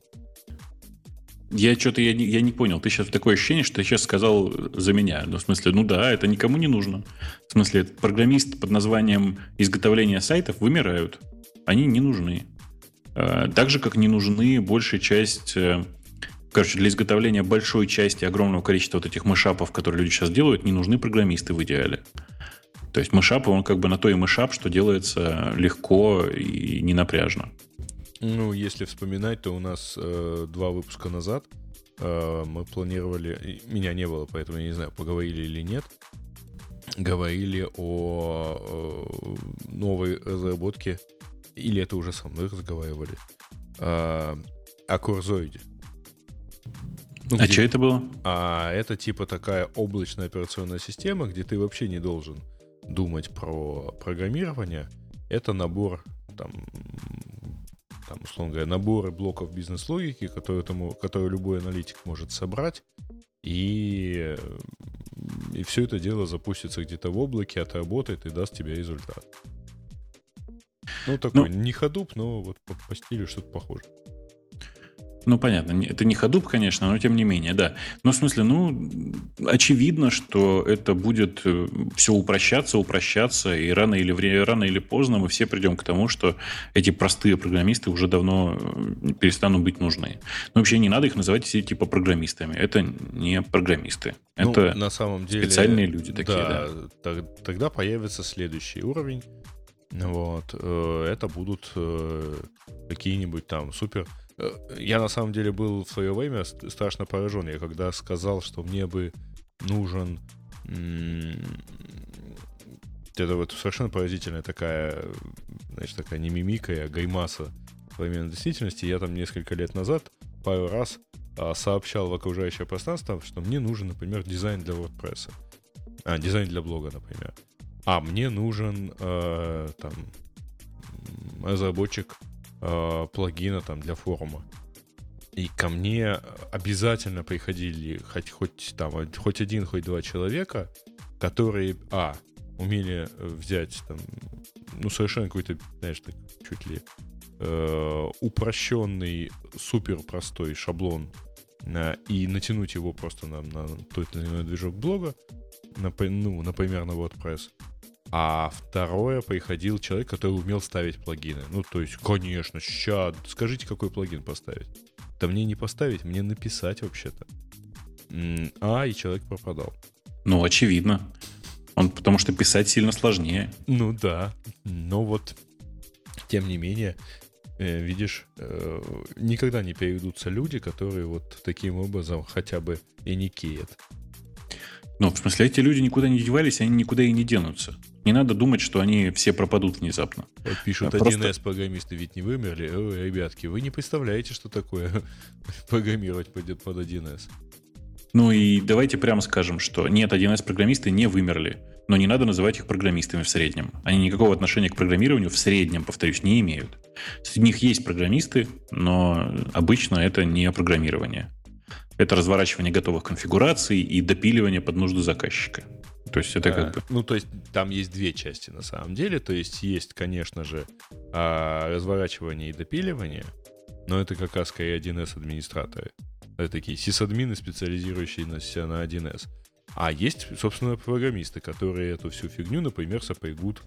Я не понял. Ты сейчас такое ощущение, что ты сейчас сказал за меня. Ну, в смысле, ну да, это никому не нужно. В смысле, программисты под названием изготовления сайтов вымирают. Они не нужны. Так же, как не нужны большая часть... Короче, для изготовления большой части огромного количества вот этих мышапов, которые люди сейчас делают, не нужны программисты в идеале. То есть мышапы, он как бы на то и мышап, что делается легко и ненапряжно. Ну, если вспоминать, то у нас 2 выпуска назад мы планировали, меня не было, поэтому я не знаю, поговорили или нет, говорили о новой разработке, или это уже со мной разговаривали, о Курзоиде. Ну, что это было? Это типа такая облачная операционная система, где ты вообще не должен думать про программирование. Это набор там, условно говоря, наборы блоков бизнес-логики, которые любой аналитик может собрать, и все это дело запустится где-то в облаке, отработает и даст тебе результат. Ну, такой, не Hadoop, но вот по стилю что-то похоже. Ну, понятно, это не Hadoop, конечно, но тем не менее, да. Но в смысле, очевидно, что это будет все упрощаться, и рано или поздно мы все придем к тому, что эти простые программисты уже давно перестанут быть нужны. Но вообще не надо их называть все типа программистами. Это не программисты. Это на самом деле, специальные люди такие, да. Тогда появится следующий уровень. Вот. Это будут какие-нибудь там супер... Я на самом деле был в свое время страшно поражен. Я когда сказал, что мне бы нужен... Это вот совершенно поразительная такая, значит, такая не мимика, а гримаса современной действительности. Я там несколько лет назад пару раз сообщал в окружающее пространство, что мне нужен, например, дизайн для WordPress. Дизайн для блога, например. Мне нужен разработчик плагина там для форума. И ко мне обязательно приходили хоть один, хоть два человека, которые, умели взять там, совершенно какой-то, знаешь, так, чуть ли упрощенный, супер простой шаблон и натянуть его просто на тот или иной движок блога, например, на WordPress. А второе, приходил человек, который умел ставить плагины. То есть, конечно, сейчас скажите, какой плагин поставить. Да мне не поставить, мне написать вообще-то. И человек пропадал. Очевидно. Потому что писать сильно сложнее. Да. Но вот, тем не менее, видишь, никогда не переведутся люди, которые вот таким образом хотя бы и не кеят. В смысле, эти люди никуда не девались, они никуда и не денутся. Не надо думать, что они все пропадут внезапно. Вот пишут, 1С-программисты ведь не вымерли. Ребятки, вы не представляете, что такое программировать под 1С. И давайте прямо скажем, что нет, 1С-программисты не вымерли. Но не надо называть их программистами в среднем. Они никакого отношения к программированию в среднем, повторюсь, не имеют. Среди них есть программисты, но обычно это не программирование. Это разворачивание готовых конфигураций и допиливание под нужды заказчика. То есть это как бы... то есть там есть две части на самом деле. То есть, конечно же, разворачивание и допиливание, но это как раз скорее 1С-администраторы. Это такие сисадмины, специализирующиеся на 1С. А есть, собственно, программисты, которые эту всю фигню, например, сопрягут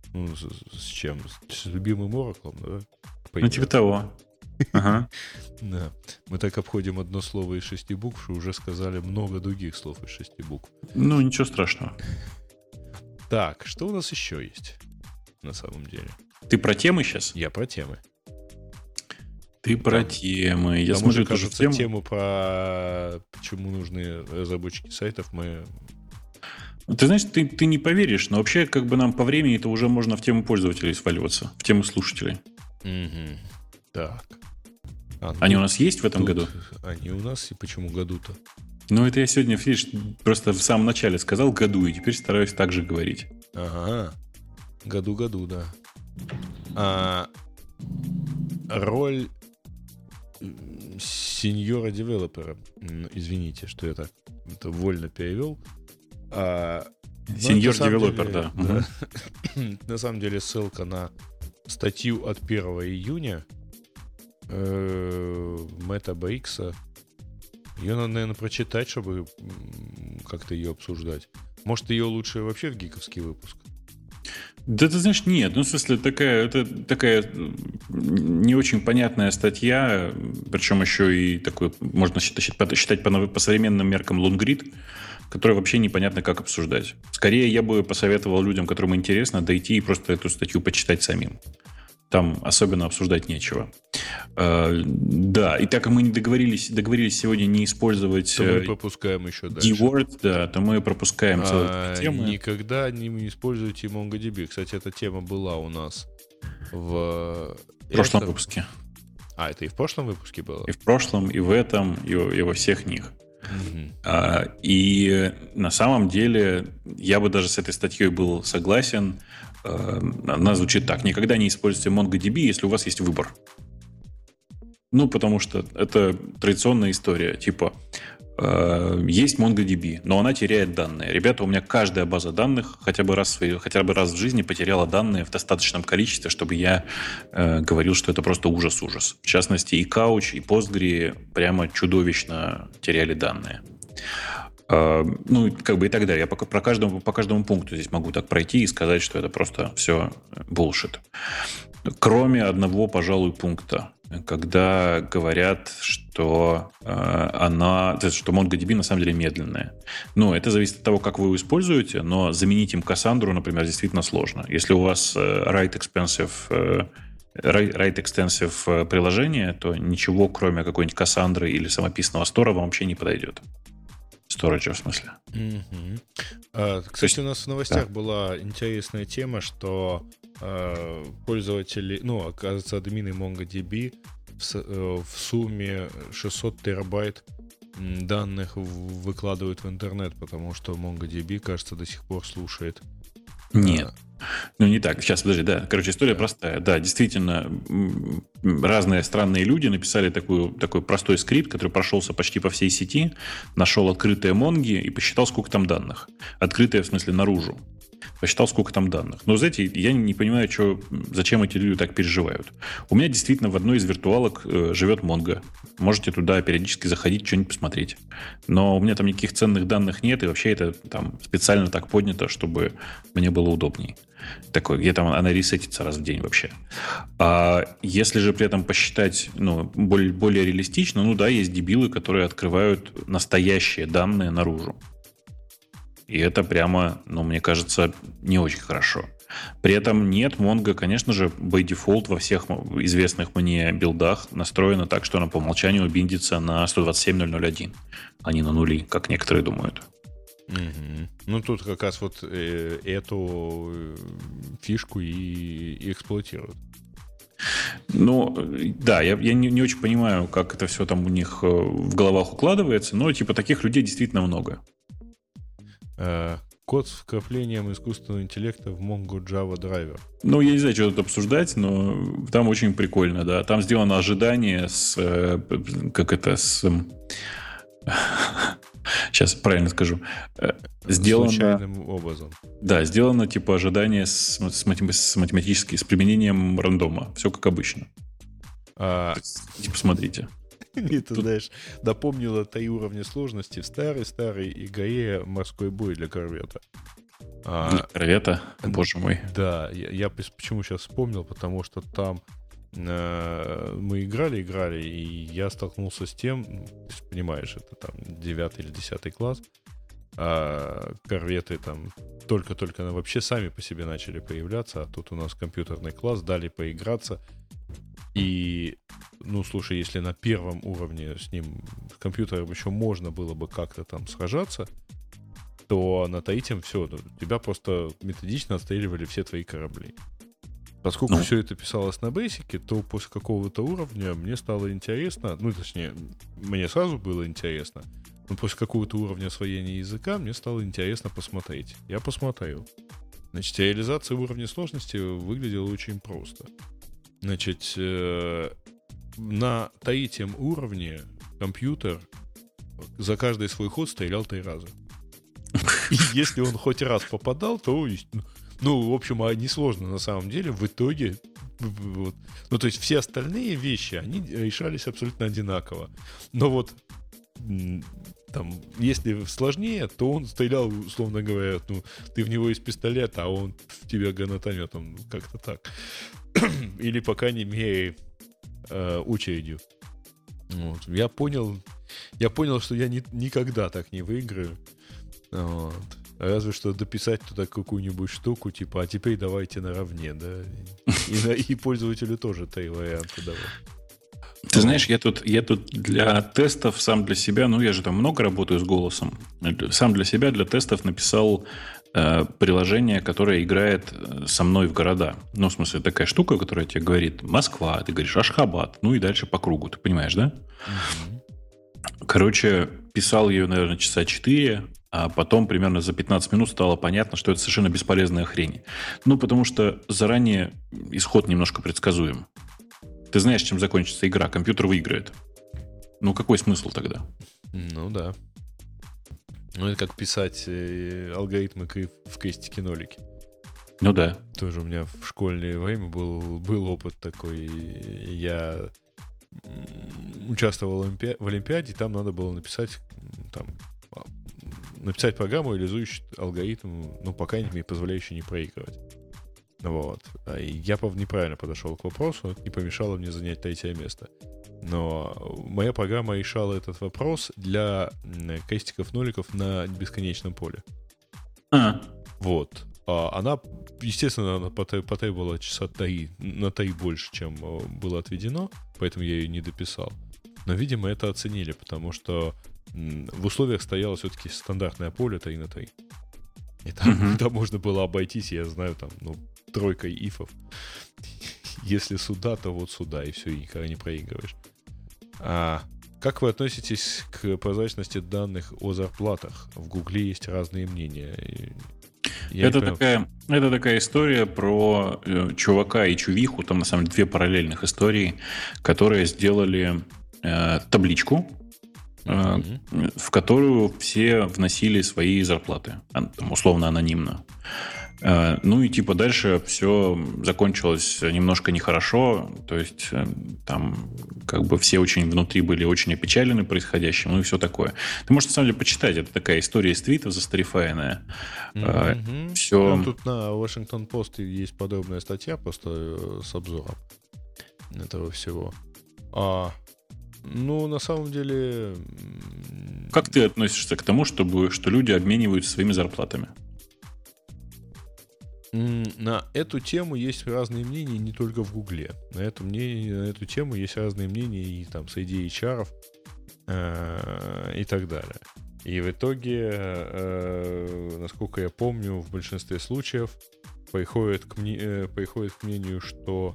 Ну, с чем? С любимым Oracle, да? Ну, типа того. Ага. Да. Мы так обходим одно слово из 6 букв, что уже сказали много других слов из 6 букв. Ну, ничего страшного. Так, что у нас еще есть на самом деле? Ты про темы сейчас? Я про темы. Ты про темы. Я Нам смотрю, уже, тоже кажется, тему про почему нужны разработчики сайтов мы... Ты знаешь, ты не поверишь, но вообще как бы нам по времени-то уже можно в тему пользователей сваливаться, в тему слушателей. Угу. Так. Они у нас есть в этом году? Они у нас, и почему году-то? Ну, это я сегодня, видишь, просто в самом начале сказал году, и теперь стараюсь так же говорить. Ага. Году, да. Роль сеньора-девелопера. Извините, что я так это вольно перевел. Сеньор-девелопер, да. На самом деле ссылка на статью от 1 июня Мэтта Брикса. Ее надо, наверное, прочитать, чтобы как-то ее обсуждать. Может, ее лучше вообще в гиковский выпуск? Да ты знаешь, нет. Ну, в смысле, это такая не очень понятная статья, причем еще и такой, можно считать по современным меркам лонгрид, который вообще непонятно, как обсуждать. Скорее, я бы посоветовал людям, которым интересно, дойти и просто эту статью почитать самим. Там особенно обсуждать нечего. Да, и так как мы не договорились сегодня не использовать то мы пропускаем еще дальше. D-word, да, то мы пропускаем целую тему. Никогда не используйте MongoDB. Кстати, эта тема была у нас в прошлом выпуске. Это и в прошлом выпуске было? И в прошлом, и в этом, и во всех них. И на самом деле я бы даже с этой статьей был согласен. Она звучит так: никогда не используйте MongoDB, если у вас есть выбор. Ну, потому что это традиционная история. Типа, есть MongoDB, но она теряет данные. Ребята, у меня каждая база данных хотя бы раз в жизни потеряла данные в достаточном количестве, чтобы я говорил, что это просто ужас-ужас. В частности, и Couch, и Postgre прямо чудовищно теряли данные. Ну, как бы и так далее. Я по каждому пункту здесь могу так пройти и сказать, что это просто все bullshit. Кроме одного, пожалуй, пункта, когда говорят, что что MongoDB на самом деле медленная. Ну, это зависит от того, как вы его используете, но заменить им Cassandra, например, действительно сложно. Если у вас write extensive приложение, то ничего, кроме какой-нибудь Cassandra или самописного стора, вам вообще не подойдет. Storage, в смысле. Кстати, у нас в новостях была интересная тема, что пользователи, оказывается, админы MongoDB в сумме 600 терабайт данных выкладывают в интернет, потому что MongoDB, кажется, до сих пор слушает. Нет. Ну, не так. Сейчас, подожди, да. Короче, история простая. Да, действительно, разные странные люди написали такой простой скрипт, который прошелся почти по всей сети, нашел открытые Монги и посчитал, сколько там данных. Открытые, в смысле, наружу. Посчитал, сколько там данных. Но, знаете, я не понимаю, зачем эти люди так переживают. У меня действительно в одной из виртуалок живет Mongo. Можете туда периодически заходить, что-нибудь посмотреть. Но у меня там никаких ценных данных нет, и вообще это там специально так поднято, чтобы мне было удобней. Такой, где там она ресетится раз в день вообще. А если же при этом посчитать более реалистично, есть дебилы, которые открывают настоящие данные наружу. И это прямо, мне кажется, не очень хорошо. При этом нет, Mongo, конечно же, by default во всех известных мне билдах настроена так, что она по умолчанию биндится на 127.0.0.1, а не на нули, как некоторые думают. Угу. Ну, тут как раз вот эту фишку и эксплуатируют. Ну, да, я не очень понимаю, как это все там у них в головах укладывается, но таких людей действительно много. Код с вкраплением искусственного интеллекта в Mongo Java Driver. Ну, я не знаю, что тут обсуждать, но там очень прикольно, да. Там сделано ожидание сейчас правильно скажу. Сделано случайным образом. Да, сделано ожидание с применением рандома. Все как обычно. Посмотрите. Ты знаешь, напомнило 3 уровня сложности в старой ИГАЕ «Морской бой» для корвета. Корвета, боже мой. Да, я почему сейчас вспомнил, потому что там мы играли, и я столкнулся с тем, ты же понимаешь, это там 9 или 10 класс, а корветы там только-только вообще сами по себе начали появляться, а тут у нас компьютерный класс, дали поиграться, и, ну, слушай, если на первом уровне с компьютером еще можно было бы как-то там сражаться, то на третьем все, тебя просто методично отстреливали все твои корабли. Поскольку все это писалось на бейсике, то после какого-то уровня мне стало интересно, ну, точнее, мне сразу было интересно, но после какого-то уровня освоения языка мне стало интересно посмотреть. Я посмотрел. Значит, реализация уровня сложности выглядела очень просто. Значит, на третьем уровне компьютер за каждый свой ход стрелял 3 раза. И если он хоть раз попадал, то... Ну, в общем, несложно на самом деле. В итоге, вот, ну, то есть все остальные вещи, они решались абсолютно одинаково. Но вот там, если сложнее, то он стрелял, условно говоря, ну, ты в него из пистолета, а он в тебя гранатометом, как-то так. Или, по крайней мере, очередью. Вот. Я понял, что я никогда так не выиграю. Вот. Разве что дописать туда какую-нибудь штуку, типа, а теперь давайте наравне, да? И пользователю тоже 3 варианта давай. Ты знаешь, я тут для тестов сам для себя, ну, я же там много работаю с голосом, сам для себя, для тестов написал приложение, которое играет со мной в города. Ну, в смысле, такая штука, которая тебе говорит Москва, ты говоришь Ашхабад, ну и дальше по кругу, ты понимаешь, да? Короче, писал ее, наверное, часа 4, а потом примерно за 15 минут стало понятно, что это совершенно бесполезная хрень. Ну, потому что заранее исход немножко предсказуем. Ты знаешь, чем закончится игра, компьютер выиграет. Ну, какой смысл тогда? Ну, да. Ну, это как писать алгоритмы в крестике-нолике. Ну, да. Тоже у меня в школьное время был опыт такой. Я участвовал в Олимпиаде, там надо было написать программу, реализующую алгоритм, ну, по крайней мере, позволяющий не проигрывать. Вот. И я неправильно подошел к вопросу, это не помешало мне занять 3 место. Но моя программа решала этот вопрос для крестиков-ноликов на бесконечном поле. Вот. Она, естественно, потребовала часа 3, на 3 больше, чем было отведено, поэтому я ее не дописал. Но, видимо, это оценили, потому что в условиях стояло все-таки стандартное поле 3 на 3. И там можно было обойтись, я знаю, там, 3 ифов. Если сюда, то вот сюда, и все, и никогда не проигрываешь. Как вы относитесь к прозрачности данных о зарплатах? В Гугле есть разные мнения. Это такая история про чувака и чувиху, там на самом деле 2 параллельных истории, которые сделали табличку, в которую все вносили свои зарплаты, там, условно анонимно. Ну и типа дальше все закончилось немножко нехорошо, то есть там как бы все очень внутри были очень опечалены происходящим, ну и все такое. Ты можешь на самом деле почитать, это такая история из твитов застарифаенная. Все... Ну, тут на Washington Post есть подробная статья просто с обзором этого всего. Ну, на самом деле... Как ты относишься к тому, что люди обмениваются своими зарплатами? На эту тему есть разные мнения не только в Гугле. На эту тему есть разные мнения и там среди HR-ов и так далее. И в итоге, насколько я помню, в большинстве случаев приходит к мнению, что...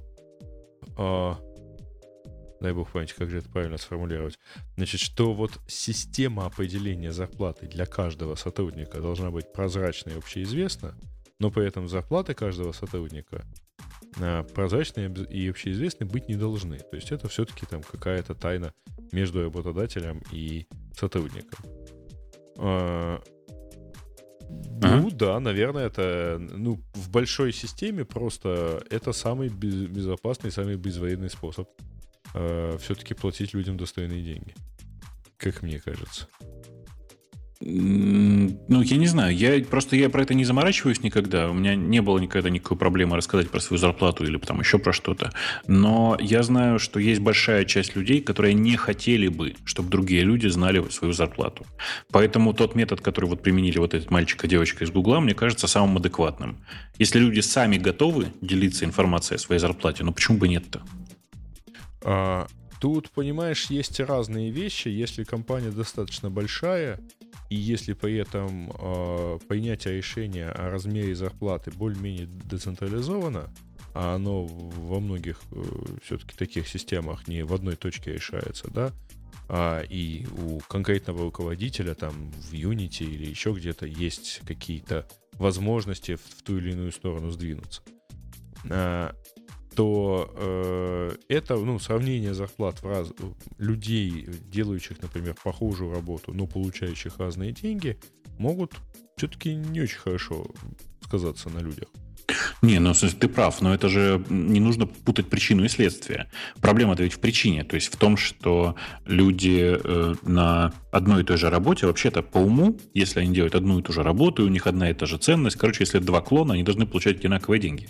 дай бог памяти, как же это правильно сформулировать. Значит, что вот система определения зарплаты для каждого сотрудника должна быть прозрачной и общеизвестна, но при этом зарплаты каждого сотрудника прозрачные и общеизвестны быть не должны. То есть это все-таки там какая-то тайна между работодателем и сотрудником. Ну да, наверное, это в большой системе просто это самый безопасный, самый безвредный способ все-таки платить людям достойные деньги. Как мне кажется. Ну, я не знаю. Я про это не заморачиваюсь никогда. У меня не было никогда никакой проблемы рассказать про свою зарплату или там еще про что-то. Но я знаю, что есть большая часть людей, которые не хотели бы, чтобы другие люди знали свою зарплату. Поэтому тот метод, который вот применили вот этот мальчик и девочка из Гугла, мне кажется самым адекватным. Если люди сами готовы делиться информацией о своей зарплате, ну почему бы нет-то? Тут, понимаешь, есть разные вещи. Если компания достаточно большая, и если при этом принятие решения о размере зарплаты более-менее децентрализовано, а оно во многих все-таки таких системах не в одной точке решается, да, и у конкретного руководителя там в Unity или еще где-то есть какие-то возможности в ту или иную сторону сдвинуться, то это, сравнение зарплат людей, делающих, например, похожую работу, но получающих разные деньги, могут все-таки не очень хорошо сказаться на людях. Не, ну, в смысле, ты прав, но это же не нужно путать причину и следствие. Проблема-то ведь в причине, то есть в том, что люди на одной и той же работе, вообще-то по уму, если они делают одну и ту же работу, и у них одна и та же ценность, если два клона, они должны получать одинаковые деньги.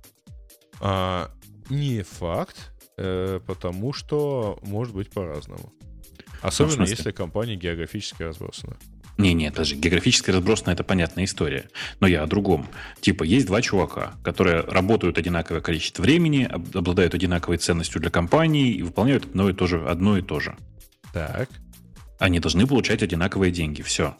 Не факт, потому что может быть по-разному. Особенно если компания географически разбросана. Не, даже географически разбросана — это понятная история. Но я о другом. Типа, есть два чувака, которые работают одинаковое количество времени, обладают одинаковой ценностью для компании и выполняют одно и то же. Так. Они должны получать одинаковые деньги. Все.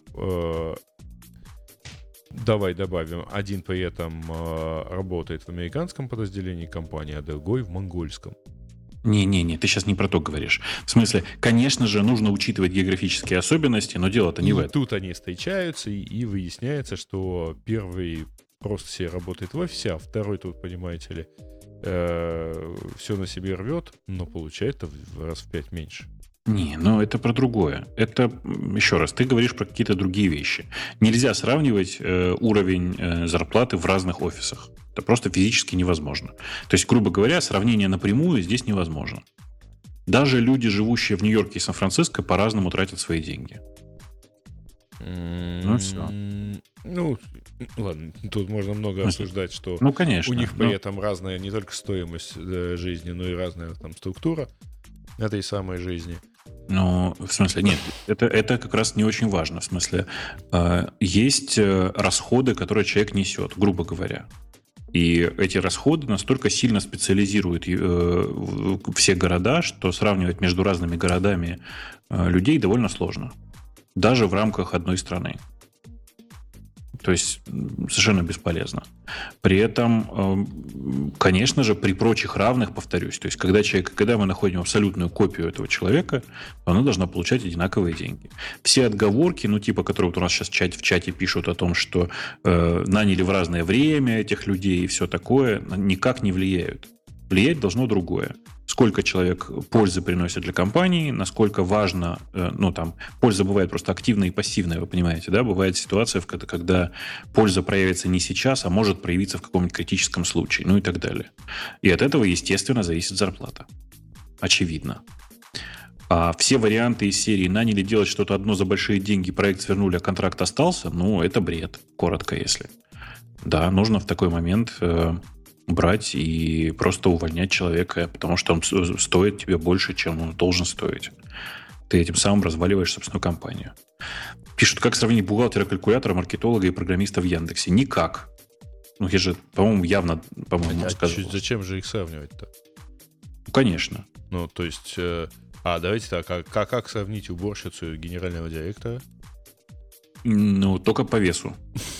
Давай добавим. Один при этом работает в американском подразделении компании, а другой в монгольском. Не, ты сейчас не про то говоришь. В смысле, конечно же, нужно учитывать географические особенности, но дело-то не в этом. Тут они встречаются, и выясняется, что первый просто себе работает в офисе, а второй тут, понимаете ли, все на себе рвет, но получает раз в 5 меньше. Не, ну это про другое. Это, еще раз, ты говоришь про какие-то другие вещи. Нельзя сравнивать уровень зарплаты в разных офисах. Это просто физически невозможно. То есть, грубо говоря, сравнение напрямую здесь невозможно. Даже люди, живущие в Нью-Йорке и Сан-Франциско, по-разному тратят свои деньги. Ну, все. Ну, ладно, тут можно много обсуждать, что конечно, у них при этом разная не только стоимость жизни, но и разная там структура этой самой жизни. Ну, в смысле, нет, это как раз не очень важно. В смысле, есть расходы, которые человек несет, грубо говоря. И эти расходы настолько сильно специализируют все города, что сравнивать между разными городами людей довольно сложно. Даже в рамках одной страны. То есть совершенно бесполезно. При этом, конечно же, при прочих равных, повторюсь, то есть когда мы находим абсолютную копию этого человека, то она должна получать одинаковые деньги. Все отговорки, которые вот у нас сейчас в чате пишут о том, что наняли в разное время этих людей и все такое, никак не влияют. Влиять должно другое. Сколько человек пользы приносит для компании, насколько важно, польза бывает просто активная и пассивная, вы понимаете, да? Бывает ситуация, когда польза проявится не сейчас, а может проявиться в каком-нибудь критическом случае, ну и так далее. И от этого, естественно, зависит зарплата. Очевидно. А все варианты из серии «наняли делать что-то одно за большие деньги, проект свернули, а контракт остался», это бред, коротко если. Да, нужно в такой момент брать и просто увольнять человека, потому что он стоит тебе больше, чем он должен стоить. Ты этим самым разваливаешь собственную компанию. Пишут, как сравнить бухгалтера, калькулятора, маркетолога и программиста в Яндексе. Никак. Я же, по-моему, явно, сказал. Зачем же их сравнивать-то? Конечно. То есть... давайте так. Как сравнить уборщицу и генерального директора? Только по весу.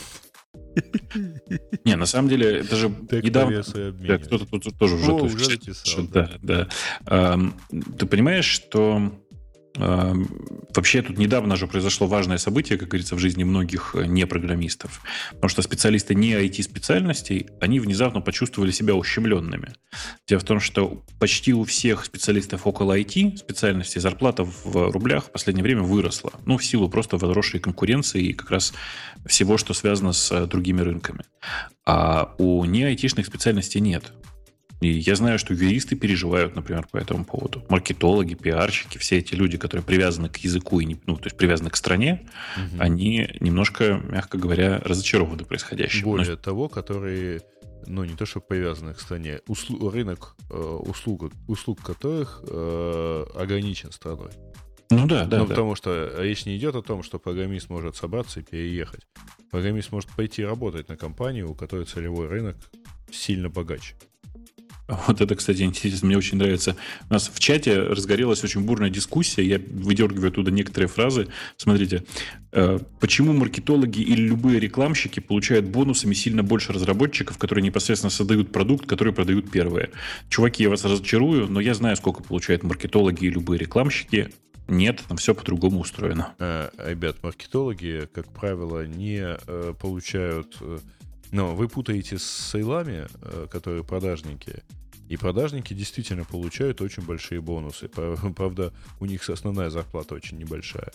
Не, на самом деле, это же недавно... кто-то тут тоже уже написал. Да. Ты понимаешь, что вообще тут недавно же произошло важное событие, как говорится, в жизни многих непрограммистов. Потому что специалисты не IT-специальностей, они внезапно почувствовали себя ущемленными. Дело в том, что почти у всех специалистов около IT-специальностей зарплата в рублях в последнее время выросла. В силу просто возросшей конкуренции и как раз всего, что связано с другими рынками. А у не-айтишных специальностей нет. И я знаю, что юристы переживают, например, по этому поводу. Маркетологи, пиарщики, все эти люди, которые привязаны к языку, то есть привязаны к стране, они немножко, мягко говоря, разочарованы происходящим. Более того, которые, не то что привязаны к стране, рынок услуг которых ограничен страной. Да. Потому что речь не идет о том, что программист может собраться и переехать. Программист может пойти работать на компанию, у которой целевой рынок сильно богаче. Вот это, кстати, интересно, мне очень нравится. У нас в чате разгорелась очень бурная дискуссия, я выдергиваю оттуда некоторые фразы. Смотрите, почему маркетологи или любые рекламщики получают бонусами сильно больше разработчиков, которые непосредственно создают продукт, который продают первые? Чуваки, я вас разочарую, но я знаю, сколько получают маркетологи и любые рекламщики. Нет, там все по-другому устроено. Ребят, маркетологи, как правило, не получают... Но вы путаете с сейлами, которые продажники. И продажники действительно получают очень большие бонусы. Правда, у них основная зарплата очень небольшая.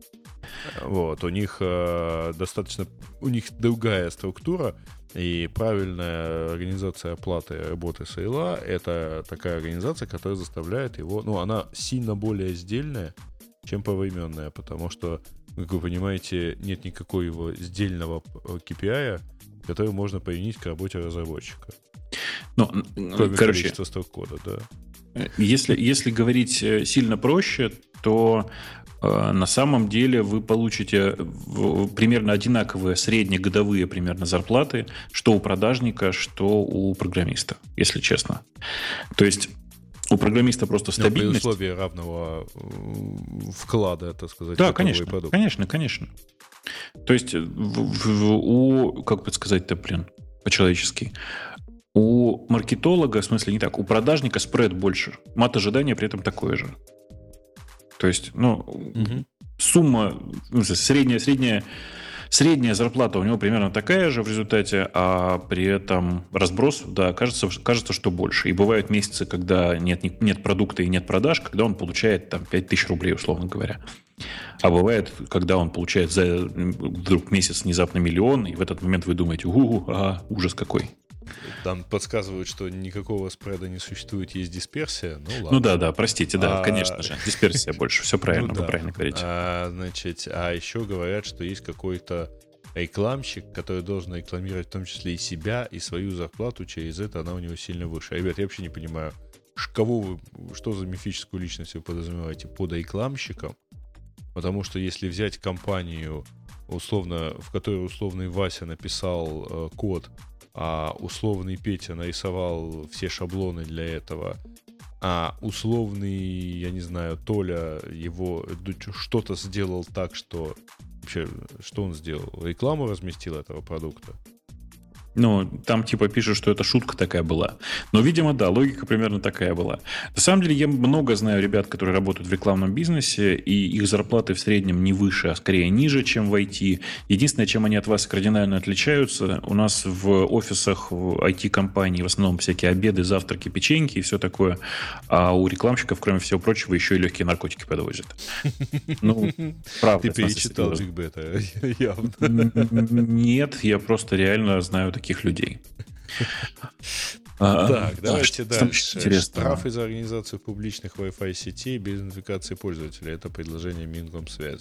Вот, у них у них другая структура, и правильная организация оплаты работы сейла — это такая организация, которая заставляет его... она сильно более сдельная, чем повременная, потому что, как вы понимаете, нет никакого его сдельного KPI, который можно применить к работе разработчика. Кроме количества строк кода, да. Если говорить сильно проще, то на самом деле вы получите примерно одинаковые среднегодовые примерно зарплаты, что у продажника, что у программиста, если честно. То есть у программиста просто стабильность. При условии равного вклада, так сказать, да, в конечно, продукт. Конечно. То есть как бы сказать-то, по-человечески, у маркетолога, в смысле не так, у продажника спред больше, мат ожидания при этом такое же. То есть, сумма, средняя зарплата у него примерно такая же в результате, а при этом разброс, да, кажется, что больше. И бывают месяцы, когда нет продукта и нет продаж, когда он получает там 5000 рублей, условно говоря. А бывает, когда он получает за вдруг месяц внезапно миллион, и в этот момент вы думаете, ужас какой. Там подсказывают, что никакого спреда не существует, есть дисперсия. Ладно. Да, простите, да, конечно же. Дисперсия больше, все правильно, вы правильно говорите. А еще говорят, что есть какой-то рекламщик, который должен рекламировать в том числе и себя, и свою зарплату, через это она у него сильно выше. Ребят, я вообще не понимаю, что за мифическую личность вы подразумеваете под рекламщиком, потому что если взять компанию, в которой условный Вася написал код, а условный Петя нарисовал все шаблоны для этого, а условный, я не знаю, Толя его что-то сделал так, что... Вообще, что он сделал? Рекламу разместил этого продукта? Там типа пишут, что это шутка такая была. Но, видимо, да, логика примерно такая была. На самом деле, я много знаю ребят, которые работают в рекламном бизнесе, и их зарплаты в среднем не выше, а скорее ниже, чем в IT. Единственное, чем они от вас кардинально отличаются, у нас в офисах в IT-компании в основном всякие обеды, завтраки, печеньки и все такое. А у рекламщиков, кроме всего прочего, еще и легкие наркотики подвозят. Правда. Ты перечитал Бигбета, явно. Нет, я просто реально знаю таких людей. Так, давайте дальше. Штрафы за организацию публичных Wi-Fi сетей без идентификации пользователя. Это предложение Минкомсвязи.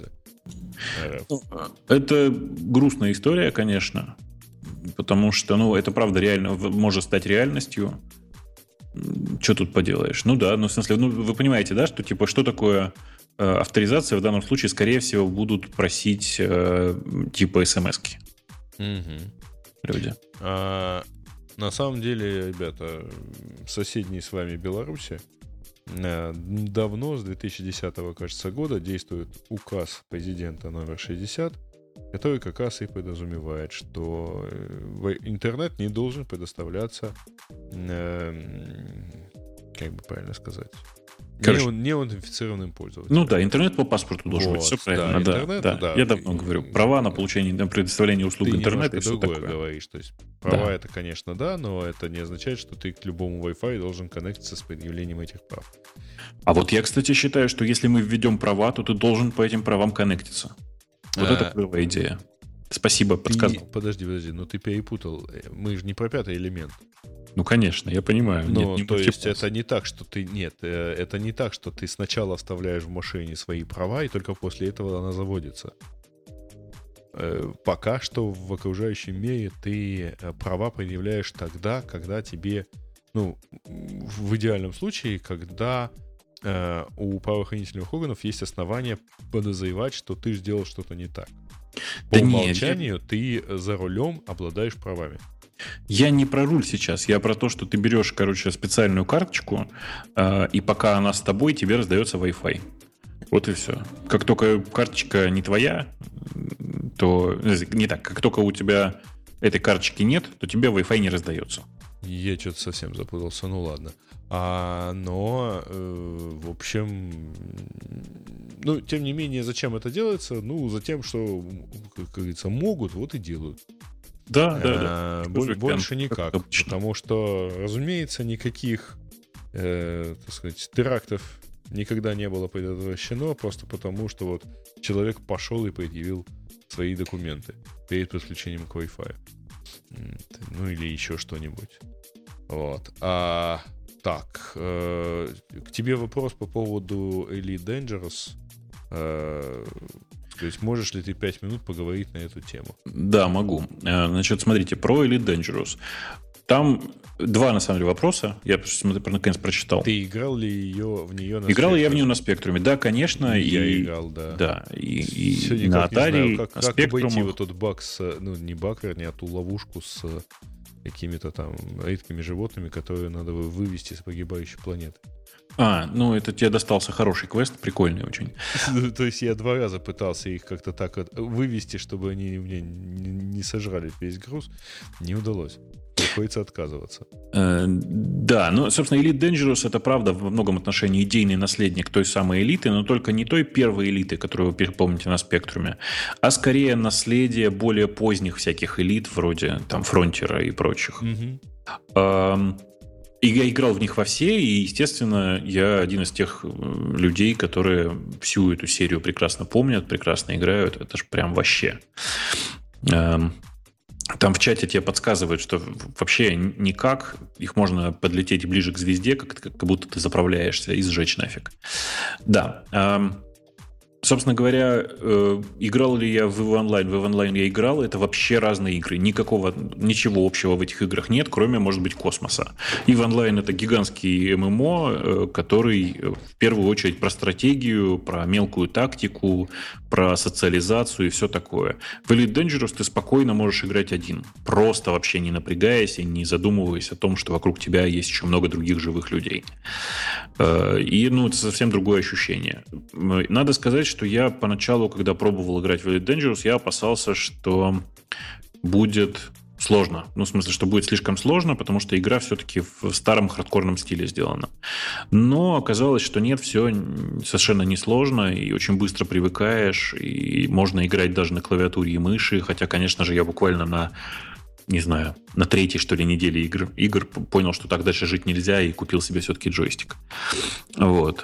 Это грустная история, конечно, потому что, это правда реально может стать реальностью. Что тут поделаешь? В смысле, вы понимаете, да, что типа что такое авторизация в данном случае, скорее всего, будут просить типа смс-ки. Люди. На самом деле, ребята, в соседней с вами Беларуси давно, с 2010, кажется, года, действует указ президента номер 60, который как раз и подразумевает, что интернет не должен предоставляться, как бы правильно сказать, неидентифицированным пользователям. Интернет по паспорту должен быть, все правильно. Да. Я давно говорю, права на предоставление услуг интернета и все такое. Ты говоришь, то есть права это, конечно, да, но это не означает, что ты к любому Wi-Fi должен коннектиться с предъявлением этих прав. А вот я, кстати, считаю, что если мы введем права, то ты должен по этим правам коннектиться. Вот это клевая идея. Спасибо, подсказку. Подожди, но ты перепутал. Мы же не про пятый элемент. Ну, конечно, я понимаю. Ну, то есть это не так, что ты... Нет, это не так, что ты сначала вставляешь в машине свои права, и только после этого она заводится. Пока что в окружающем мире ты права предъявляешь тогда, когда тебе... Ну, в идеальном случае, когда у правоохранительных органов есть основания подозревать, что ты сделал что-то не так. По умолчанию ты за рулем обладаешь правами. Я не про руль сейчас, я про то, что ты берешь, специальную карточку, и пока она с тобой, тебе раздается Wi-Fi. Вот и все. Как только карточка не твоя, то... Не так, как только у тебя этой карточки нет, то тебе Wi-Fi не раздается. Я что-то совсем запутался, ну ладно. В общем... Ну, тем не менее, зачем это делается? Ну, за тем, что, как говорится, могут, вот и делают. Да. Больше никак. Потому что, разумеется, никаких, так сказать, терактов никогда не было предотвращено, просто потому, что вот человек пошел и предъявил свои документы перед подключением к Wi-Fi. Ну, или еще что-нибудь. Вот. Так, к тебе вопрос по поводу Elite Dangerous. То есть можешь ли ты 5 минут поговорить на эту тему? Да, могу. Значит, смотрите, про Elite Dangerous. Там два, на самом деле, вопроса. Я наконец прочитал. Ты играл ли в нее на Играл ли я в нее на Спектруме? Да, конечно. Я играл, да. Да, и на Atari, как обойти вот тот баг не баг, вернее, а ту ловушку с какими-то там редкими животными, которые надо вывести с погибающей планеты. Это тебе достался хороший квест, прикольный очень. То есть я 2 раза пытался их как-то так вот вывести, чтобы они мне не сожрали весь груз. Не удалось. Приходится отказываться. Да, собственно, Elite Dangerous — это, правда, в многом отношении идейный наследник той самой элиты, но только не той первой элиты, которую вы помните на Спектруме, а скорее наследие более поздних всяких элит, вроде там Фронтира и прочих. Mm-hmm. И я играл в них во все, и, естественно, я один из тех людей, которые всю эту серию прекрасно помнят, прекрасно играют. Это ж прям вообще... Там в чате тебе подсказывают, что вообще никак. Их можно подлететь ближе к звезде, как будто ты заправляешься, и сжечь нафиг. Да. Собственно говоря, играл ли я в EVE Online? В EVE Online я играл. Это вообще разные игры. Ничего общего в этих играх нет, кроме, может быть, космоса. EVE Online — это гигантский ММО, который в первую очередь про стратегию, про мелкую тактику, про социализацию и все такое. В Elite Dangerous ты спокойно можешь играть один. Просто вообще не напрягаясь и не задумываясь о том, что вокруг тебя есть еще много других живых людей. И, это совсем другое ощущение. Надо сказать, что я поначалу, когда пробовал играть в Elite Dangerous, я опасался, что будет сложно. В смысле, что будет слишком сложно, потому что игра все-таки в старом хардкорном стиле сделана. Но оказалось, что нет, все совершенно не сложно, и очень быстро привыкаешь, и можно играть даже на клавиатуре и мыши, хотя, конечно же, я буквально на 3-й, что ли, неделе игр понял, что так дальше жить нельзя, и купил себе все-таки джойстик. Вот.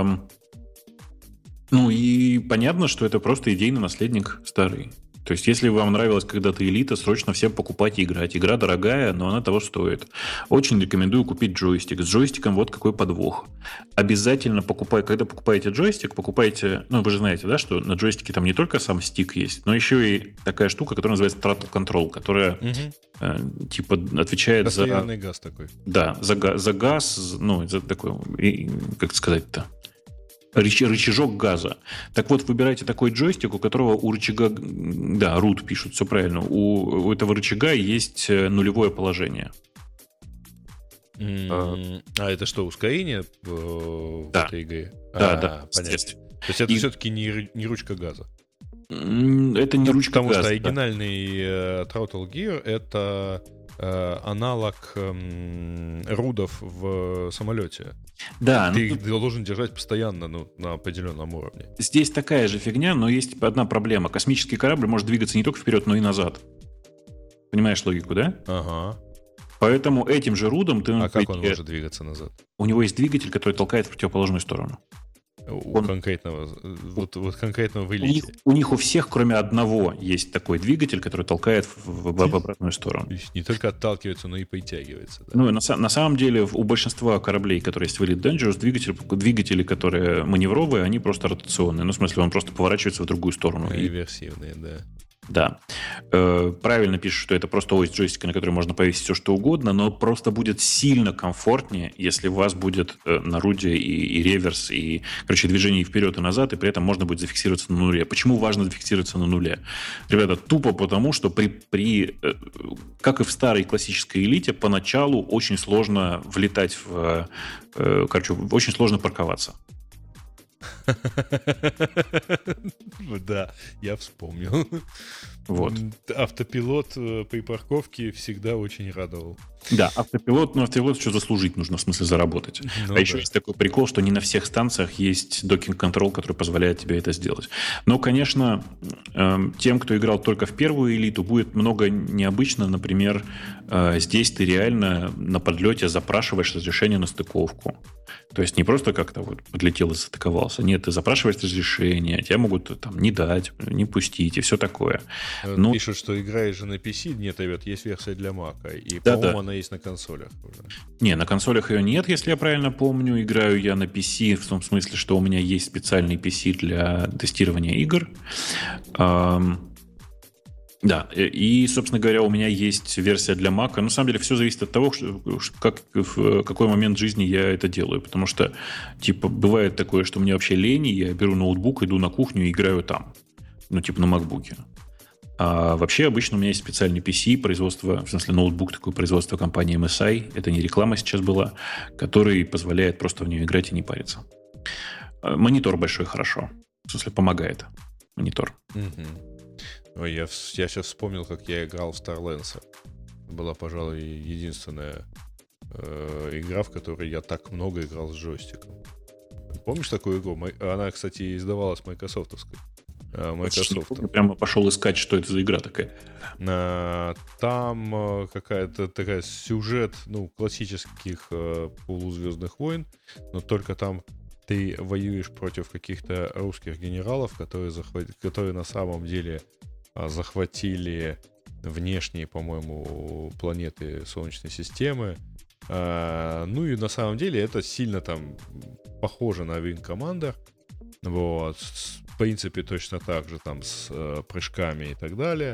И понятно, что это просто идейный наследник старый. То есть, если вам нравилась когда-то элита, срочно всем покупать и играть. Игра дорогая, но она того стоит. Очень рекомендую купить джойстик. С джойстиком вот какой подвох. Обязательно когда покупаете джойстик, покупайте... вы же знаете, да, что на джойстике там не только сам стик есть, но еще и такая штука, которая называется Throttle Control, которая отвечает постоянный газ такой. Да, за газ, за такой, как сказать-то, рычажок газа. Так вот, выбирайте такой джойстик, у которого у рычага... Да, root пишут, все правильно. У этого рычага есть нулевое положение. Это что, ускорение в этой игре? Да, понятно. То есть это все-таки не ручка газа? Это не ручка газа. Потому что оригинальный Throttle Gear — это аналог рудов в самолете. Да. Ты их должен держать постоянно на определенном уровне. Здесь такая же фигня, но есть одна проблема. Космический корабль может двигаться не только вперед, но и назад. Понимаешь логику, да? Ага. Поэтому этим же рудом ты... как он может двигаться назад? У него есть двигатель, который толкает в противоположную сторону. конкретного вылета. У них у всех, кроме одного, есть такой двигатель, который толкает в обратную сторону. То есть не только отталкивается, но и притягивается. Да? Ну, и на самом деле у большинства кораблей, которые есть в Elite Dangerous, двигатели, которые маневровые, они просто ротационные. Ну, в смысле, он просто поворачивается в другую сторону. Реверсивные, да. Да. Правильно пишут, что это просто ось джойстика, на которой можно повесить все, что угодно, но просто будет сильно комфортнее, если у вас будет нарудие и реверс, и, короче, движение вперед и назад, и при этом можно будет зафиксироваться на нуле. Почему важно зафиксироваться на нуле? Ребята, тупо потому, что как и в старой классической элите, поначалу очень сложно влетать очень сложно парковаться. Да, я вспомнил. Вот. Автопилот при парковке всегда очень радовал. Да, автопилот что заслужить нужно, в смысле заработать. Еще есть такой прикол, что не на всех станциях есть докинг-контрол, который позволяет тебе это сделать. Но, конечно, тем, кто играл только в первую элиту, будет много необычно. Например, здесь ты реально на подлете запрашиваешь разрешение на стыковку. То есть не просто как-то вот подлетел и стыковался. Нет, ты запрашиваешь разрешение, тебя могут там не дать, не пустить и все такое. Пишут, что играешь же на PC. Нет, ребят, есть версия для Mac. И, по-моему, она есть на консолях уже. Не, на консолях ее нет, если я правильно помню. Играю я на PC в том смысле, что у меня есть специальный PC для тестирования игр. Да, и, собственно говоря, у меня есть версия для Mac. Но, на самом деле, все зависит от того, в какой момент жизни я это делаю. Потому что, бывает такое, что мне вообще лень, и я беру ноутбук, иду на кухню и играю там. На MacBook'е. А вообще, обычно у меня есть специальный PC, ноутбук, такое производство компании MSI, это не реклама сейчас была, который позволяет просто в нее играть и не париться. Монитор большой хорошо. В смысле, помогает монитор. Ой, я сейчас вспомнил, как я играл в StarLancer. Была, пожалуй, единственная игра, в которой я так много играл с джойстиком. Помнишь такую игру? Она, кстати, издавалась майкрософтовской. Microsoft. Я прямо пошел искать, что это за игра такая. Там какая-то такая сюжет, классических полузвездных войн, но только там ты воюешь против каких-то русских генералов, которые на самом деле захватили внешние, по-моему, планеты Солнечной системы. И на самом деле это сильно там похоже на Wing Commander. Вот. В принципе, точно так же там с прыжками и так далее.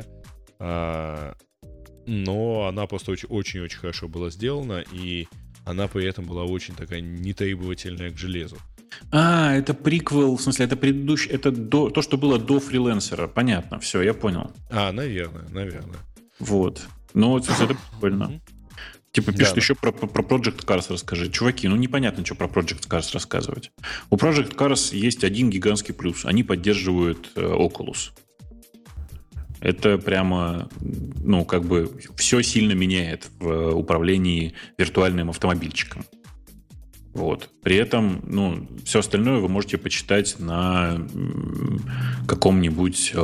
Но она просто очень-очень хорошо была сделана, и она при этом была очень такая нетребовательная к железу. Это приквел, в смысле, это предыдущий, это то, что было до фрилансера. Понятно, все, я понял. Наверное. Вот. Ну, это прикольно. Пишут еще про Project Cars расскажи. Чуваки, непонятно, что про Project Cars рассказывать. У Project Cars есть один гигантский плюс. Они поддерживают Oculus. Это прямо, все сильно меняет в управлении виртуальным автомобильчиком. Вот. При этом, все остальное вы можете почитать на каком-нибудь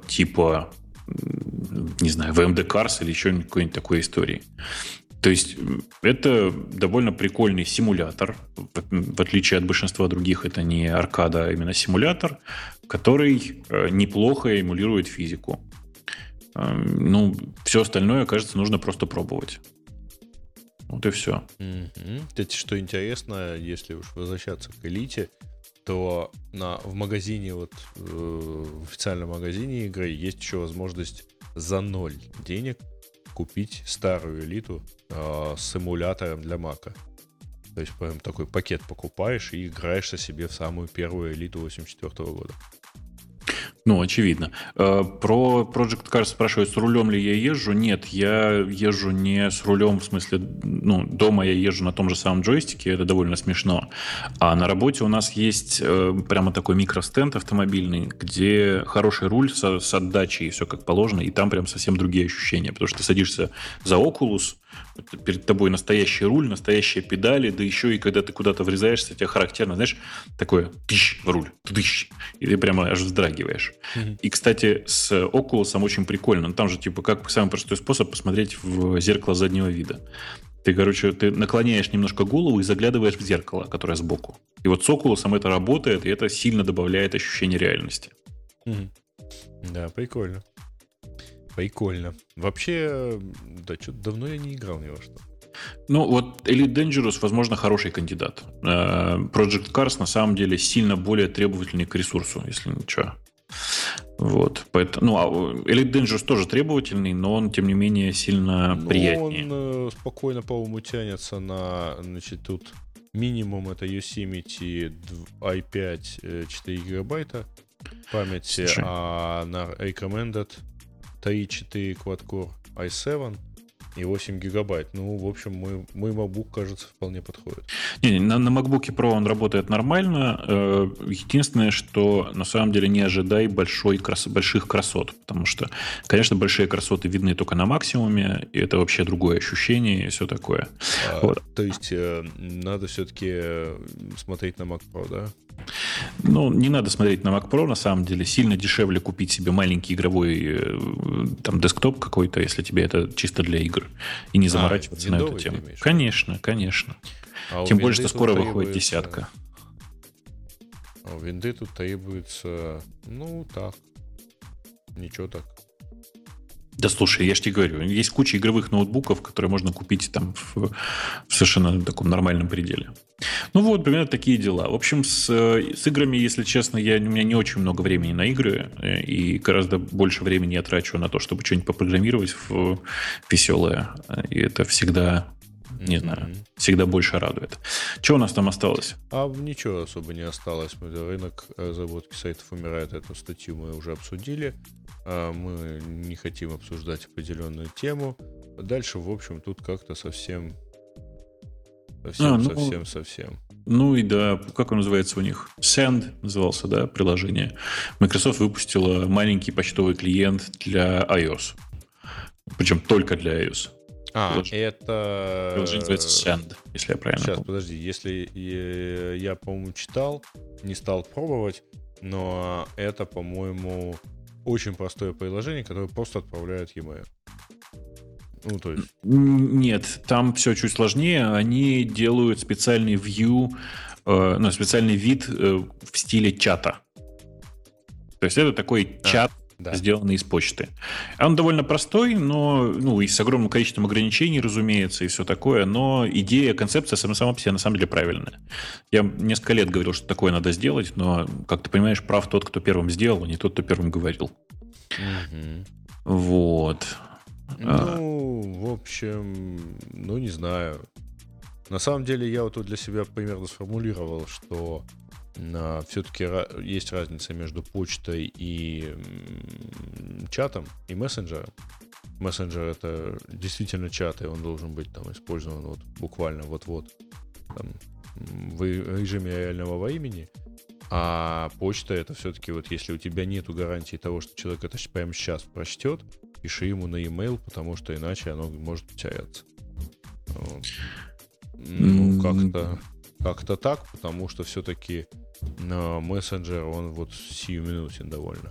не знаю, VMD Cars или еще какой-нибудь такой истории. То есть это довольно прикольный симулятор. В отличие от большинства других, это не аркада, а именно симулятор, который неплохо эмулирует физику. Все остальное, кажется, нужно просто пробовать. Вот и все. Кстати, что интересно, если уж возвращаться к элите, то в магазине, в официальном магазине игры есть еще возможность за 0 денег купить старую элиту с эмулятором для Мака. То есть прям такой пакет покупаешь и играешься себе в самую первую элиту 84 года. Очевидно. Про Project Cars спрашивают, с рулем ли я езжу. Нет, я езжу не с рулем, в смысле, дома я езжу на том же самом джойстике, это довольно смешно. А на работе у нас есть прямо такой микростенд автомобильный, где хороший руль с отдачей, и все как положено, и там прям совсем другие ощущения, потому что ты садишься за Oculus, перед тобой настоящий руль, настоящие педали, да еще и когда ты куда-то врезаешься, тебе характерно, знаешь, такое тыщ в руль, тыщ, и ты прямо аж вздрагиваешь. И, кстати, с Oculus очень прикольно. Там же, как самый простой способ посмотреть в зеркало заднего вида. Ты наклоняешь немножко голову и заглядываешь в зеркало, которое сбоку. И вот с Oculus это работает, и это сильно добавляет ощущение реальности. Да, прикольно. Прикольно. Вообще, да, что-то давно я не играл ни во что. Ну, вот Elite Dangerous, возможно, хороший кандидат. Project Cars, на самом деле, сильно более требовательный к ресурсу, если ничего. Вот. Поэтому, Elite Dangerous тоже требовательный, но он, тем не менее, сильно приятнее. Он спокойно, по-моему, тянется на, значит, тут минимум это Yosemite i5 4 гигабайта памяти, Слушай. а на Recommended 3.4 Quad-Core i7 и 8 гигабайт. Ну, в общем, мой MacBook, кажется, вполне подходит. На MacBook Pro он работает нормально. Единственное, что на самом деле не ожидай больших красот. Потому что, конечно, большие красоты видны только на максимуме, и это вообще другое ощущение и все такое. Вот. То есть надо все-таки смотреть на Mac Pro, да? Ну, не надо смотреть на Mac Pro, на самом деле. Сильно дешевле купить себе маленький игровой там десктоп какой-то, если тебе это чисто для игр. И не заморачиваться на эту тему. Конечно. Тем более, что скоро выходит 10. А у винды тут требуется, так. Ничего так. Да слушай, я же тебе говорю, есть куча игровых ноутбуков, которые можно купить там в совершенно таком нормальном пределе. Ну вот, примерно такие дела. В общем, с играми, если честно, у меня не очень много времени на игры, и гораздо больше времени я трачу на то, чтобы что-нибудь попрограммировать веселое. И это всегда, не знаю, всегда больше радует. Что у нас там осталось? А ничего особо не осталось. Рынок разработки сайтов умирает. Эту статью мы уже обсудили. Мы не хотим обсуждать определенную тему. Дальше, в общем, тут как-то совсем. Ну и да, как он называется у них? Send назывался, да, приложение. Microsoft выпустила маленький почтовый клиент для iOS. Причем только для iOS. Это... Приложение называется Send, если я правильно помню. Сейчас, подожди. Если я, по-моему, читал, не стал пробовать, но это, по-моему, очень простое приложение, которое просто отправляет e-mail. Ну, то есть... Нет, там все чуть сложнее. Они делают специальный view, специальный вид в стиле чата. То есть это такой чат, сделанный из почты. Он довольно простой, но и с огромным количеством ограничений, разумеется, и все такое. Но идея, концепция сама по себе на самом деле правильная. Я несколько лет говорил, что такое надо сделать, но, как ты понимаешь, прав тот, кто первым сделал, а не тот, кто первым говорил. Вот. В общем, не знаю. На самом деле, я вот тут для себя примерно сформулировал, что все-таки есть разница между почтой и чатом, и мессенджером. Мессенджер — это действительно чат, и он должен быть там использован вот буквально вот-вот там, в режиме реального времени. А почта — это все-таки вот если у тебя нету гарантии того, что человек это прямо сейчас прочтет, пиши ему на e-mail, потому что иначе оно может потеряться. Вот. Как-то так, потому что все-таки мессенджер, он вот сиюминутен довольно.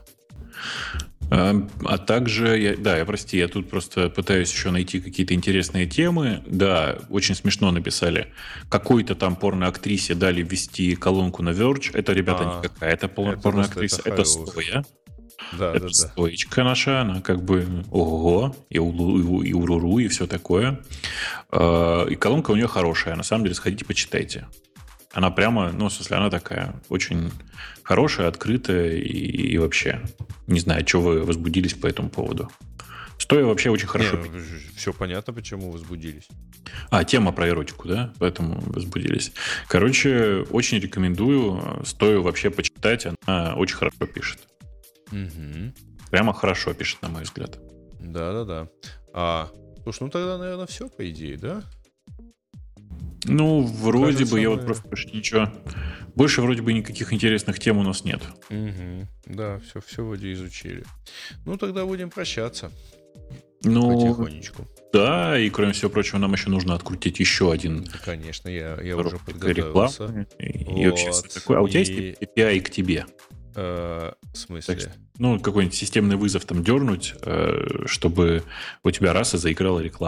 А также, я тут просто пытаюсь еще найти какие-то интересные темы. Да, очень смешно написали. Какой-то там порно-актрисе дали ввести колонку на Verge. Это, ребята, не какая-то порно-актриса, это стоя. Это стоечка наша, она как бы ого, и уруру, и все такое. И колонка у нее хорошая. На самом деле, сходите, почитайте. Она прямо, в смысле, она такая очень хорошая, открытая и вообще. Не знаю, что вы возбудились по этому поводу. Стоя вообще очень хорошо. Все понятно, почему возбудились. Тема про эротику, да? Поэтому возбудились. Короче, очень рекомендую. Стою вообще почитать. Она очень хорошо пишет. Прямо хорошо пишет, на мой взгляд. Да. Слушай, тогда, наверное, все, по идее, да? Вроде бы, я вот просто ничего... Больше вроде бы никаких интересных тем у нас нет. Да, все вроде изучили. Тогда будем прощаться. Потихонечку. Да, и кроме всего прочего, нам еще нужно открутить еще один. Конечно, я уже подготовился. И вообще такое. А у тебя есть API к тебе? В смысле? Какой-нибудь системный вызов там дернуть, чтобы у тебя раз и заиграла реклама.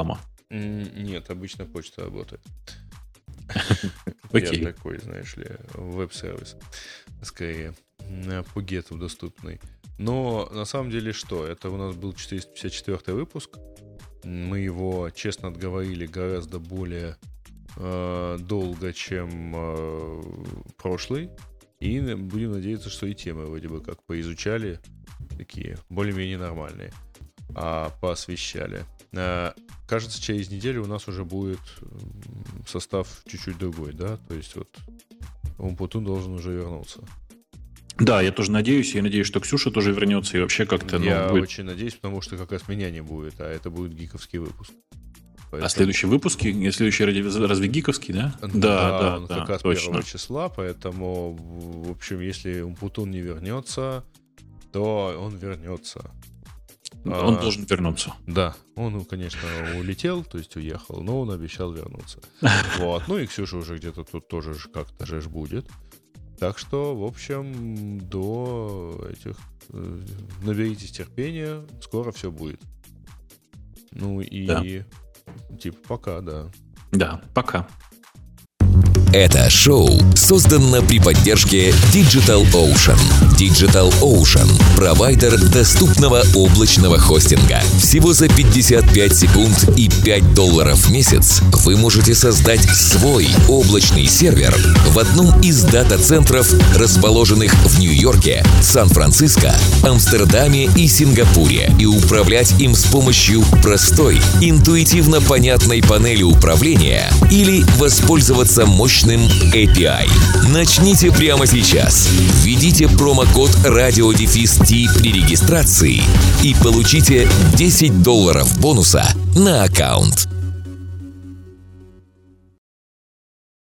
Нет, обычно почта работает. Окей. Я такой, знаешь ли, веб-сервис. Скорее, по гету доступный. Но на самом деле что? Это у нас был 454 выпуск. Мы его, честно отговорили, гораздо более долго, чем прошлый. И будем надеяться, что и темы вроде бы как поизучали, такие более-менее нормальные, поосвещали. Кажется, через неделю у нас уже будет состав чуть-чуть другой, да? То есть вот Умпутун должен уже вернуться. Да, я тоже надеюсь. Я надеюсь, что Ксюша тоже вернется и вообще как-то... Я будет... очень надеюсь, потому что как раз меня не будет, а это будет гиковский выпуск. Поэтому... А следующий выпуск, следующий разве гиковский, да? Да, как раз точно. 1 числа, поэтому, в общем, если Умпутун не вернется, то он вернется. Он должен вернуться. Да, он, конечно, улетел, то есть уехал, но он обещал вернуться. Вот. Ну и Ксюша уже где-то тут тоже как-то же будет. Так что, в общем, до этих... Наберитесь терпения, скоро все будет. Ну и... Да. Типа пока, да. Да, пока. Это шоу создано при поддержке DigitalOcean. DigitalOcean – провайдер доступного облачного хостинга. Всего за 55 секунд и $5 в месяц вы можете создать свой облачный сервер в одном из дата-центров, расположенных в Нью-Йорке, Сан-Франциско, Амстердаме и Сингапуре, и управлять им с помощью простой, интуитивно понятной панели управления или воспользоваться мощным API. Начните прямо сейчас. Введите промокод RadioDefist при регистрации и получите $10 бонуса на аккаунт.